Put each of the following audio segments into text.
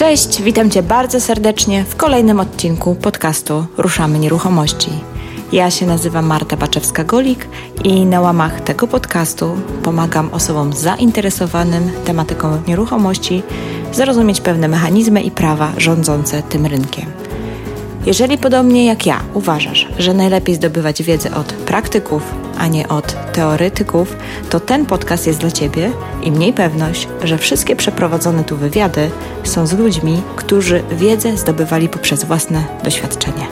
Cześć, witam Cię bardzo serdecznie w kolejnym odcinku podcastu Ruszamy Nieruchomości. Ja się nazywam Marta Baczewska-Golik i na łamach tego podcastu pomagam osobom zainteresowanym tematyką nieruchomości zrozumieć pewne mechanizmy i prawa rządzące tym rynkiem. Jeżeli podobnie jak ja uważasz, że najlepiej zdobywać wiedzę od praktyków, a nie od teoretyków, to ten podcast jest dla Ciebie i miej pewność, że wszystkie przeprowadzone tu wywiady są z ludźmi, którzy wiedzę zdobywali poprzez własne doświadczenie.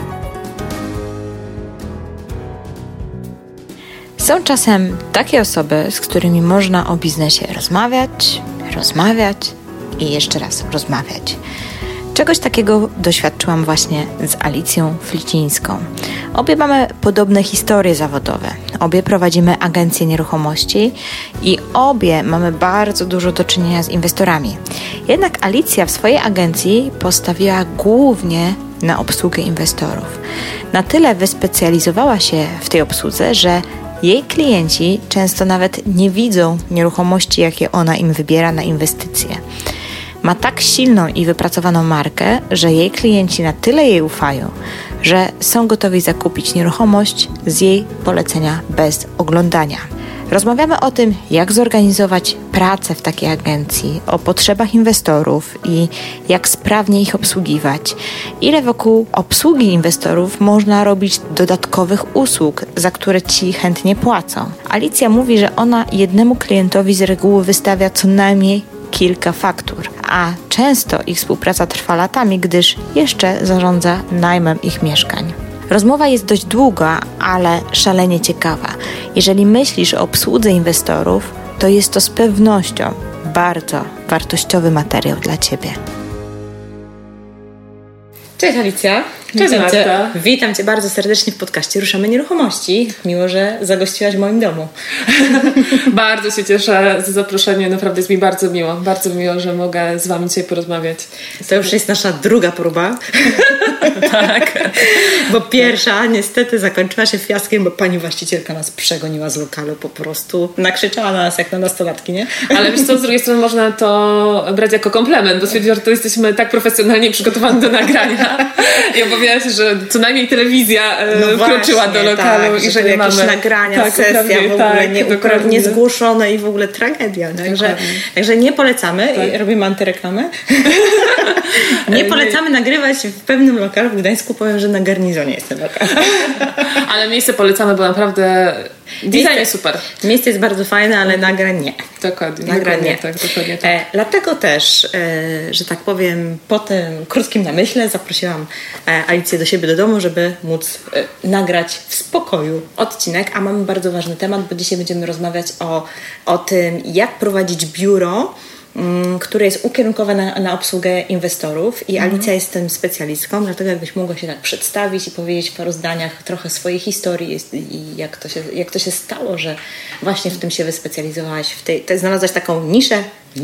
Są czasem takie osoby, z którymi można o biznesie rozmawiać i jeszcze raz rozmawiać. Czegoś takiego doświadczyłam właśnie z Alicją Flicińską. Obie mamy podobne historie zawodowe. Obie prowadzimy agencję nieruchomości i obie mamy bardzo dużo do czynienia z inwestorami. Jednak Alicja w swojej agencji postawiła głównie na obsługę inwestorów. Na tyle wyspecjalizowała się w tej obsłudze, że jej klienci często nawet nie widzą nieruchomości, jakie ona im wybiera na inwestycje. Ma tak silną i wypracowaną markę, że jej klienci na tyle jej ufają, że są gotowi zakupić nieruchomość z jej polecenia bez oglądania. Rozmawiamy o tym, jak zorganizować pracę w takiej agencji, o potrzebach inwestorów i jak sprawnie ich obsługiwać. Ile wokół obsługi inwestorów można robić dodatkowych usług, za które ci chętnie płacą. Alicja mówi, że ona jednemu klientowi z reguły wystawia co najmniej kilka faktur, a często ich współpraca trwa latami, gdyż jeszcze zarządza najmem ich mieszkań. Rozmowa jest dość długa, ale szalenie ciekawa. Jeżeli myślisz o obsłudze inwestorów, to jest to z pewnością bardzo wartościowy materiał dla Ciebie. Cześć Alicja. Cześć Marta. Witam Cię bardzo serdecznie w podcaście Ruszamy Nieruchomości. Miło, że zagościłaś w moim domu. Bardzo się cieszę za zaproszenie. Naprawdę jest mi bardzo miło. Bardzo miło, że mogę z Wami dzisiaj porozmawiać. To już jest nasza druga próba. Tak. Bo pierwsza niestety zakończyła się fiaskiem, bo pani właścicielka nas przegoniła z lokalu. Po prostu nakrzyczała na nas jak na nastolatki, nie? Ale wiesz co, z drugiej strony można to brać jako komplement, bo stwierdziła, że to jesteśmy tak profesjonalnie przygotowani do nagrania. I obawiała się, że co najmniej telewizja wkroczyła do lokalu tak, i że nie jakieś mamy nagrania, sesja w ogóle niezgłoszone i w ogóle tragedia. Także nie polecamy i robimy antyreklamę. Nie polecamy nagrywać w pewnym lokalu w Gdańsku. Powiem, że na Garnizonie jest ten lokal. Ale miejsce polecamy, bo naprawdę design jest super. Miejsce jest bardzo fajne, ale nagrań nie. Dokładnie tak. Dlatego też, że tak powiem, po tym krótkim namyśle zaprosiłam Alicję do siebie do domu, żeby móc nagrać w spokoju odcinek, a mamy bardzo ważny temat, bo dzisiaj będziemy rozmawiać o tym, jak prowadzić biuro, które jest ukierunkowane na obsługę inwestorów i Alicja jest tym specjalistką, dlatego jakbyś mogła się tak przedstawić i powiedzieć w paru zdaniach trochę swojej historii i jak to się stało, że właśnie w tym się wyspecjalizowałaś, znalazłaś taką niszę.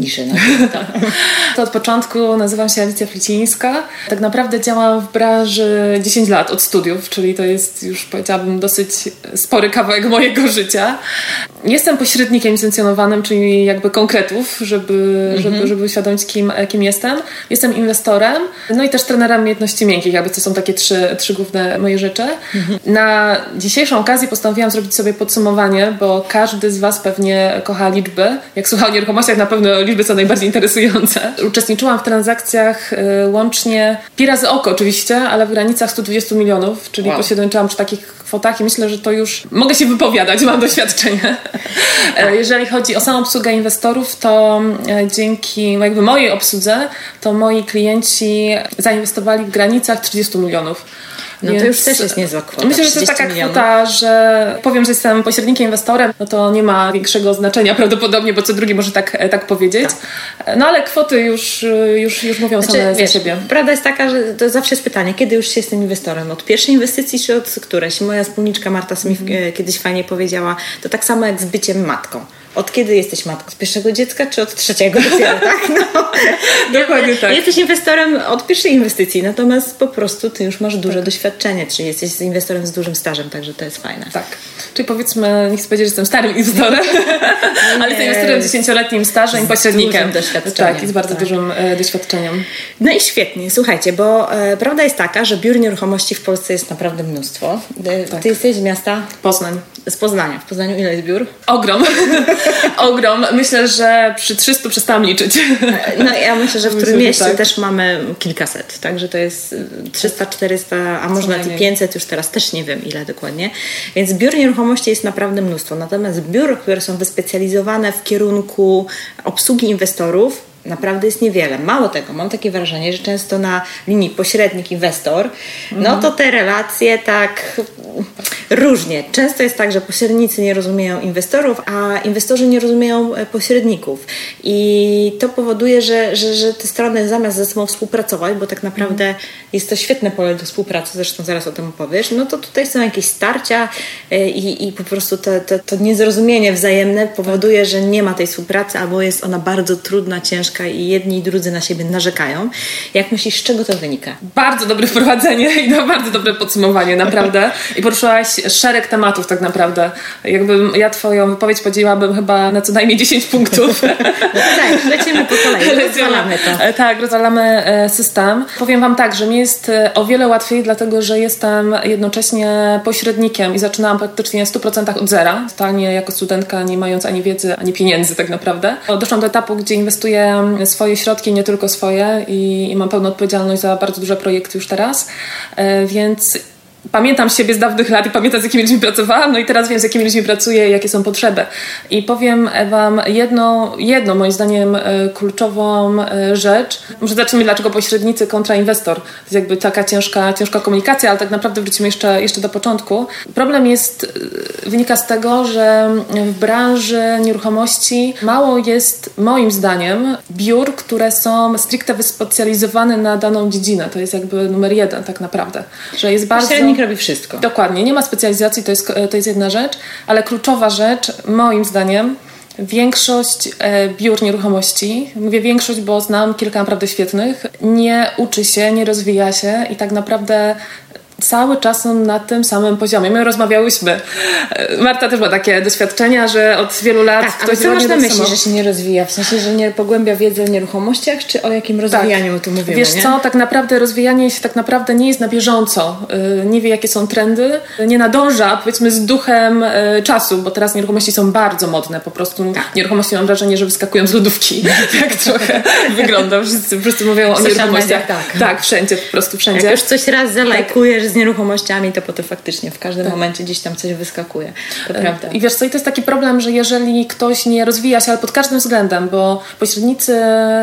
To od początku nazywam się Alicja Flicińska. Tak naprawdę działam w branży 10 lat od studiów, czyli to jest już, powiedziałabym, dosyć spory kawałek mojego życia. Jestem pośrednikiem licencjonowanym, czyli jakby konkretów, żeby uświadomić kim jestem. Jestem inwestorem, no i też trenerem umiejętności miękkich, jakby to są takie trzy główne moje rzeczy. Na dzisiejszą okazję postanowiłam zrobić sobie podsumowanie, bo każdy z Was pewnie kocha liczby. Jak słucha o nieruchomościach, na pewno liczby są najbardziej interesujące. Uczestniczyłam w transakcjach łącznie pi razy oko oczywiście, ale w granicach 120 milionów, czyli pośredniczyłam przy takich kwotach i myślę, że to już mogę się wypowiadać, mam doświadczenie. Jeżeli chodzi o samą obsługę inwestorów, to dzięki jakby mojej obsłudze, to moi klienci zainwestowali w granicach 30 milionów. No to już też jest niezła kwota. Myślę, że to jest taka kwota, że powiem, że jestem pośrednikiem, inwestorem, no to nie ma większego znaczenia prawdopodobnie, bo co drugi może tak powiedzieć. Tak. No ale kwoty już mówią same za siebie. Prawda jest taka, że to zawsze jest pytanie, kiedy już się jestem inwestorem? Od pierwszej inwestycji czy od którejś? Moja wspólniczka Marta Smith kiedyś fajnie powiedziała, to tak samo jak z byciem matką. Od kiedy jesteś matką? Z pierwszego dziecka czy od trzeciego dopiero, tak? No. Dokładnie tak. Jesteś inwestorem od pierwszej inwestycji, natomiast po prostu ty już masz duże doświadczenie, czyli jesteś inwestorem z dużym stażem, także to jest fajne. Tak. Czyli powiedzmy, nie chcę powiedzieć, że jestem starym inwestorem, ale jestem inwestorem z 10-letnim stażem i pośrednikiem. Tak, i z bardzo dużym doświadczeniem. No i świetnie, słuchajcie, bo prawda jest taka, że biur nieruchomości w Polsce jest naprawdę mnóstwo. Tak. Ty jesteś z miasta? Poznań. Z Poznania. W Poznaniu ile jest biur? Ogrom. Ogrom. Myślę, że przy 300 przestałam liczyć. No ja myślę, że w którym mieście też mamy kilkaset, także to jest 300, 400, a może nawet i 500, już teraz też nie wiem ile dokładnie. Więc biur nieruchomości jest naprawdę mnóstwo. Natomiast biur, które są wyspecjalizowane w kierunku obsługi inwestorów, naprawdę jest niewiele. Mało tego, mam takie wrażenie, że często na linii pośrednik-inwestor, no to te relacje tak różnie. Często jest tak, że pośrednicy nie rozumieją inwestorów, a inwestorzy nie rozumieją pośredników. I to powoduje, że te strony zamiast ze sobą współpracować, bo tak naprawdę jest to świetne pole do współpracy, zresztą zaraz o tym opowiesz, no to tutaj są jakieś starcia i po prostu to niezrozumienie wzajemne powoduje, że nie ma tej współpracy, albo jest ona bardzo trudna, ciężka i jedni i drudzy na siebie narzekają. Jak myślisz, z czego to wynika? Bardzo dobre wprowadzenie i bardzo dobre podsumowanie, naprawdę. I poruszyłaś szereg tematów tak naprawdę. Jakbym ja twoją wypowiedź podzieliłabym chyba na co najmniej 10 punktów. No tak, lecimy po kolei, rozwalamy to. Tak, rozwalamy system. Powiem wam tak, że mi jest o wiele łatwiej, dlatego że jestem jednocześnie pośrednikiem i zaczynałam praktycznie w 100% od zera. Totalnie jako studentka, nie mając ani wiedzy, ani pieniędzy tak naprawdę. Doszłam do etapu, gdzie inwestuję swoje środki, nie tylko swoje i mam pełną odpowiedzialność za bardzo duże projekty już teraz, więc pamiętam siebie z dawnych lat i pamiętam, z jakimi ludźmi pracowałam, no i teraz wiem, z jakimi ludźmi pracuję i jakie są potrzeby. I powiem wam jedną moim zdaniem kluczową rzecz. Może zacznijmy, dlaczego pośrednicy kontra inwestor. To jest jakby taka ciężka komunikacja, ale tak naprawdę wrócimy jeszcze do początku. Problem wynika z tego, że w branży nieruchomości mało jest, moim zdaniem, biur, które są stricte wyspecjalizowane na daną dziedzinę. To jest jakby numer jeden tak naprawdę. Że jest bardzo... robi wszystko. Dokładnie. Nie ma specjalizacji, to jest jedna rzecz, ale kluczowa rzecz, moim zdaniem, większość biur nieruchomości, mówię większość, bo znam kilka naprawdę świetnych, nie uczy się, nie rozwija się i tak naprawdę cały czas są na tym samym poziomie. My rozmawiałyśmy. Marta też ma takie doświadczenia, że od wielu lat... Tak, ktoś co masz na myśli, że się nie rozwija? W sensie, że nie pogłębia wiedzy o nieruchomościach, czy o jakim rozwijaniu tu mówimy? Wiesz co, tak naprawdę rozwijanie się tak naprawdę nie jest na bieżąco. Nie wie, jakie są trendy. Nie nadąża, powiedzmy, z duchem czasu, bo teraz nieruchomości są bardzo modne. Po prostu nieruchomości mam wrażenie, że wyskakują z lodówki. Tak trochę wygląda. Wszyscy po prostu mówią o nieruchomościach. Tak, wszędzie, po prostu wszędzie. Jak już coś raz zalajkujesz z nieruchomościami, to potem faktycznie w każdym momencie gdzieś tam coś wyskakuje. To prawda. I wiesz co, i to jest taki problem, że jeżeli ktoś nie rozwija się, ale pod każdym względem, bo pośrednicy,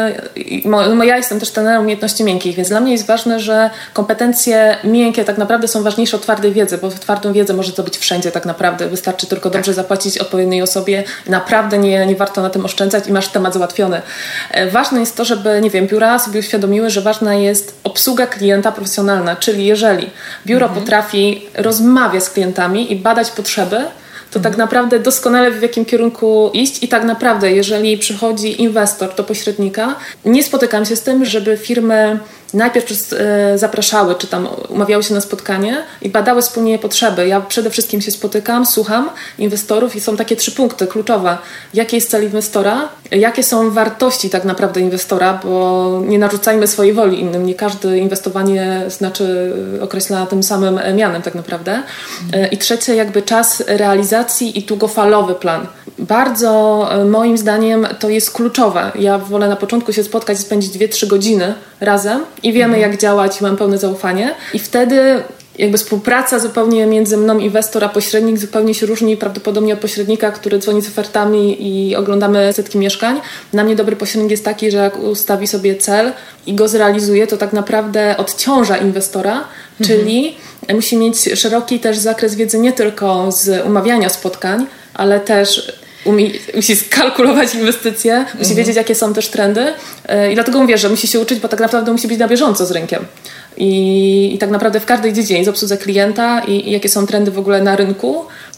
ja jestem też trenerem umiejętności miękkich, więc dla mnie jest ważne, że kompetencje miękkie tak naprawdę są ważniejsze od twardej wiedzy, bo twardą wiedzę może zdobyć wszędzie tak naprawdę. Wystarczy tylko dobrze zapłacić odpowiedniej osobie. Naprawdę nie warto na tym oszczędzać i masz temat załatwiony. Ważne jest to, żeby, nie wiem, biura sobie uświadomiły, że ważna jest obsługa klienta profesjonalna, czyli jeżeli biuro potrafi rozmawiać z klientami i badać potrzeby, to tak naprawdę doskonale w jakim kierunku iść i tak naprawdę, jeżeli przychodzi inwestor do pośrednika, nie spotykam się z tym, żeby firmy najpierw zapraszały, czy tam umawiały się na spotkanie i badały wspólnie potrzeby. Ja przede wszystkim się spotykam, słucham inwestorów i są takie 3 punkty kluczowe. Jaki jest cel inwestora? Jakie są wartości tak naprawdę inwestora? Bo nie narzucajmy swojej woli innym. Nie każde inwestowanie określa tym samym mianem tak naprawdę. I trzecie, jakby czas realizacji i długofalowy plan. Bardzo moim zdaniem to jest kluczowe. Ja wolę na początku się spotkać i spędzić 2-3 godziny razem i wiemy jak działać i mam pełne zaufanie. I wtedy jakby współpraca zupełnie między mną, inwestor, a pośrednik zupełnie się różni prawdopodobnie od pośrednika, który dzwoni z ofertami i oglądamy setki mieszkań. Dla mnie dobry pośrednik jest taki, że jak ustawi sobie cel i go zrealizuje, to tak naprawdę odciąża inwestora, czyli musi mieć szeroki też zakres wiedzy nie tylko z umawiania spotkań, ale też musi skalkulować inwestycje, musi wiedzieć, jakie są też trendy i dlatego mówię, że musi się uczyć, bo tak naprawdę musi być na bieżąco z rynkiem. I tak naprawdę w każdej dziedzinie, z obsłudze klienta i jakie są trendy w ogóle na rynku,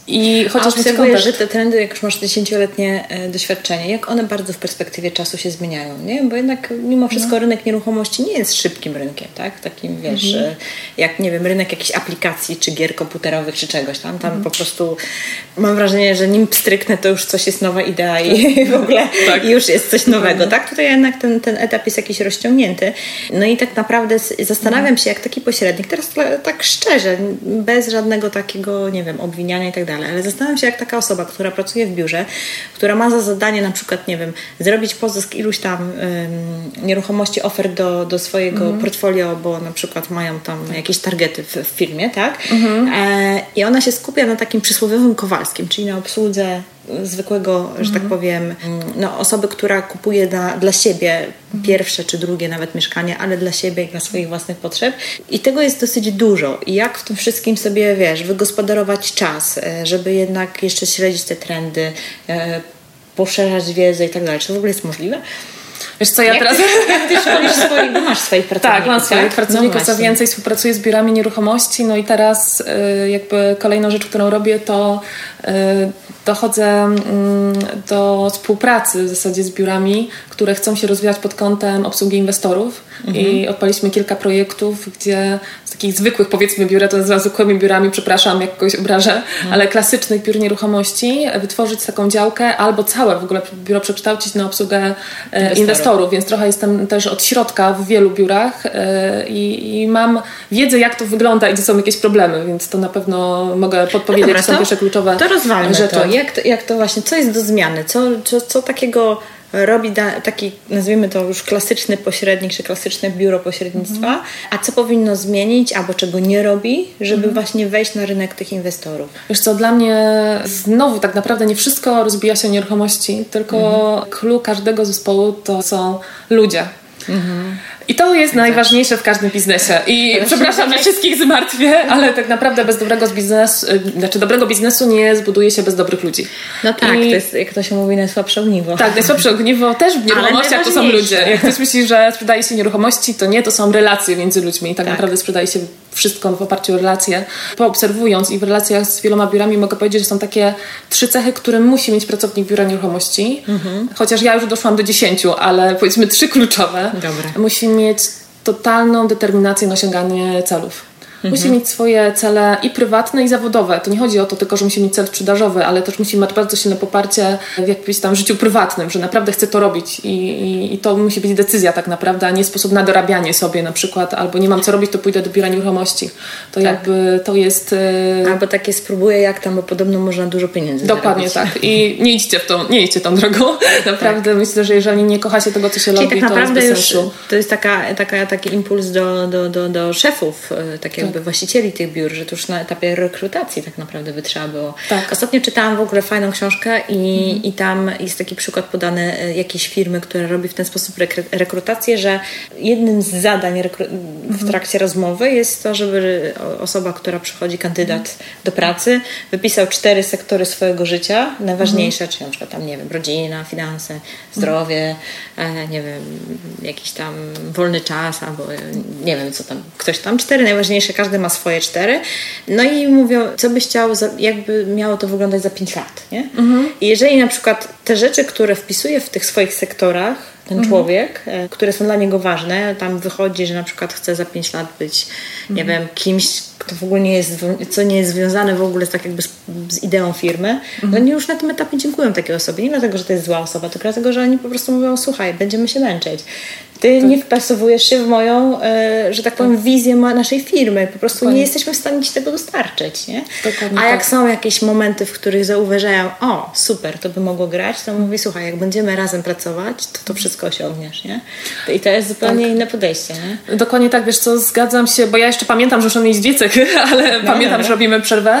I chociaż obserwujesz, że te trendy, jak już masz 10-letnie doświadczenie, jak one bardzo w perspektywie czasu się zmieniają, nie? Bo jednak mimo wszystko rynek nieruchomości nie jest szybkim rynkiem, tak? Takim, wiesz, jak, nie wiem, rynek jakichś aplikacji, czy gier komputerowych, czy czegoś tam. Tam po prostu mam wrażenie, że nim pstryknę, to już coś jest nowa idea i w ogóle już jest coś nowego, tak? Tutaj jednak ten etap jest jakiś rozciągnięty. No i tak naprawdę zastanawiam się, jak taki pośrednik, teraz tak szczerze, bez żadnego takiego, nie wiem, obwiniania i tak dalej, ale zastanawiam się, jak taka osoba, która pracuje w biurze, która ma za zadanie na przykład, nie wiem, zrobić pozysk iluś tam nieruchomości, ofert do swojego portfolio, bo na przykład mają tam jakieś targety w firmie, tak? I ona się skupia na takim przysłowiowym Kowalskim, czyli na obsłudze zwykłego, że tak powiem, no, osoby, która kupuje dla siebie pierwsze czy drugie nawet mieszkanie, ale dla siebie i dla swoich własnych potrzeb. I tego jest dosyć dużo. I jak w tym wszystkim sobie, wiesz, wygospodarować czas, żeby jednak jeszcze śledzić te trendy, poszerzać wiedzę i tak dalej. Czy to w ogóle jest możliwe? Wiesz co, ja teraz... Jak ty szkolisz masz swoich pracowników, tak? Mam swoich pracowników, co więcej, współpracuję z biurami nieruchomości, no i teraz jakby kolejną rzecz, którą robię, to dochodzę do współpracy w zasadzie z biurami, które chcą się rozwijać pod kątem obsługi inwestorów i odpaliśmy kilka projektów, gdzie z takich zwykłych, powiedzmy, biura, to nazywam zwykłymi biurami, przepraszam, jak kogoś obrażę, ale klasycznych biur nieruchomości, wytworzyć taką działkę albo całe w ogóle biuro przekształcić na obsługę inwestorów, więc trochę jestem też od środka w wielu biurach i mam wiedzę, jak to wygląda i gdzie są jakieś problemy, więc to na pewno mogę podpowiedzieć, dobra, są pierwsze kluczowe to rozwalmy rzeczy. To. Jak to właśnie, co jest do zmiany? Co takiego robi taki, nazwijmy to już klasyczny pośrednik, czy klasyczne biuro pośrednictwa, a co powinno zmienić, albo czego nie robi, żeby właśnie wejść na rynek tych inwestorów? Wiesz co, dla mnie znowu tak naprawdę nie wszystko rozbija się o nieruchomości, tylko clue każdego zespołu to są ludzie. I to jest najważniejsze w każdym biznesie. I przepraszam, że wszystkich zmartwię, ale tak naprawdę bez dobrego biznesu nie zbuduje się bez dobrych ludzi. No tak, to jest, jak to się mówi, najsłabsze ogniwo. Tak, najsłabsze ogniwo też w nieruchomościach to są ludzie. Jak ktoś myśli, że sprzedaje się nieruchomości, to nie, to są relacje między ludźmi. I tak naprawdę sprzedaje się wszystko w oparciu o relacje. Poobserwując i w relacjach z wieloma biurami mogę powiedzieć, że są takie 3 cechy, które musi mieć pracownik biura nieruchomości. Chociaż ja już doszłam do 10, ale powiedzmy 3 kluczowe. Dobra. Musi mieć totalną determinację na osiąganie celów. Musi mieć swoje cele i prywatne, i zawodowe. To nie chodzi o to tylko, że musi mieć cel sprzedażowy, ale też musi mieć bardzo silne poparcie w jakimś tam życiu prywatnym, że naprawdę chce to robić i to musi być decyzja tak naprawdę, a nie sposób na dorabianie sobie na przykład, albo nie mam co robić, to pójdę do biura nieruchomości. To jakby to jest... Albo takie spróbuję jak tam, bo podobno można dużo pieniędzy Dokładnie zarobić. Tak. I nie idźcie tą drogą. Naprawdę myślę, że jeżeli nie kocha się tego, co się robi, tak naprawdę to jest bez sensu. To jest taki impuls do szefów, tak jakby właścicieli tych biur, że to już na etapie rekrutacji tak naprawdę by trzeba było. Tak. Ostatnio czytałam w ogóle fajną książkę i tam jest taki przykład podany jakiejś firmy, która robi w ten sposób rekrutację, że jednym z zadań w trakcie rozmowy jest to, żeby osoba, która przychodzi, kandydat do pracy, wypisał 4 sektory swojego życia, najważniejsze, czyli na przykład tam, nie wiem, rodzina, finanse, zdrowie, nie wiem, jakiś tam wolny czas, albo nie wiem, co tam, ktoś tam 4 najważniejsze, każdy ma swoje 4. No i mówią, co by chciał, jakby miało to wyglądać za 5 lat, nie? I jeżeli na przykład te rzeczy, które wpisuje w tych swoich sektorach ten człowiek, które są dla niego ważne, tam wychodzi, że na przykład chce za 5 lat być, nie wiem, kimś, kto w ogóle co nie jest związane w ogóle z, tak jakby z ideą firmy, no oni już na tym etapie dziękują takiej osobie. Nie dlatego, że to jest zła osoba, tylko dlatego, że oni po prostu mówią, słuchaj, będziemy się męczyć. Ty nie wpasowujesz się w moją, że tak powiem, wizję naszej firmy. Po prostu nie jesteśmy w stanie ci tego dostarczyć, nie? A jak są jakieś momenty, w których zauważają, o, super, to by mogło grać, to mówi, słuchaj, jak będziemy razem pracować, to wszystko osiągniesz, nie? I to jest zupełnie inne podejście, nie? Dokładnie tak, wiesz co, zgadzam się, bo ja jeszcze pamiętam, że muszę mieć 2 cechy, ale pamiętam, że robimy przerwę.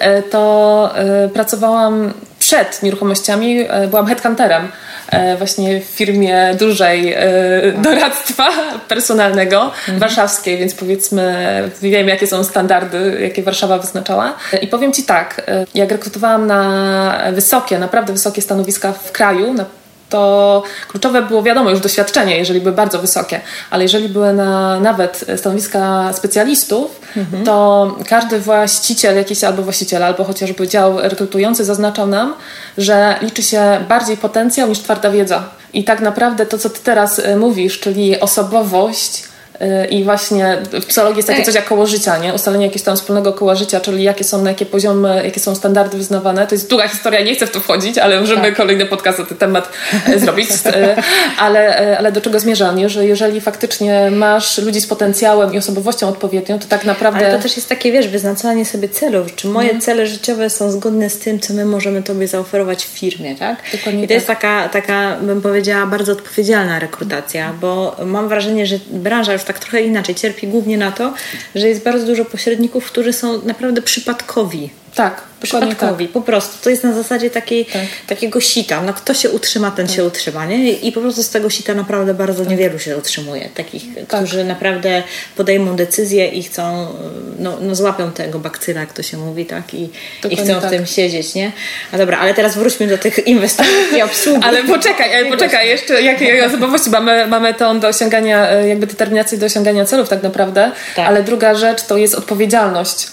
To pracowałam przed nieruchomościami, byłam headhunterem właśnie w firmie dużej doradztwa personalnego warszawskiej, więc powiedzmy wiem, jakie są standardy, jakie Warszawa wyznaczała. I powiem Ci tak, jak rekrutowałam na naprawdę wysokie stanowiska w kraju, na to kluczowe było, wiadomo, już doświadczenie, jeżeli były bardzo wysokie, ale jeżeli były nawet stanowiska specjalistów, to każdy właściciel jakiś albo chociażby dział rekrutujący zaznaczał nam, że liczy się bardziej potencjał niż twarda wiedza. I tak naprawdę to, co ty teraz mówisz, czyli osobowość, i właśnie w psychologii jest takie coś jak koło życia, nie? Ustalenie jakiegoś tam wspólnego koła życia, czyli na jakie poziomy, jakie są standardy wyznawane. To jest długa historia, nie chcę w to wchodzić, ale możemy kolejny podcast na ten temat zrobić. Ale do czego zmierzam, nie? Że jeżeli faktycznie masz ludzi z potencjałem i osobowością odpowiednią, to tak naprawdę... Ale to też jest takie, wyznaczanie sobie celów. Czy moje cele życiowe są zgodne z tym, co my możemy tobie zaoferować w firmie, tak? Dokładnie. I to jest taka, bym powiedziała, bardzo odpowiedzialna rekrutacja, bo mam wrażenie, że branża już tak trochę inaczej cierpi głównie na to, że jest bardzo dużo pośredników, którzy są naprawdę przypadkowi. Tak, przypadkowi, po prostu. To jest na zasadzie takiego sita. No kto się utrzyma, ten się utrzyma, nie? I po prostu z tego sita naprawdę bardzo niewielu się utrzymuje. Takich, którzy naprawdę podejmą decyzje i chcą, złapią tego bakcyla, jak to się mówi, tak? I chcą w tym siedzieć, nie? A dobra, ale teraz wróćmy do tych inwestorów i obsługi. Ale poczekaj, jeszcze jakie osobowości mamy tą do osiągania, jakby determinację do osiągania celów tak naprawdę, ale druga rzecz to jest odpowiedzialność.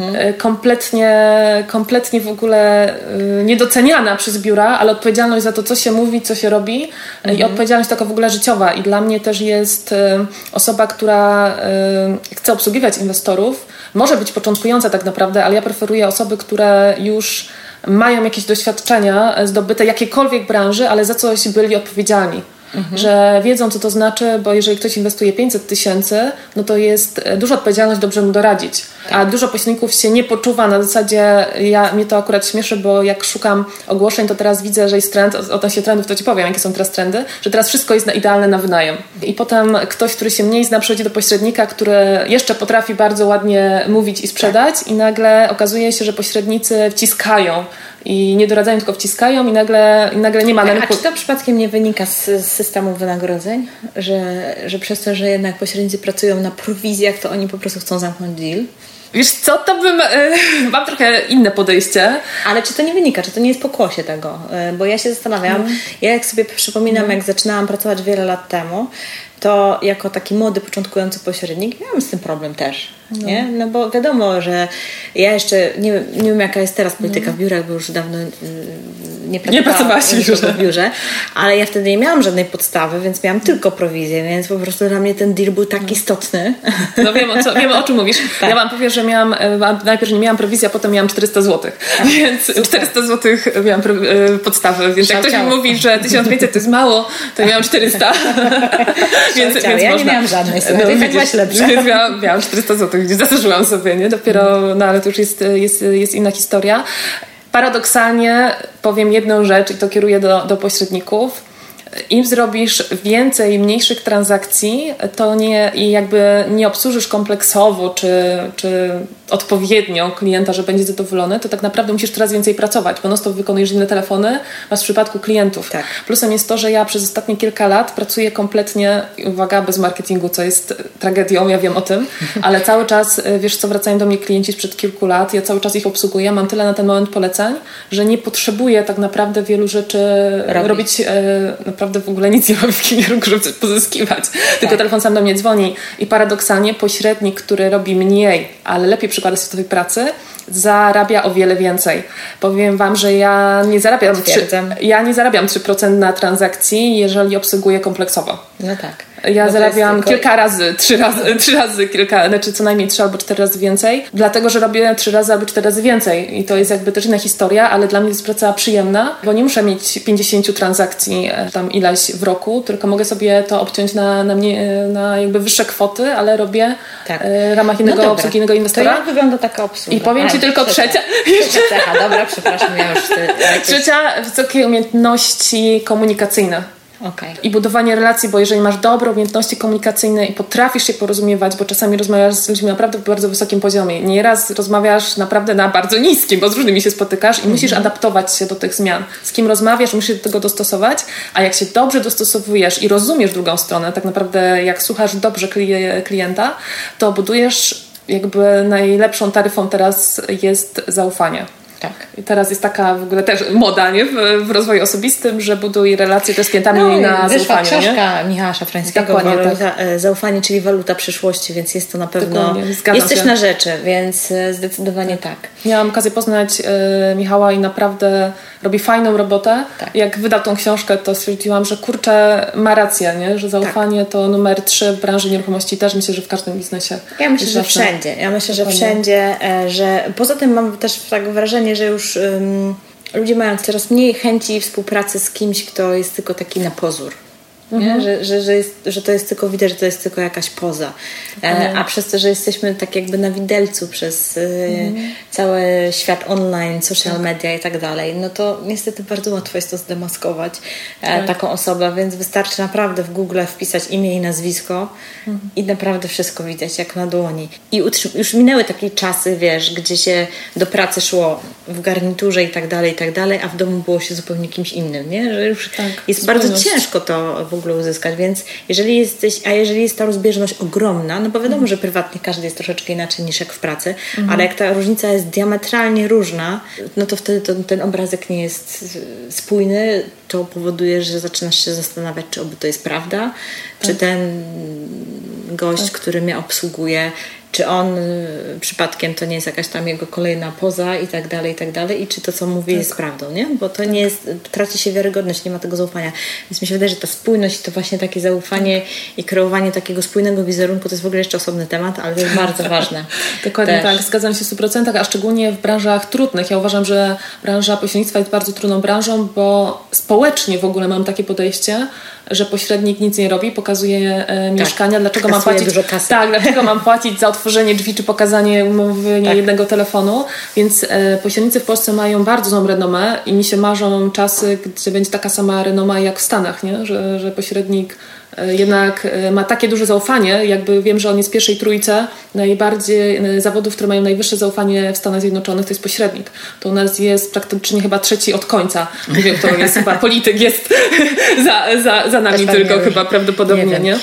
Kompletnie w ogóle niedoceniana przez biura, ale odpowiedzialność za to, co się mówi, co się robi i odpowiedzialność taka w ogóle życiowa. I dla mnie też jest osoba, która chce obsługiwać inwestorów, może być początkująca tak naprawdę, ale ja preferuję osoby, które już mają jakieś doświadczenia zdobyte jakiejkolwiek branży, ale za coś byli odpowiedzialni. Że wiedzą, co to znaczy, bo jeżeli ktoś inwestuje 500 000, no to jest duża odpowiedzialność, dobrze mu doradzić. A dużo pośredników się nie poczuwa na zasadzie, mnie to akurat śmieszy, bo jak szukam ogłoszeń, to teraz widzę, że jest trend, odnośnie trendów to ci powiem, jakie są teraz trendy, że teraz wszystko jest idealne na wynajem. I potem ktoś, który się mniej zna, przychodzi do pośrednika, który jeszcze potrafi bardzo ładnie mówić i sprzedać i nagle okazuje się, że pośrednicy wciskają i nie doradzają, tylko wciskają i nagle nie ma na rynku. A czy to przypadkiem nie wynika z systemu wynagrodzeń? Że przez to, że jednak pośrednicy pracują na prowizjach, to oni po prostu chcą zamknąć deal? Wiesz co, to mam trochę inne podejście. Ale czy to nie wynika, czy to nie jest pokłosie tego? Bo ja się zastanawiam, ja jak sobie przypominam, jak zaczynałam pracować wiele lat temu, to jako taki młody, początkujący pośrednik miałam z tym problem też. Nie? No bo wiadomo, że ja jeszcze nie wiem jaka jest teraz polityka w biurach, bo już dawno nie pracowałaś w biurze, ale ja wtedy nie miałam żadnej podstawy, więc miałam tylko prowizję, więc po prostu dla mnie ten deal był tak istotny. No wiem o czym mówisz. Ja wam powiem, że najpierw nie miałam prowizji, a potem miałam 400 zł. Więc 400 zł miałam podstawy, więc jak ktoś mi mówi, że 1500 to jest mało, to miałam 400. więc ja można. Nie miałam żadnej, słuchaj, to jest lepsze. Więc miałam 400 zł, gdzie zasłużyłam sobie, nie? Dopiero, ale to już jest inna historia. Paradoksalnie powiem jedną rzecz i to kieruję do pośredników. Im zrobisz więcej mniejszych transakcji, to nie obsłużysz kompleksowo czy odpowiednio klienta, że będzie zadowolony, to tak naprawdę musisz coraz więcej pracować, bo non-stop wykonujesz inne telefony, masz w przypadku klientów. Tak. Plusem jest to, że ja przez ostatnie kilka lat pracuję kompletnie, uwaga, bez marketingu, co jest tragedią, ja wiem o tym, ale cały czas, wiesz co, wracają do mnie klienci sprzed kilku lat, ja cały czas ich obsługuję, mam tyle na ten moment poleceń, że nie potrzebuję tak naprawdę wielu rzeczy robić naprawdę w ogóle nic nie robi w kierunku, żeby coś pozyskiwać. Tylko telefon sam do mnie dzwoni i paradoksalnie pośrednik, który robi mniej, ale lepiej przykłada się do tej pracy, zarabia o wiele więcej. Powiem wam, że ja nie zarabiam 3% na transakcji, jeżeli obsługuję kompleksowo. No tak. Ja zarabiam kilka razy, trzy razy, znaczy co najmniej 3 albo 4 razy więcej, dlatego, że robię 3 razy albo 4 razy więcej i to jest jakby też inna historia, ale dla mnie jest praca przyjemna, bo nie muszę mieć 50 transakcji tam ileś w roku, tylko mogę sobie to obciąć na jakby wyższe kwoty, ale robię w ramach innego obsługi innego inwestora. To jak wygląda taka obsługa? I powiem ci tylko trzecia. Dobra, przepraszam, ja już Trzecia, wysokie umiejętności komunikacyjne. Okay. I budowanie relacji, bo jeżeli masz dobre umiejętności komunikacyjne i potrafisz się porozumiewać, bo czasami rozmawiasz z ludźmi naprawdę w bardzo wysokim poziomie, nieraz rozmawiasz naprawdę na bardzo niskim, bo z różnymi się spotykasz i musisz adaptować się do tych zmian. Z kim rozmawiasz, musisz do tego dostosować, a jak się dobrze dostosowujesz i rozumiesz drugą stronę, tak naprawdę jak słuchasz dobrze klienta, to budujesz jakby najlepszą taryfą teraz jest zaufanie. Tak. I teraz jest taka w ogóle też moda, nie? W rozwoju osobistym, że buduje relacje też z klientami na zaufaniu. Książka Michała Szafrańskiego, Zaufanie, czyli waluta przyszłości, więc jest to na pewno... Jest też na rzeczy, więc zdecydowanie tak. Miałam okazję poznać Michała i naprawdę robi fajną robotę. Tak. Jak wydał tą książkę, to stwierdziłam, że kurczę, ma rację, nie? Że zaufanie to numer 3 w branży nieruchomości. Też myślę, że w każdym biznesie. Ja myślę, że wszędzie. Że poza tym mam też tak wrażenie, że już ludzie mają coraz mniej chęci współpracy z kimś, kto jest tylko taki na pozór. Że to jest tylko, widać, że to jest tylko jakaś poza. A przez to, że jesteśmy tak jakby na widelcu przez cały świat online, social media i tak dalej, no to niestety bardzo łatwo jest to zdemaskować taką osobę, więc wystarczy naprawdę w Google wpisać imię i nazwisko i naprawdę wszystko widać jak na dłoni. I już minęły takie czasy, wiesz, gdzie się do pracy szło w garniturze i tak dalej, a w domu było się zupełnie kimś innym, nie? Że już jest bardzo ciężko to w ogóle uzyskać, więc jeżeli jest ta rozbieżność ogromna, no bo wiadomo, że prywatnie każdy jest troszeczkę inaczej niż jak w pracy, ale jak ta różnica jest diametralnie różna, no to wtedy ten obrazek nie jest spójny, to powoduje, że zaczynasz się zastanawiać, czy oby to jest prawda, czy ten gość, który mnie obsługuje, czy on przypadkiem to nie jest jakaś tam jego kolejna poza i tak dalej, i czy to, co mówi, jest prawdą, nie? Bo to nie jest, traci się wiarygodność, nie ma tego zaufania. Więc mi się wydaje, że ta spójność, to właśnie takie zaufanie i kreowanie takiego spójnego wizerunku to jest w ogóle jeszcze osobny temat, ale to jest bardzo ważne. Dokładnie tak, zgadzam się w 100%, a szczególnie w branżach trudnych. Ja uważam, że branża pośrednictwa jest bardzo trudną branżą, bo społecznie w ogóle mam takie podejście, że pośrednik nic nie robi, pokazuje mieszkania, dlaczego mam płacić dużo kasy. Tak, dlaczego mam płacić za otworzenie drzwi czy pokazanie umowy jednego telefonu, więc pośrednicy w Polsce mają bardzo złą renomę i mi się marzą czasy, gdzie będzie taka sama renoma jak w Stanach, nie? Że pośrednik jednak ma takie duże zaufanie, jakby wiem, że on jest w pierwszej trójce najbardziej zawodów, które mają najwyższe zaufanie w Stanach Zjednoczonych, to jest pośrednik. To u nas jest praktycznie chyba trzeci od końca. Mówię, kto jest chyba polityk, jest za nami tylko chyba prawdopodobnie, nie?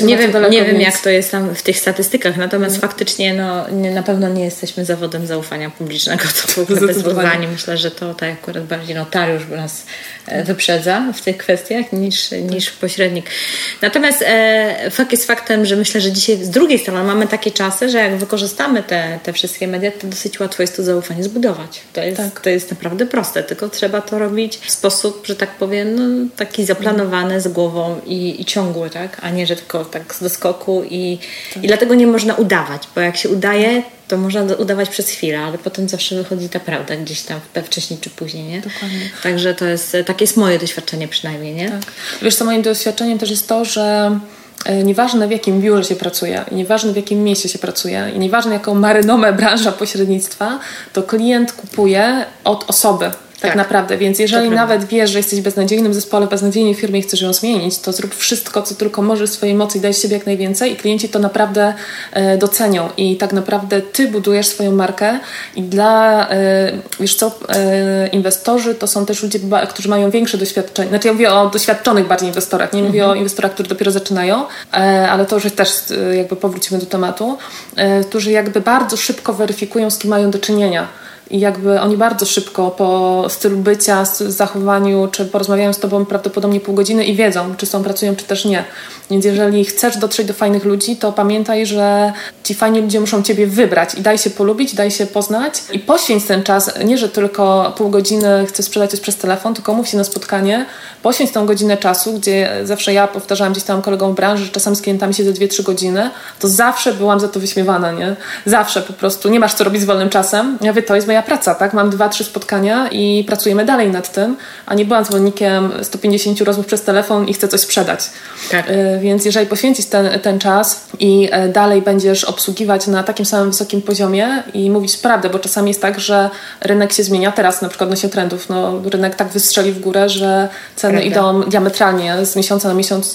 Nie wiem jak to jest tam w tych statystykach, natomiast faktycznie na pewno nie jesteśmy zawodem zaufania publicznego, to w ogóle bezwzględnie. Myślę, że to tak akurat bardziej notariusz by nas wyprzedza w tych kwestiach niż pośrednik. Natomiast fakt jest faktem, że myślę, że dzisiaj z drugiej strony mamy takie czasy, że jak wykorzystamy te wszystkie media, to dosyć łatwo jest to zaufanie zbudować. To jest naprawdę proste, tylko trzeba to robić w sposób, że tak powiem, taki zaplanowany z głową i ciągły, tak? A nie, że tylko tak z doskoku i dlatego nie można udawać, bo jak się udaje, to można udawać przez chwilę, ale potem zawsze wychodzi ta prawda gdzieś tam wcześniej czy później, nie? Dokładnie. Także takie jest moje doświadczenie przynajmniej, nie? Tak. Wiesz co, moim doświadczeniem też jest to, że nieważne w jakim biurze się pracuje, nieważne w jakim mieście się pracuje i nieważne jaką ma renomę branża pośrednictwa, to klient kupuje od osoby. Tak naprawdę, więc jeżeli nawet wiesz, że jesteś w beznadziejnym zespole, beznadziejnej firmie i chcesz ją zmienić, to zrób wszystko, co tylko możesz w swojej mocy i daj z siebie jak najwięcej i klienci to naprawdę docenią i tak naprawdę ty budujesz swoją markę i dla, wiesz co, inwestorzy to są też ludzie, którzy mają większe doświadczenie, znaczy ja mówię o doświadczonych bardziej inwestorach, nie mówię o inwestorach, którzy dopiero zaczynają, ale to już też jakby powrócimy do tematu, którzy jakby bardzo szybko weryfikują, z kim mają do czynienia. I jakby oni bardzo szybko po stylu bycia, zachowaniu, czy porozmawiają z tobą prawdopodobnie pół godziny i wiedzą, czy z tobą pracują, czy też nie. Więc jeżeli chcesz dotrzeć do fajnych ludzi, to pamiętaj, że ci fajni ludzie muszą ciebie wybrać i daj się polubić, daj się poznać i poświęć ten czas, nie, że tylko pół godziny chcesz sprzedać coś przez telefon, tylko mów się na spotkanie, poświęć tą godzinę czasu, gdzie zawsze ja powtarzałam gdzieś tam kolegom w branży, że czasami z klientami siedzę 2-3 godziny, to zawsze byłam za to wyśmiewana, nie? Zawsze po prostu, nie masz co robić z wolnym czasem. Ja mówię, to jest moja praca, tak? Mam 2-3 spotkania i pracujemy dalej nad tym, a nie byłam zwolennikiem 150 rozmów przez telefon i chcę coś sprzedać. Tak. Więc jeżeli poświęcisz ten czas i dalej będziesz obsługiwać na takim samym wysokim poziomie i mówić prawdę, bo czasami jest tak, że rynek się zmienia. Teraz na przykład odnośnie trendów, rynek tak wystrzeli w górę, że ceny idą diametralnie. Z miesiąca na miesiąc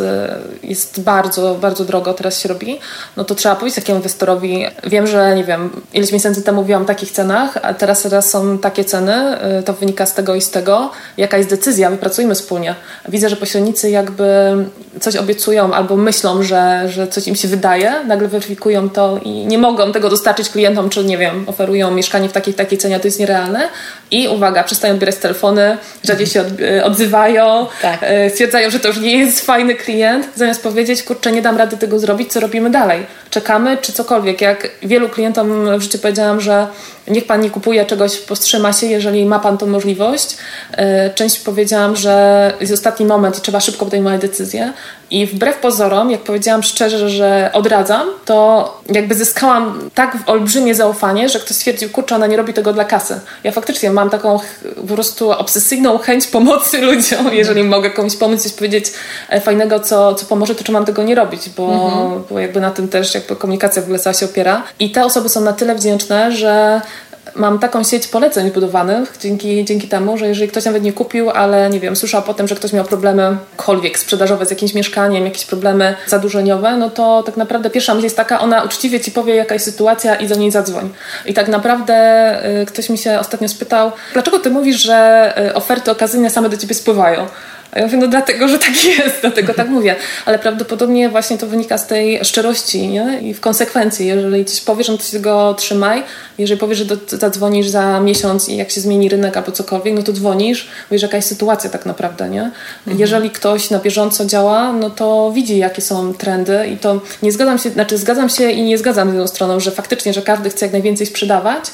jest bardzo, bardzo drogo teraz się robi. No to trzeba powiedzieć takiemu inwestorowi, wiem, że nie wiem, ileś miesięcy temu mówiłam o takich cenach, cenach, a teraz są takie ceny, to wynika z tego i z tego, jaka jest decyzja, wypracujmy wspólnie. Widzę, że pośrednicy jakby coś obiecują albo myślą, że coś im się wydaje, nagle weryfikują to i nie mogą tego dostarczyć klientom, czy nie wiem, oferują mieszkanie w takiej cenie, a to jest nierealne i uwaga, przestają odbierać telefony, rzadziej się odzywają, stwierdzają, że to już nie jest fajny klient, zamiast powiedzieć, kurczę, nie dam rady tego zrobić, co robimy dalej? Czekamy, czy cokolwiek? Jak wielu klientom w życiu powiedziałam, że niech pan nie kupuje czegoś, powstrzyma się, jeżeli ma pan tą możliwość. Część powiedziałam, że jest ostatni moment i trzeba szybko podejmować decyzję. I wbrew pozorom, jak powiedziałam szczerze, że odradzam, to jakby zyskałam tak olbrzymie zaufanie, że ktoś stwierdził, kurczę, ona nie robi tego dla kasy. Ja faktycznie mam taką po prostu obsesyjną chęć pomocy ludziom. Jeżeli mogę komuś pomóc, coś powiedzieć fajnego, co pomoże, to czy mam tego nie robić, bo jakby na tym też jakby komunikacja w ogóle cała się opiera. I te osoby są na tyle wdzięczne, że mam taką sieć poleceń budowanych dzięki temu, że jeżeli ktoś nawet nie kupił, ale nie wiem, słyszał potem, że ktoś miał problemy sprzedażowe z jakimś mieszkaniem, jakieś problemy zadłużeniowe, no to tak naprawdę pierwsza myśl jest taka, ona uczciwie ci powie, jaka jest sytuacja i do niej zadzwoń. I tak naprawdę ktoś mi się ostatnio spytał, dlaczego ty mówisz, że oferty okazyjne same do ciebie spływają? A ja mówię, no dlatego, że tak jest, dlatego tak mówię. Ale prawdopodobnie właśnie to wynika z tej szczerości, nie? I w konsekwencji, jeżeli coś powiesz, no to się tego trzymaj. Jeżeli powiesz, że zadzwonisz za miesiąc i jak się zmieni rynek albo cokolwiek, no to dzwonisz, mówisz, jaka jest sytuacja tak naprawdę, nie? Jeżeli ktoś na bieżąco działa, no to widzi, jakie są trendy i to nie zgadzam się, zgadzam się i nie zgadzam z jedną stroną, że faktycznie, że każdy chce jak najwięcej sprzedawać,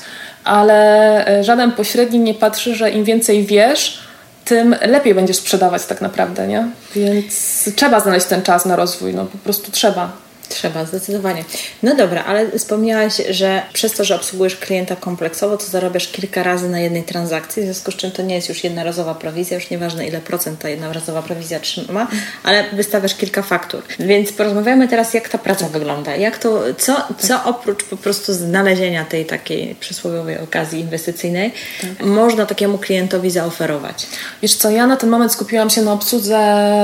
ale żaden pośrednik nie patrzy, że im więcej wiesz, tym lepiej będziesz sprzedawać tak naprawdę, nie? Więc trzeba znaleźć ten czas na rozwój, no po prostu trzeba. Trzeba, zdecydowanie. No dobra, ale wspomniałaś, że przez to, że obsługujesz klienta kompleksowo, to zarabiasz kilka razy na jednej transakcji, w związku z czym to nie jest już jednorazowa prowizja, już nieważne ile procent ta jednorazowa prowizja trzyma, ale wystawiasz kilka faktur. Więc porozmawiamy teraz, jak ta praca wygląda. Co oprócz po prostu znalezienia tej takiej przysłowiowej okazji inwestycyjnej można takiemu klientowi zaoferować? Wiesz co, ja na ten moment skupiłam się na obsłudze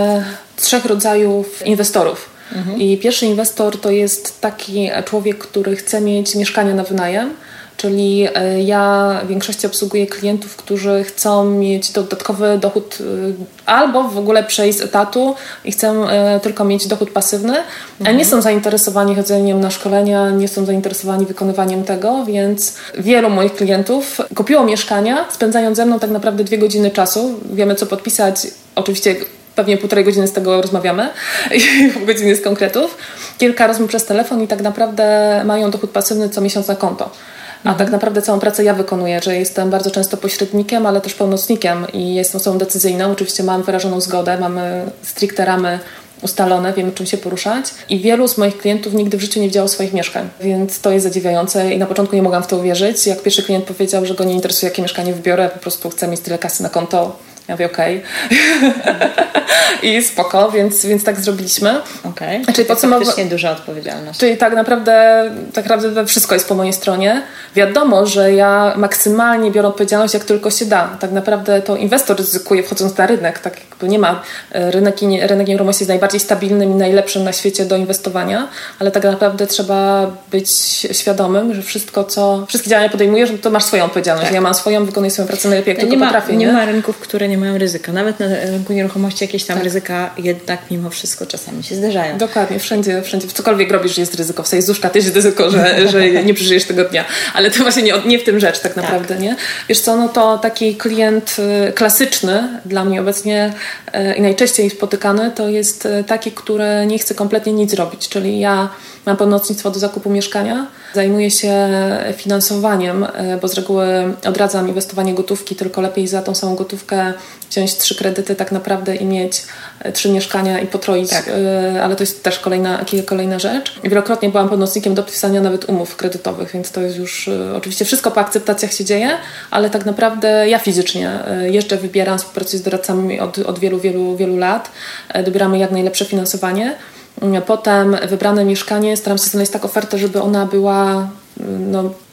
3 rodzajów inwestorów. I pierwszy inwestor to jest taki człowiek, który chce mieć mieszkanie na wynajem, czyli ja w większości obsługuję klientów, którzy chcą mieć dodatkowy dochód albo w ogóle przejść z etatu i chcą tylko mieć dochód pasywny, a nie są zainteresowani chodzeniem na szkolenia, nie są zainteresowani wykonywaniem tego, więc wielu moich klientów kupiło mieszkania, spędzając ze mną tak naprawdę 2 godziny czasu. Wiemy, co podpisać, oczywiście pewnie 1,5 godziny z tego rozmawiamy i pół godziny z konkretów. Kilka rozmów przez telefon i tak naprawdę mają dochód pasywny co miesiąc na konto. A tak naprawdę całą pracę ja wykonuję, że jestem bardzo często pośrednikiem, ale też pełnomocnikiem i jestem osobą decyzyjną. Oczywiście mam wyrażoną zgodę, mamy stricte ramy ustalone, wiemy czym się poruszać i wielu z moich klientów nigdy w życiu nie widziało swoich mieszkań, więc to jest zadziwiające i na początku nie mogłam w to uwierzyć. Jak pierwszy klient powiedział, że go nie interesuje, jakie mieszkanie wybiorę, po prostu chcę mieć tyle kasy na konto, ja mówię okej. I spoko, więc tak zrobiliśmy. Okej. Czyli to faktycznie duża odpowiedzialność. Czyli tak naprawdę wszystko jest po mojej stronie. Wiadomo, że ja maksymalnie biorę odpowiedzialność, jak tylko się da. Tak naprawdę to inwestor ryzykuje wchodząc na rynek. Tak jakby nie ma. Rynek nieruchomości jest najbardziej stabilnym i najlepszym na świecie do inwestowania, ale tak naprawdę trzeba być świadomym, że wszystkie działania podejmujesz, to masz swoją odpowiedzialność. Tak. Ja mam swoją, wykonuję swoją pracę najlepiej, jak tylko potrafię. Nie ma rynków, które nie mają ryzyka. Nawet na rynku nieruchomości jakieś tam ryzyka jednak mimo wszystko czasami się zdarzają. Dokładnie, wszędzie cokolwiek robisz, jest ryzyko. W sensie z łóżka też jest ryzyko, że nie przeżyjesz tego dnia. Ale to właśnie nie w tym rzecz tak naprawdę, nie? Wiesz co, no to taki klient klasyczny dla mnie obecnie i najczęściej spotykany to jest taki, który nie chce kompletnie nic robić. Czyli ja mam pełnomocnictwo do zakupu mieszkania, zajmuję się finansowaniem, bo z reguły odradzam inwestowanie gotówki, tylko lepiej za tą samą gotówkę wziąć 3 kredyty tak naprawdę i mieć 3 mieszkania i potroić, ale to jest też kolejna rzecz. Wielokrotnie byłam pełnomocnikiem do podpisania nawet umów kredytowych, więc to jest już oczywiście wszystko po akceptacjach się dzieje, ale tak naprawdę ja fizycznie jeżdżę, wybieram, współpracuję z doradcami od wielu lat, dobieramy jak najlepsze finansowanie. Potem wybrane mieszkanie staram się znaleźć tak ofertę, żeby ona była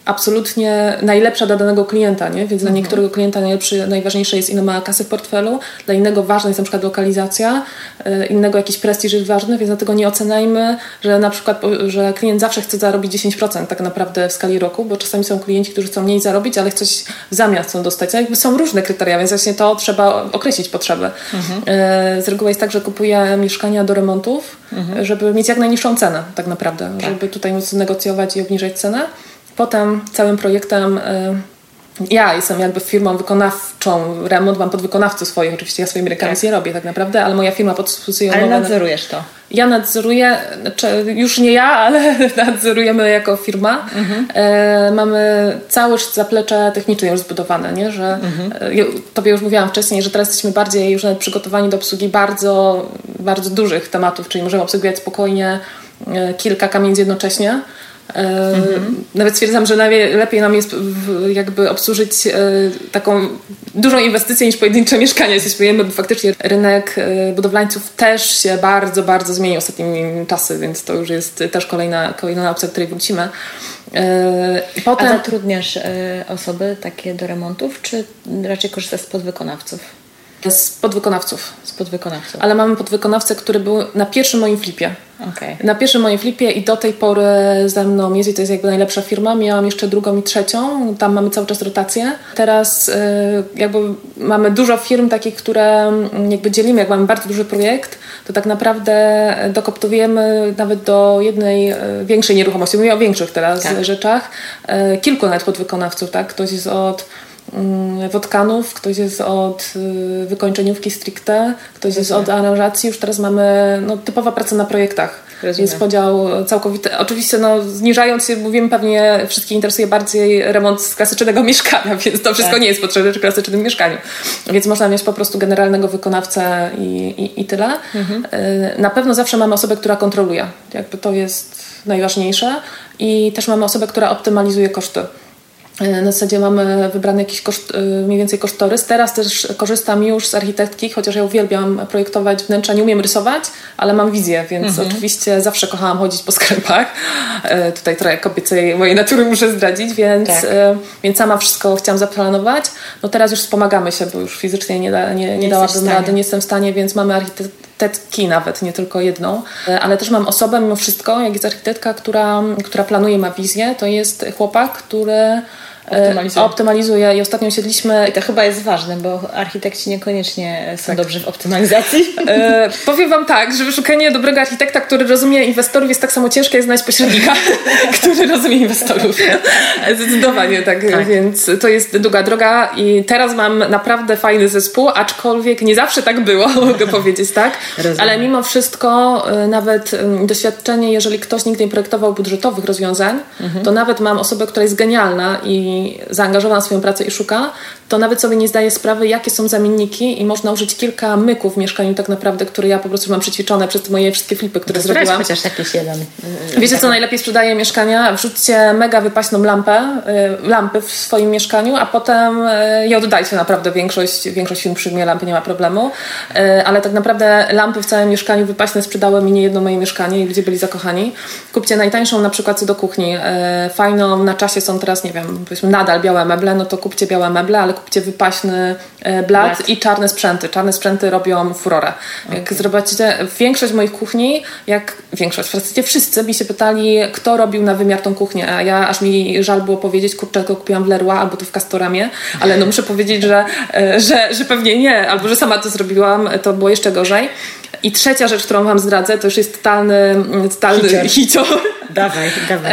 absolutnie najlepsza dla danego klienta, nie? Więc dla niektórego klienta najważniejsze jest, ile ma kasy w portfelu, dla innego ważna jest na przykład lokalizacja, innego jakiś prestiż jest ważny, więc dlatego nie oceniajmy, że na przykład, że klient zawsze chce zarobić 10% tak naprawdę w skali roku, bo czasami są klienci, którzy chcą mniej zarobić, ale coś w zamian chcą dostać. Jakby są różne kryteria, więc właśnie to trzeba określić potrzeby. Z reguły jest tak, że kupuję mieszkania do remontów, żeby mieć jak najniższą cenę tak naprawdę, żeby tutaj móc negocjować i obniżać cenę. Potem całym projektem ja jestem jakby firmą wykonawczą, remont mam podwykonawców swoich, oczywiście ja swoimi rękami nie robię tak naprawdę, ale moja firma podpisuje umowę. Ale nadzorujesz to? Ja nadzoruję, już nie ja, ale nadzorujemy jako firma. Mamy całe zaplecze techniczne już zbudowane, nie? Że tobie już mówiłam wcześniej, że teraz jesteśmy bardziej już nawet przygotowani do obsługi bardzo, bardzo dużych tematów, czyli możemy obsługiwać spokojnie kilka kamienic jednocześnie. Nawet stwierdzam, że lepiej nam jest jakby obsłużyć taką dużą inwestycję niż pojedyncze mieszkania. Bo faktycznie rynek budowlańców też się bardzo, bardzo zmienił ostatnimi czasy, więc to już jest też kolejna opcja, do której wrócimy. Potem... A zatrudniasz osoby takie do remontów, czy raczej korzystasz z podwykonawców? Z podwykonawców. Ale mamy podwykonawcę, który był na pierwszym moim flipie. Okay. Na pierwszym moim flipie i do tej pory ze mną jest i to jest jakby najlepsza firma. Miałam jeszcze drugą i trzecią. Tam mamy cały czas rotację. Teraz jakby mamy dużo firm takich, które jakby dzielimy. Jak mamy bardzo duży projekt, to tak naprawdę dokoptujemy nawet do jednej większej nieruchomości. Mówię o większych teraz rzeczach. Kilku nawet podwykonawców. Tak? Ktoś jest od wodkanów, ktoś jest od wykończeniówki stricte, ktoś jest od aranżacji. Już teraz mamy typowa praca na projektach. Jest podział całkowity. Oczywiście zniżając się, mówimy, pewnie wszystkich interesuje bardziej remont z klasycznego mieszkania, więc to wszystko nie jest potrzebne przy klasycznym mieszkaniu. Więc można mieć po prostu generalnego wykonawcę i tyle. Na pewno zawsze mamy osobę, która kontroluje. Jakby to jest najważniejsze. I też mamy osobę, która optymalizuje koszty. Na zasadzie mamy wybrany jakiś mniej więcej kosztorys. Teraz też korzystam już z architektki, chociaż ja uwielbiam projektować wnętrza, nie umiem rysować, ale mam wizję, więc oczywiście zawsze kochałam chodzić po sklepach. Tutaj trochę kobiecej mojej natury muszę zdradzić, więc sama wszystko chciałam zaplanować. Teraz już wspomagamy się, bo już fizycznie nie dałabym rady, nie jestem w stanie, więc mamy architektki nawet, nie tylko jedną, ale też mam osobę mimo wszystko, jak jest architektka, która planuje, ma wizję, to jest chłopak, który optymalizuje i ostatnio siedliśmy... I to chyba jest ważne, bo architekci niekoniecznie są dobrzy w optymalizacji. Powiem wam tak, że wyszukanie dobrego architekta, który rozumie inwestorów, jest tak samo ciężkie, jak znaleźć pośrednika, który rozumie inwestorów. Zdecydowanie tak, więc to jest długa droga i teraz mam naprawdę fajny zespół, aczkolwiek nie zawsze tak było, mogę powiedzieć, tak? Ale mimo wszystko nawet doświadczenie, jeżeli ktoś nigdy nie projektował budżetowych rozwiązań, to nawet mam osobę, która jest genialna i zaangażowana w swoją pracę i szuka, to nawet sobie nie zdaje sprawy, jakie są zamienniki i można użyć kilka myków w mieszkaniu tak naprawdę, które ja po prostu mam przećwiczone przez moje wszystkie flipy, które zrobiłam. Chociaż jakiś jeden. Wiecie, co najlepiej sprzedaje mieszkania? Wrzućcie mega wypaśną lampy w swoim mieszkaniu, a potem je oddajcie. Naprawdę większość firm przyjmie lampy, nie ma problemu. Ale tak naprawdę lampy w całym mieszkaniu wypaśne sprzedały mi nie jedno moje mieszkanie i ludzie byli zakochani. Kupcie najtańszą na przykład co do kuchni. Fajną, na czasie są teraz, nie wiem, powiedzmy nadal białe meble, to kupcie białe meble, ale kupcie wypaśny blat i czarne sprzęty. Czarne sprzęty robią furorę. Jak zobaczycie, większość moich kuchni, w zasadzie wszyscy mi się pytali, kto robił na wymiar tą kuchnię, a ja aż mi żal było powiedzieć, kurczę, tylko kupiłam w Leroy albo tu w Castoramie, ale muszę powiedzieć, że pewnie nie, albo że sama to zrobiłam, to było jeszcze gorzej. I trzecia rzecz, którą wam zdradzę, to już jest totalny hicior. Dawaj.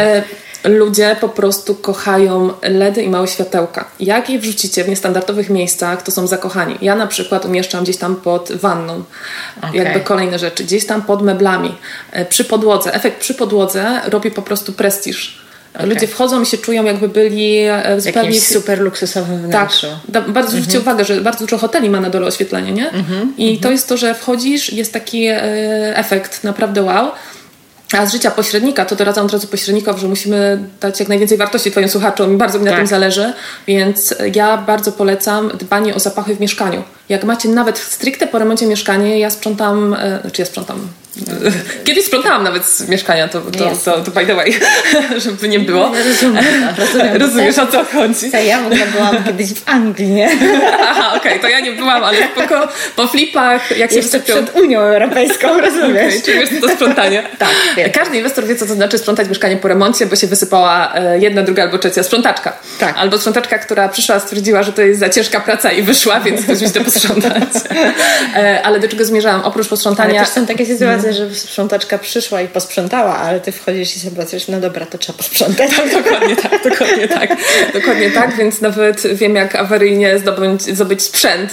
Ludzie po prostu kochają LEDy i małe światełka. Jak je wrzucicie w niestandardowych miejscach, to są zakochani. Ja na przykład umieszczam gdzieś tam pod wanną. Jakby kolejne rzeczy. Gdzieś tam pod meblami. Przy podłodze. Efekt przy podłodze robi po prostu prestiż. Ludzie wchodzą i się czują, jakby byli w zupełnie super luksusowym wnętrzu. Tak. Bardzo zwróćcie uwagę, że bardzo dużo hoteli ma na dole oświetlenie, nie? I to jest to, że wchodzisz, jest taki efekt naprawdę wow. A z życia pośrednika, to doradzam od razu pośrednikom, że musimy dać jak najwięcej wartości twoim słuchaczom i bardzo mi na tym zależy, więc ja bardzo polecam dbanie o zapachy w mieszkaniu. jak macie nawet stricte po remoncie mieszkanie, ja sprzątam, kiedyś sprzątałam nawet z mieszkania, to by the way, żeby nie było. Rozumiesz, o co chodzi. Ja w ogóle byłam kiedyś w Anglii, nie? Aha, okej, to ja nie byłam, ale po flipach, jak się jeszcze przed Unią Europejską, rozumiesz? Okay, czyli wiesz, to sprzątanie. Tak. Wiem. Każdy inwestor wie, co to znaczy sprzątać mieszkanie po remoncie, bo się wysypała jedna, druga albo trzecia sprzątaczka. Tak. Albo sprzątaczka, która przyszła, stwierdziła, że to jest za ciężka praca i wyszła, więc ktoś musi to posprzątać. Ale do czego zmierzałam? Oprócz posprzątania... Ale też są takie sytuacje, że sprzątaczka przyszła i posprzątała, ale ty wchodzisz i sobie patrzysz, no dobra, to trzeba posprzątać. Tak, dokładnie tak, więc nawet wiem, jak awaryjnie zdobyć sprzęt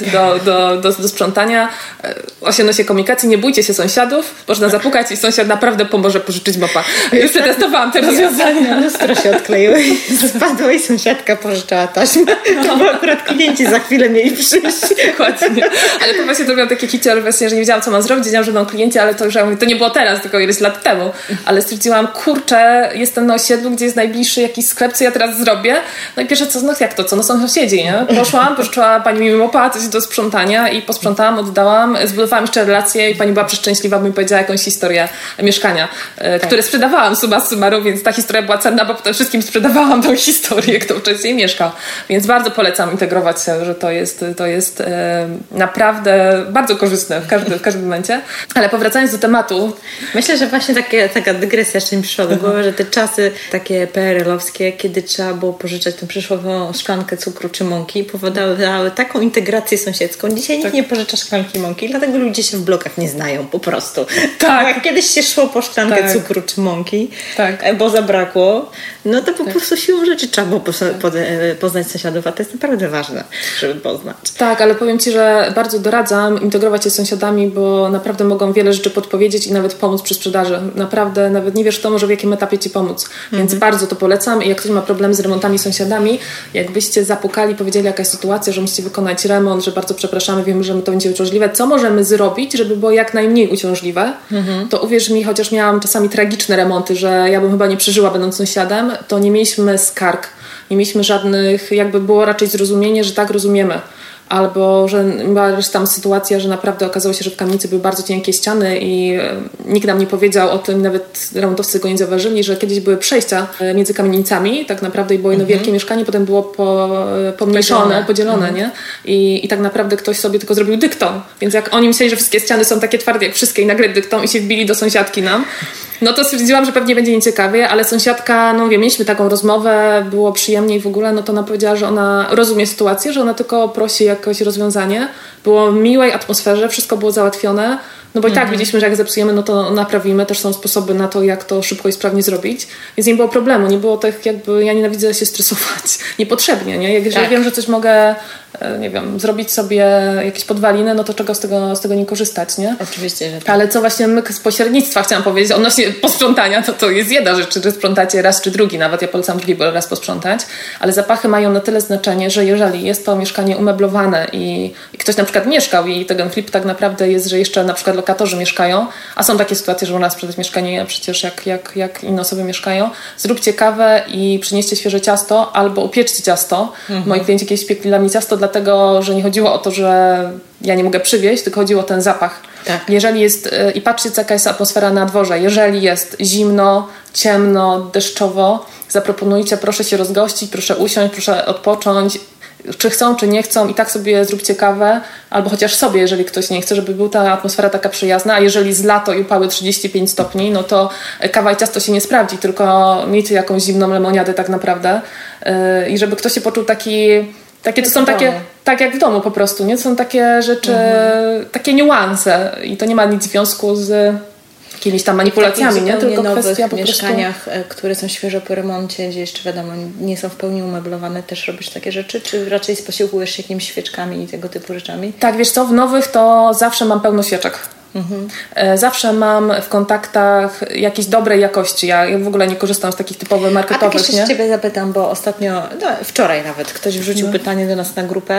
do sprzątania. Osiągnę się komunikacji, nie bójcie się sąsiadów, można zapukać i sąsiad naprawdę pomoże pożyczyć mopa. Już przetestowałam te rozwiązania. Lustro się odkleiły, spadło i sąsiadka pożyczała taśmę. Bo akurat klienci za chwilę mieli przyjść. Dokładnie. Ale to właśnie zrobiłam takie hicior, właśnie, że nie wiedziałam, co mam zrobić, wiedziałam, że będą klienci, ale to już to nie było teraz, tylko ileś lat temu. Ale stwierdziłam, kurczę, jestem na osiedlu, gdzie jest najbliższy jakiś sklep, co ja teraz zrobię? No i pierwsze co, no jak to, co? No są sąsiedzi, nie? Pożyczyła pani mi mopa, coś do sprzątania i posprzątałam, oddałam, zbudowałam jeszcze relację i pani była przeszczęśliwa, bo mi powiedziała jakąś historię mieszkania, które sprzedawałam summa summarum, więc ta historia była cenna, bo potem wszystkim sprzedawałam tą historię, kto wcześniej mieszkał. Więc bardzo polecam integrować się, że to jest naprawdę bardzo korzystne w każdym momencie. Ale powracając do tematu. Myślę, że właśnie taka dygresja jeszcze mi przyszła do głowy, że te czasy takie PRL-owskie, kiedy trzeba było pożyczać tę przysłowiową szklankę cukru czy mąki, powodowały taką integrację sąsiedzką. Dzisiaj nikt nie pożycza szklanki mąki, dlatego ludzie się w blokach nie znają po prostu. Tak. Jak kiedyś się szło po szklankę cukru czy mąki, bo zabrakło, no to po prostu siłą rzeczy trzeba było poznać sąsiadów, a to jest naprawdę ważne, żeby poznać. Tak, ale powiem Ci, że bardzo doradzam integrować się z sąsiadami, bo naprawdę mogą wiele rzeczy podpowiedzieć i nawet pomóc przy sprzedaży. Naprawdę, nawet nie wiesz, kto może w jakim etapie Ci pomóc. Więc bardzo to polecam i jak ktoś ma problemy z remontami sąsiadami, jakbyście zapukali, powiedzieli jakaś sytuacja, że musicie wykonać remont, że bardzo przepraszamy, wiemy, że to będzie uciążliwe, co możemy zrobić, żeby było jak najmniej uciążliwe, to uwierz mi, chociaż miałam czasami tragiczne remonty, że ja bym chyba nie przeżyła będąc sąsiadem, to nie mieliśmy skarg, nie mieliśmy żadnych, jakby było raczej zrozumienie, że tak rozumiemy. Albo, że była tam sytuacja, że naprawdę okazało się, że w kamienicy były bardzo cienkie ściany i nikt nam nie powiedział o tym, nawet remontowcy go nie zauważyli, że kiedyś były przejścia między kamienicami, tak naprawdę i było jedno wielkie mieszkanie, potem było pomniejszone, podzielone, nie? I tak naprawdę ktoś sobie tylko zrobił dyktą, więc jak oni myśleli, że wszystkie ściany są takie twarde jak wszystkie i nagle dyktą i się wbili do sąsiadki nam, no to stwierdziłam, że pewnie będzie nieciekawie, ale sąsiadka, no wiem, mieliśmy taką rozmowę, było przyjemnie i w ogóle, no to ona powiedziała, że ona rozumie sytuację, że ona tylko prosi jakoś rozwiązanie. Było w miłej atmosferze, wszystko było załatwione, no bo i tak widzieliśmy, że jak zepsujemy, no to naprawimy, też są sposoby na to, jak to szybko i sprawnie zrobić, więc nie było problemu, nie było tak jakby, ja nienawidzę się stresować niepotrzebnie, nie? Jak wiem, że coś mogę, nie wiem, zrobić sobie jakieś podwaliny, no to czego z tego nie korzystać, nie? Oczywiście, że tak. Ale co właśnie myk z pośrednictwa chciałam powiedzieć, odnośnie posprzątania, to jest jedna rzecz, czy sprzątacie raz czy drugi, nawet ja polecam drugi raz posprzątać, ale zapachy mają na tyle znaczenie, że jeżeli jest to mieszkanie umeblowane i ktoś na przykład mieszkał i ten flip tak naprawdę jest, że jeszcze na przykład lokatorzy mieszkają, a są takie sytuacje, że u nas sprzedać mieszkanie przecież jak inne osoby mieszkają, zróbcie kawę i przynieście świeże ciasto albo upieczcie ciasto. Moi klienci kiedyś piekli dla mnie ciasto, dlatego, że nie chodziło o to, że ja nie mogę przywieźć, tylko chodziło o ten zapach. Tak. Jeżeli jest, i patrzcie, jaka jest atmosfera na dworze, jeżeli jest zimno, ciemno, deszczowo, zaproponujcie, proszę się rozgościć, proszę usiąść, proszę odpocząć, czy chcą, czy nie chcą, i tak sobie zróbcie kawę, albo chociaż sobie, jeżeli ktoś nie chce, żeby była ta atmosfera taka przyjazna, a jeżeli z lato i upały 35 stopni, no to kawa i ciasto się nie sprawdzi, tylko miejcie jakąś zimną lemoniadę tak naprawdę i żeby ktoś się poczuł takie to są takie, tak jak w domu po prostu, nie? To są takie rzeczy, takie niuanse i to nie ma nic związku z jakimiś tam manipulacjami, nie? Tylko kwestia po mieszkaniach, które są świeżo po remoncie, gdzie jeszcze wiadomo, nie są w pełni umeblowane, też robisz takie rzeczy? Czy raczej posiłkujesz się jakimiś świeczkami i tego typu rzeczami? Tak, wiesz co, w nowych to zawsze mam pełno świeczek. Zawsze mam w kontaktach jakiejś dobrej jakości. Ja w ogóle nie korzystam z takich typowych marketowych. A tak jeszcze Ciebie zapytam, bo ostatnio, wczoraj nawet ktoś wrzucił pytanie do nas na grupę,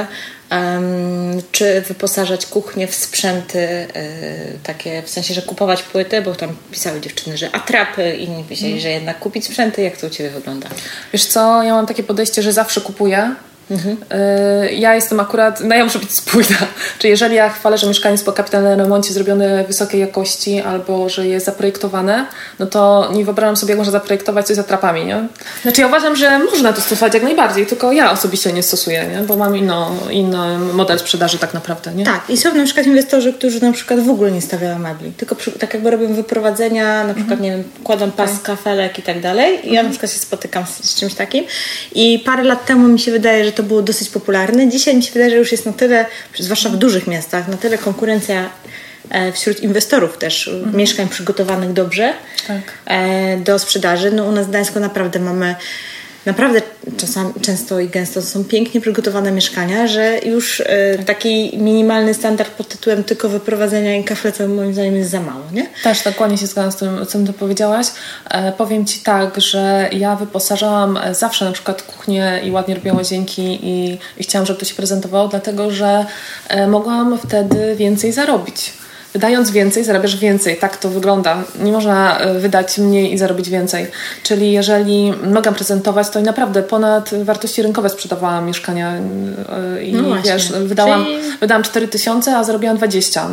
czy wyposażać kuchnię w sprzęty takie, w sensie, że kupować płyty, bo tam pisały dziewczyny, że atrapy, inni pisali, że jednak kupić sprzęty. Jak to u Ciebie wygląda? Wiesz co, ja mam takie podejście, że zawsze kupuję Ja jestem akurat, ja muszę być spójna. Czyli jeżeli ja chwalę, że mieszkanie jest po kapitalnym remoncie zrobione wysokiej jakości albo że jest zaprojektowane, no to nie wyobrażam sobie, jak można zaprojektować coś z atrapami, nie? Znaczy ja uważam, że można to stosować jak najbardziej, tylko ja osobiście nie stosuję, nie? Bo mam inny model sprzedaży tak naprawdę, nie? Tak, i są na przykład inwestorzy, którzy na przykład w ogóle nie stawiają mebli, tylko tak jakby robią wyprowadzenia, na przykład, nie wiem, kładą pas, kafelek i tak dalej. I ja na przykład się spotykam z czymś takim i parę lat temu mi się wydaje, że to było dosyć popularne. Dzisiaj mi się wydaje, że już jest na tyle, zwłaszcza w dużych miastach, na tyle konkurencja wśród inwestorów też, mieszkań przygotowanych dobrze do sprzedaży. No u nas w Gdańsku naprawdę mamy czasami, często i gęsto są pięknie przygotowane mieszkania, że już taki minimalny standard pod tytułem tylko wyprowadzenia i kafle, moim zdaniem jest za mało, nie? Też dokładnie się zgadzam z tym, co ty powiedziałaś. Powiem Ci tak, że ja wyposażałam zawsze na przykład kuchnię i ładnie robiłam łazienki i chciałam, żeby to się prezentowało, dlatego że mogłam wtedy więcej zarobić. Wydając więcej, zarabiasz więcej. Tak to wygląda. Nie można wydać mniej i zarobić więcej. Czyli jeżeli mogłam prezentować, to i naprawdę ponad wartości rynkowe sprzedawałam mieszkania i wiesz, wydałam 4 000, a zarobiłam 20.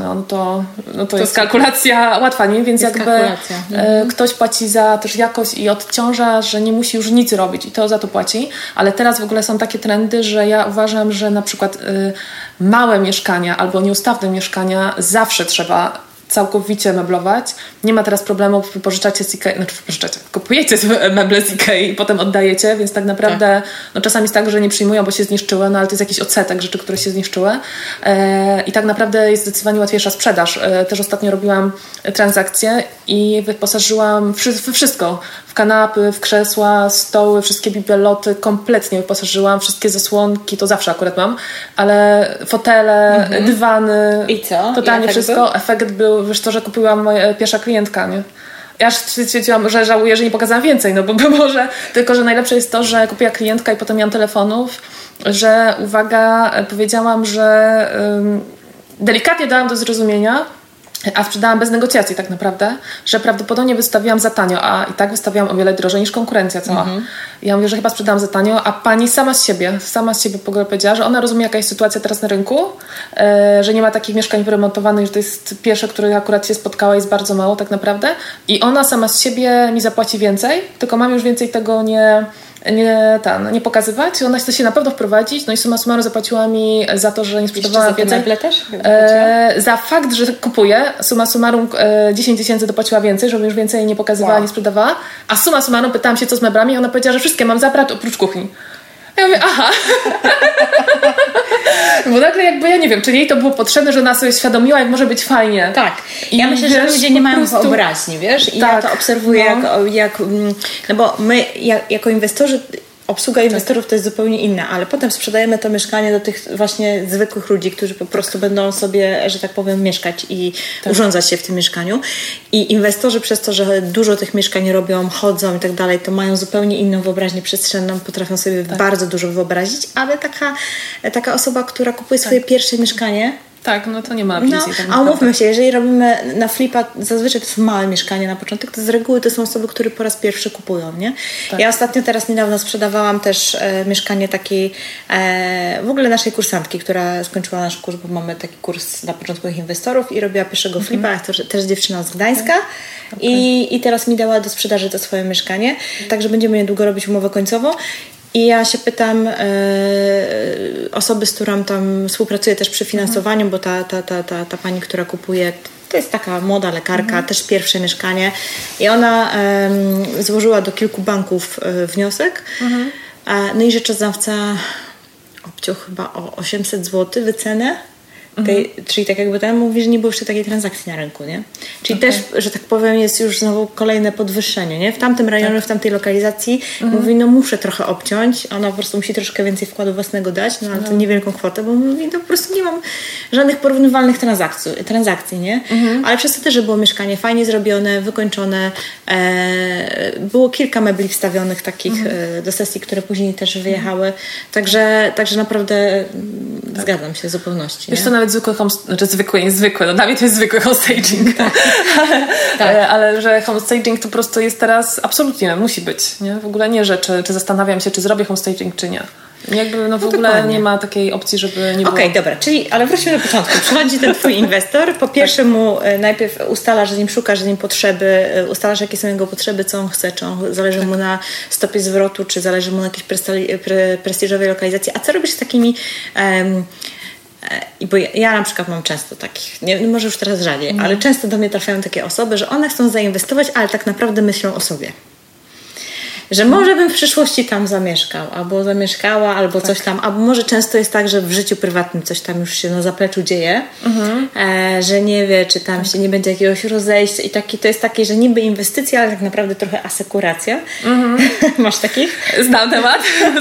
To jest kalkulacja łatwa, nie? Więc jakby ktoś płaci za też jakość i odciąża, że nie musi już nic robić i to za to płaci. Ale teraz w ogóle są takie trendy, że ja uważam, że na przykład małe mieszkania albo nieustawne mieszkania zawsze trzeba całkowicie meblować. Nie ma teraz problemu, wypożyczacie z Ikei, kupujecie meble z Ikei i potem oddajecie, więc tak naprawdę czasami jest tak, że nie przyjmują, bo się zniszczyły, ale to jest jakiś odsetek rzeczy, które się zniszczyły. I tak naprawdę jest zdecydowanie łatwiejsza sprzedaż. Też ostatnio robiłam transakcje i wyposażyłam wszystko. W kanapy, w krzesła, stoły, wszystkie bibeloty kompletnie wyposażyłam, wszystkie zasłonki, to zawsze akurat mam, ale fotele, dywany, i co? Totalnie wszystko. Efekt był, wiesz to, że kupiłam moja pierwsza klientka, nie? Ja aż stwierdziłam, że żałuję, że nie pokazałam więcej, bo może, tylko że najlepsze jest to, że kupiła klientka i potem miałam telefonów, że uwaga, powiedziałam, że delikatnie dałam do zrozumienia, a sprzedałam bez negocjacji tak naprawdę, że prawdopodobnie wystawiłam za tanio, a i tak wystawiałam o wiele drożej niż konkurencja cała. Ja mówię, że chyba sprzedałam za tanio, a pani sama z siebie w ogóle powiedziała, że ona rozumie, jaka jest sytuacja teraz na rynku, że nie ma takich mieszkań wyremontowanych, że to jest pierwsze, które akurat się spotkała, jest bardzo mało tak naprawdę i ona sama z siebie mi zapłaci więcej, tylko mam już więcej tego nie pokazywać. Ona chce się na pewno wprowadzić, no i summa summarum zapłaciła mi za to, że nie sprzedawałam więcej. Meble też? Za fakt, że kupuję, summa summarum 10 000 dopłaciła więcej, żeby już więcej nie pokazywała, nie sprzedawała, a summa summarum pytałam się, co z meblami i ona powiedziała, że wszystkie mam zabrać oprócz kuchni. Ja mówię, aha. Bo nagle jakby, ja nie wiem, czy jej to było potrzebne, że ona sobie świadomiła, jak może być fajnie. Tak. Ja myślę, że ludzie nie mają wyobraźni, wiesz? I ja to obserwuję no bo my jako inwestorzy, obsługa inwestorów to jest zupełnie inna, ale potem sprzedajemy to mieszkanie do tych właśnie zwykłych ludzi, którzy po prostu będą sobie, że tak powiem, mieszkać i urządzać się w tym mieszkaniu. I inwestorzy przez to, że dużo tych mieszkań robią, chodzą i tak dalej, to mają zupełnie inną wyobraźnię przestrzenną, potrafią sobie bardzo dużo wyobrazić, ale taka osoba, która kupuje swoje pierwsze mieszkanie, tak, no to nie ma wizji. A umówmy się, jeżeli robimy na flipa, zazwyczaj to są małe mieszkania na początek, to z reguły to są osoby, które po raz pierwszy kupują, nie? Tak. Ja ostatnio niedawno sprzedawałam też mieszkanie takiej w ogóle naszej kursantki, która skończyła nasz kurs, bo mamy taki kurs dla początkowych inwestorów i robiła pierwszego flipa, też dziewczyna z Gdańska i teraz mi dała do sprzedaży to swoje mieszkanie, także będziemy niedługo robić umowę końcową. I ja się pytam osoby, z którą tam współpracuję też przy finansowaniu, bo ta pani, która kupuje, to jest taka młoda lekarka, też pierwsze mieszkanie i ona złożyła do kilku banków wniosek, no i rzeczoznawca obciął chyba o 800 zł wycenę. Czyli tak jakby tam mówi, że nie było jeszcze takiej transakcji na rynku, nie? Czyli też, że tak powiem, jest już znowu kolejne podwyższenie, nie? W tamtym rejonie, w tamtej lokalizacji mówi, no muszę trochę obciąć, ona po prostu musi troszkę więcej wkładu własnego dać, no ale to niewielką kwotę, bo mówi, no po prostu nie mam żadnych porównywalnych transakcji, nie? Ale przez to też, że było mieszkanie fajnie zrobione, wykończone, było kilka mebli wstawionych takich do sesji, które później też wyjechały, także naprawdę zgadzam się w zupełności. Wiesz, to nawet zwykły, no dla mnie to jest zwykły homestaging. Ale że homestaging to po prostu jest teraz absolutnie, musi być. Nie? W ogóle nie, że czy zastanawiam się, czy zrobię homestaging, czy nie. Jakby w ogóle dokładnie. Nie ma takiej opcji, żeby nie było. Okej, dobra, czyli, ale wróćmy do początku. Przychodzi ten twój inwestor, po pierwsze mu najpierw ustalasz, że nim szukasz, że nim potrzeby, ustalasz jakie są jego potrzeby, co on chce, czy on zależy mu na stopie zwrotu, czy zależy mu na jakiejś prestiżowej lokalizacji. A co robisz z takimi... Bo ja na przykład mam często takich, może już teraz rzadziej, ale często do mnie trafiają takie osoby, że one chcą zainwestować, ale tak naprawdę myślą o sobie. Że może bym w przyszłości tam zamieszkał, albo zamieszkała, albo coś tam, albo może często jest tak, że w życiu prywatnym coś tam już się na zapleczu dzieje, że nie wie, czy tam się nie będzie jakiegoś rozejścia i to jest takie, że niby inwestycja, ale tak naprawdę trochę asekuracja. Masz takich? Znam temat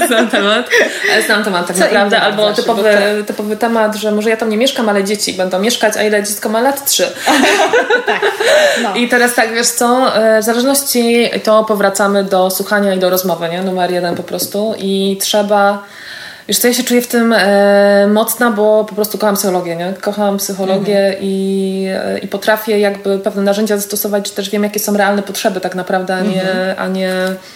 tak naprawdę, albo typowy temat, że może ja tam nie mieszkam, ale dzieci będą mieszkać, a ile dziecko ma lat? 3. Tak. No. I teraz tak, wiesz co, w zależności to powracamy do słuchania i do rozmowy, nie? Numer 1 po prostu i trzeba... Wiesz co, ja się czuję w tym mocna, bo po prostu kocham psychologię, nie? Kocham psychologię i potrafię jakby pewne narzędzia zastosować, czy też wiem, jakie są realne potrzeby tak naprawdę, a nie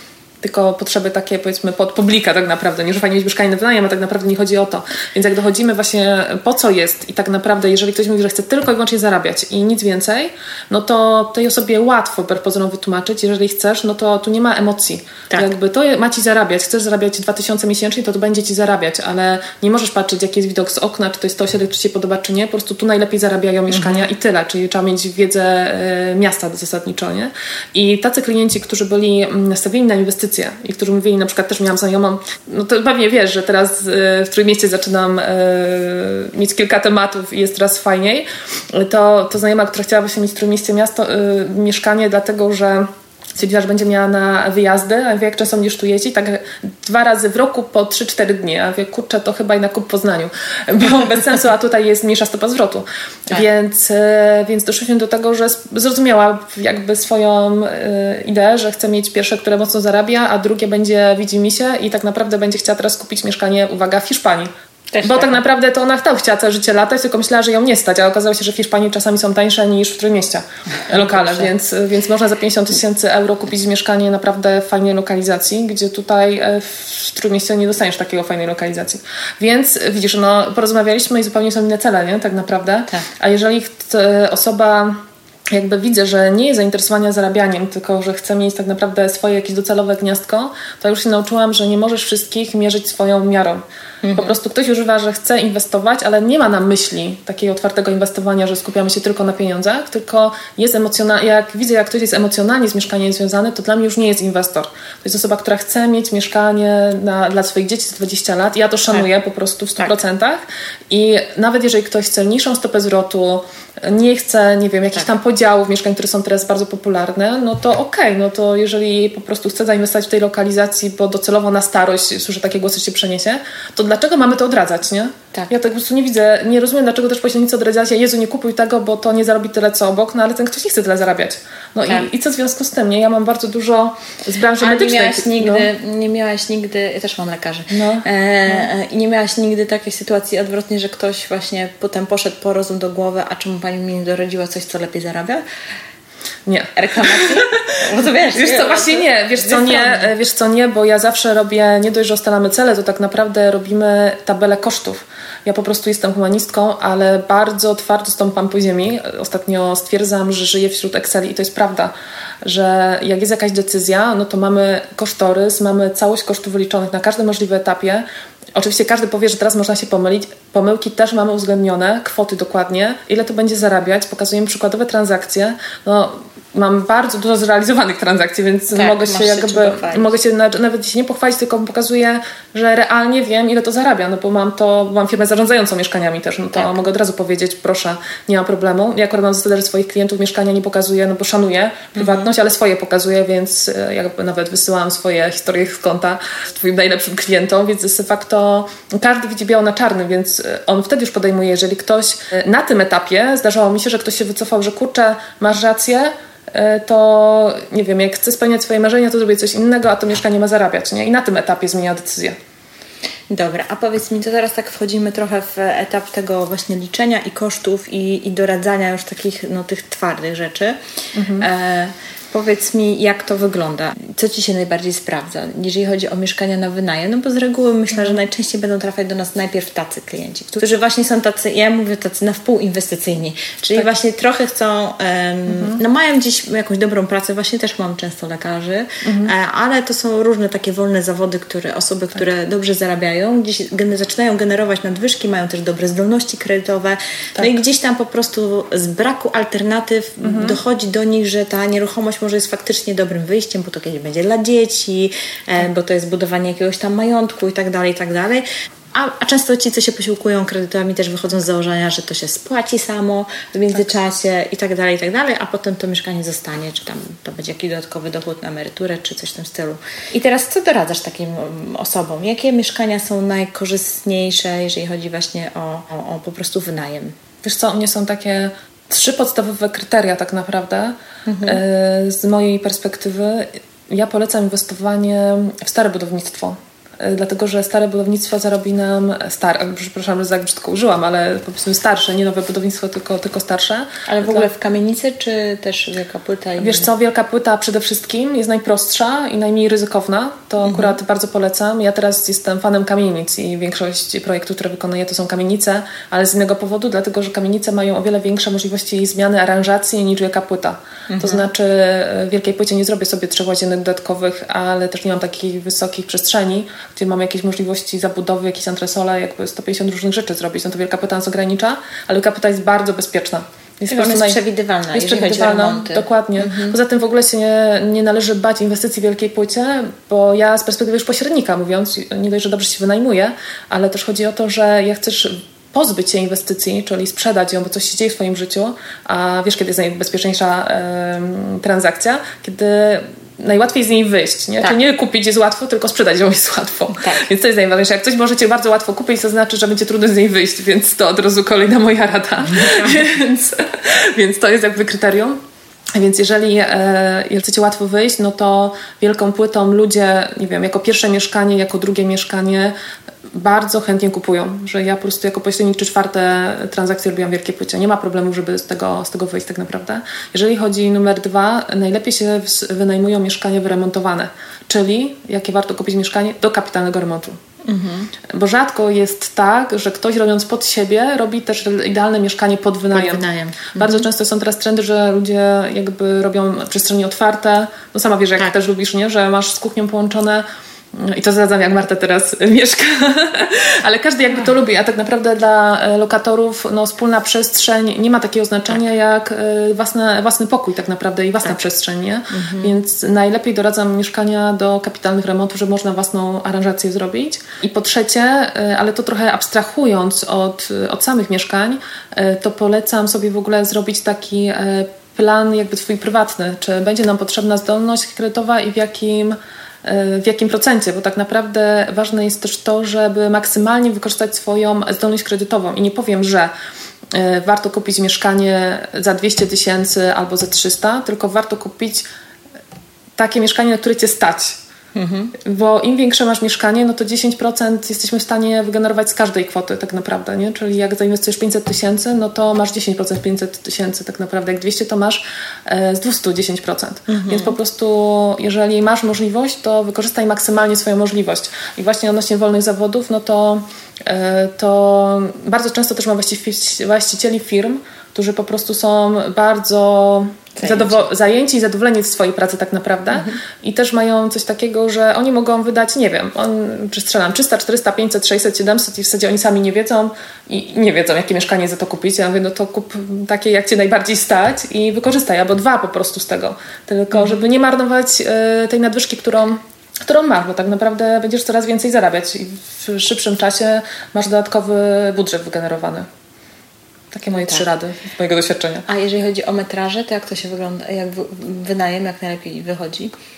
tylko potrzeby takie, powiedzmy, pod publika tak naprawdę. Nie, że fajnie mieć mieszkanie na wynajem, a tak naprawdę nie chodzi o to. Więc jak dochodzimy właśnie po co jest i tak naprawdę, jeżeli ktoś mówi, że chce tylko i wyłącznie zarabiać i nic więcej, no to tej osobie łatwo wbrew pozorom wytłumaczyć. Jeżeli chcesz, no to tu nie ma emocji. Tak. Jakby to ma ci zarabiać. Chcesz zarabiać 2000 miesięcznie, to będzie ci zarabiać, ale nie możesz patrzeć, jaki jest widok z okna, czy to jest to osiedle, czy ci się podoba, czy nie. Po prostu tu najlepiej zarabiają mieszkania i tyle. Czyli trzeba mieć wiedzę miasta zasadniczo, nie? I tacy klienci, którzy byli nastawieni na inwestycje i którzy mówili, na przykład też miałam znajomą, no to pewnie wiesz, że teraz w Trójmieście zaczynam mieć kilka tematów i jest teraz fajniej, to znajoma, która chciała właśnie mieć w Trójmieście mieszkanie, dlatego że stwierdziła, że będzie miała na wyjazdy, a jak często będziesz tu jeździć, tak 2 razy w roku po 3-4 dni, a jak kurczę, to chyba i na kup w Poznaniu, bo bez sensu, a tutaj jest mniejsza stopa zwrotu. Tak. Więc doszliśmy do tego, że zrozumiała jakby swoją ideę, że chce mieć pierwsze, które mocno zarabia, a drugie będzie widzi mi się i tak naprawdę będzie chciała teraz kupić mieszkanie, uwaga, w Hiszpanii. Bo tak naprawdę to ona chciała całe życie latać, tylko myślała, że ją nie stać, a okazało się, że w Hiszpanii czasami są tańsze niż w Trójmieście lokale, więc można za 50 000 euro kupić mieszkanie naprawdę w fajnej lokalizacji, gdzie tutaj w Trójmieście nie dostaniesz takiego fajnej lokalizacji. Więc widzisz, no porozmawialiśmy i zupełnie są inne cele, nie? Tak naprawdę. Tak. A jeżeli osoba jakby widzę, że nie jest zainteresowania zarabianiem, tylko że chce mieć tak naprawdę swoje jakieś docelowe gniazdko, to już się nauczyłam, że nie możesz wszystkich mierzyć swoją miarą. Po prostu ktoś używa, że chce inwestować, ale nie ma na myśli takiego otwartego inwestowania, że skupiamy się tylko na pieniądzach, tylko jest emocjonalnie, jak widzę, jak ktoś jest emocjonalnie z mieszkaniem związany, to dla mnie już nie jest inwestor. To jest osoba, która chce mieć mieszkanie dla swoich dzieci za 20 lat i ja to szanuję po prostu w 100%. Tak. I nawet jeżeli ktoś chce niższą stopę zwrotu, nie chce, nie wiem, jakichś tam podziałów mieszkań, które są teraz bardzo popularne, no to okej, no to jeżeli po prostu chce zainwestować w tej lokalizacji, bo docelowo na starość, słyszę takie głosy, się przeniesie, to dlaczego mamy to odradzać, nie? Tak. Ja tak po prostu nie widzę, nie rozumiem, dlaczego też pośrednicy odradzacie, Jezu, nie kupuj tego, bo to nie zarobi tyle co obok, no ale ten ktoś nie chce tyle zarabiać. No tak. I co w związku z tym, nie? Ja mam bardzo dużo z branży medycznej. Nie miałaś nigdy, ja też mam lekarzy, i nie miałaś nigdy takiej sytuacji odwrotnie, że ktoś właśnie potem poszedł po rozum do głowy, a czemu pani mi nie doradziła coś, co lepiej zarabia? Nie. Reklamacji? Bo to wiesz co, właśnie nie. Wiesz co, nie, bo ja zawsze robię, nie dość, że ustalamy cele, to tak naprawdę robimy tabelę kosztów. Ja po prostu jestem humanistką, ale bardzo twardo stąpam po ziemi. Ostatnio stwierdzam, że żyję wśród Exceli i to jest prawda, że jak jest jakaś decyzja, no to mamy kosztorys, mamy całość kosztów wyliczonych na każdym możliwym etapie. Oczywiście każdy powie, że teraz można się pomylić. Pomyłki też mamy uwzględnione, kwoty dokładnie, ile to będzie zarabiać. Pokazujemy przykładowe transakcje. No, mam bardzo dużo zrealizowanych transakcji, więc mogę się nawet się nie pochwalić, tylko pokazuję, że realnie wiem, ile to zarabia, no bo mam firmę zarządzającą mieszkaniami też, no to mogę od razu powiedzieć, proszę, nie ma problemu. Ja akurat mam zasadę, że swoich klientów mieszkania nie pokazuję, no bo szanuję prywatność, ale swoje pokazuję, więc jakby nawet wysyłam swoje historie z konta twoim najlepszym klientom, więc de facto każdy widzi biało na czarnym, więc on wtedy już podejmuje, jeżeli ktoś na tym etapie, zdarzało mi się, że ktoś się wycofał, że kurczę, masz rację, to nie wiem, jak chcę spełniać swoje marzenia, to zrobię coś innego, a to mieszkanie ma zarabiać, nie? I na tym etapie zmienia decyzję. Dobra, a powiedz mi, to teraz tak wchodzimy trochę w etap tego właśnie liczenia i kosztów i doradzania już takich, no tych twardych rzeczy. Powiedz mi, jak to wygląda? Co Ci się najbardziej sprawdza, jeżeli chodzi o mieszkania na wynajem? No bo z reguły myślę, że najczęściej będą trafiać do nas najpierw tacy klienci, którzy właśnie są tacy, ja mówię tacy na wpół inwestycyjni, czyli właśnie trochę chcą, no mają gdzieś jakąś dobrą pracę, właśnie też mam często lekarzy, ale to są różne takie wolne zawody, osoby, które dobrze zarabiają, gdzieś zaczynają generować nadwyżki, mają też dobre zdolności kredytowe, no i gdzieś tam po prostu z braku alternatyw dochodzi do nich, że ta nieruchomość może jest faktycznie dobrym wyjściem, bo to kiedyś będzie dla dzieci, bo to jest budowanie jakiegoś tam majątku i tak dalej, i tak dalej. A często ci, co się posiłkują kredytami, też wychodzą z założenia, że to się spłaci samo w międzyczasie i tak dalej, a potem to mieszkanie zostanie, czy tam to będzie jakiś dodatkowy dochód na emeryturę, czy coś w tym stylu. I teraz co doradzasz takim osobom? Jakie mieszkania są najkorzystniejsze, jeżeli chodzi właśnie o po prostu wynajem? Wiesz co, u mnie są takie 3 podstawowe kryteria tak naprawdę. Z mojej perspektywy ja polecam inwestowanie w stare budownictwo. Dlatego, że stare budownictwo zarobi nam przepraszam, że tak brzydko użyłam, ale powiedzmy starsze, nie nowe budownictwo, tylko starsze. Ale w ogóle w kamienicy, czy też wielka płyta? Wiesz co, wielka płyta przede wszystkim jest najprostsza i najmniej ryzykowna. To akurat bardzo polecam. Ja teraz jestem fanem kamienic i większość projektów, które wykonuję, to są kamienice, ale z innego powodu, dlatego, że kamienice mają o wiele większe możliwości zmiany aranżacji niż wielka płyta. To znaczy w wielkiej płycie nie zrobię sobie 3 łazienek dodatkowych, ale też nie mam takich wysokich przestrzeni, gdzie mamy jakieś możliwości zabudowy, jakieś antresole, jakby 150 różnych rzeczy zrobić. No to wielka płyta nas ogranicza, ale wielka płyta jest bardzo bezpieczna. Jest przewidywalna, jeżeli chodzi o remonty. Dokładnie. Poza tym w ogóle się nie należy bać inwestycji w wielkiej płycie, bo ja z perspektywy już pośrednika mówiąc, nie dość, że dobrze się wynajmuję, ale też chodzi o to, że jak chcesz pozbyć się inwestycji, czyli sprzedać ją, bo coś się dzieje w swoim życiu, a wiesz, kiedy jest najbezpieczniejsza transakcja, kiedy najłatwiej z niej wyjść, nie? Tak. Czyli nie kupić jest łatwo, tylko sprzedać ją jest łatwo. Tak. Więc to jest najważniejsze. Jak coś możecie bardzo łatwo kupić, to znaczy, że będzie trudno z niej wyjść, więc to od razu kolejna moja rada. Więc to jest jakby kryterium. Więc jeżeli chcecie łatwo wyjść, no to wielką płytą ludzie, nie wiem, jako pierwsze mieszkanie, jako drugie mieszkanie bardzo chętnie kupują, że ja po prostu jako pośrednik 3/4 transakcji robiłam w wielkiej płycie. Nie ma problemu, żeby z tego wyjść tak naprawdę. Jeżeli chodzi numer 2, najlepiej się wynajmują mieszkania wyremontowane, czyli jakie warto kupić mieszkanie do kapitalnego remontu. Bo rzadko jest tak, że ktoś robiąc pod siebie robi też idealne mieszkanie pod wynajem. Bardzo często są teraz trendy, że ludzie jakby robią przestrzenie otwarte. No sama wiesz, jak też lubisz, nie? Że masz z kuchnią połączone. I to zdradzam, jak Marta teraz mieszka. Ale każdy jakby to lubi, a tak naprawdę dla lokatorów wspólna przestrzeń nie ma takiego znaczenia jak własny pokój tak naprawdę i własna przestrzeń, nie? Więc najlepiej doradzam mieszkania do kapitalnych remontów, że można własną aranżację zrobić. I po trzecie, ale to trochę abstrahując od samych mieszkań, to polecam sobie w ogóle zrobić taki plan jakby twój prywatny, czy będzie nam potrzebna zdolność kredytowa i w jakim procencie, bo tak naprawdę ważne jest też to, żeby maksymalnie wykorzystać swoją zdolność kredytową i nie powiem, że warto kupić mieszkanie za 200 000 albo za 300, tylko warto kupić takie mieszkanie, na które cię stać. Bo im większe masz mieszkanie, no to 10% jesteśmy w stanie wygenerować z każdej kwoty tak naprawdę, nie? Czyli jak zainwestujesz 500 000, no to masz 10% 500 000 tak naprawdę. Jak 200 to masz z 200 10%. Więc po prostu jeżeli masz możliwość, to wykorzystaj maksymalnie swoją możliwość. I właśnie odnośnie wolnych zawodów, no to bardzo często też mam właścicieli firm, którzy po prostu są bardzo zajęci i zadowoleni z swojej pracy tak naprawdę i też mają coś takiego, że oni mogą wydać, nie wiem, strzelam 300, 400, 500, 600, 700 i w zasadzie oni sami nie wiedzą i nie wiedzą, jakie mieszkanie za to kupić. Ja mówię, no to kup takie, jak cię najbardziej stać i wykorzystaj, albo 2 po prostu z tego. Tylko żeby nie marnować tej nadwyżki, którą masz, bo tak naprawdę będziesz coraz więcej zarabiać i w szybszym czasie masz dodatkowy budżet wygenerowany. Takie moje 3 rady z mojego doświadczenia. A jeżeli chodzi o metraże, to jak to się wygląda, jak wynajem, jak najlepiej wychodzi?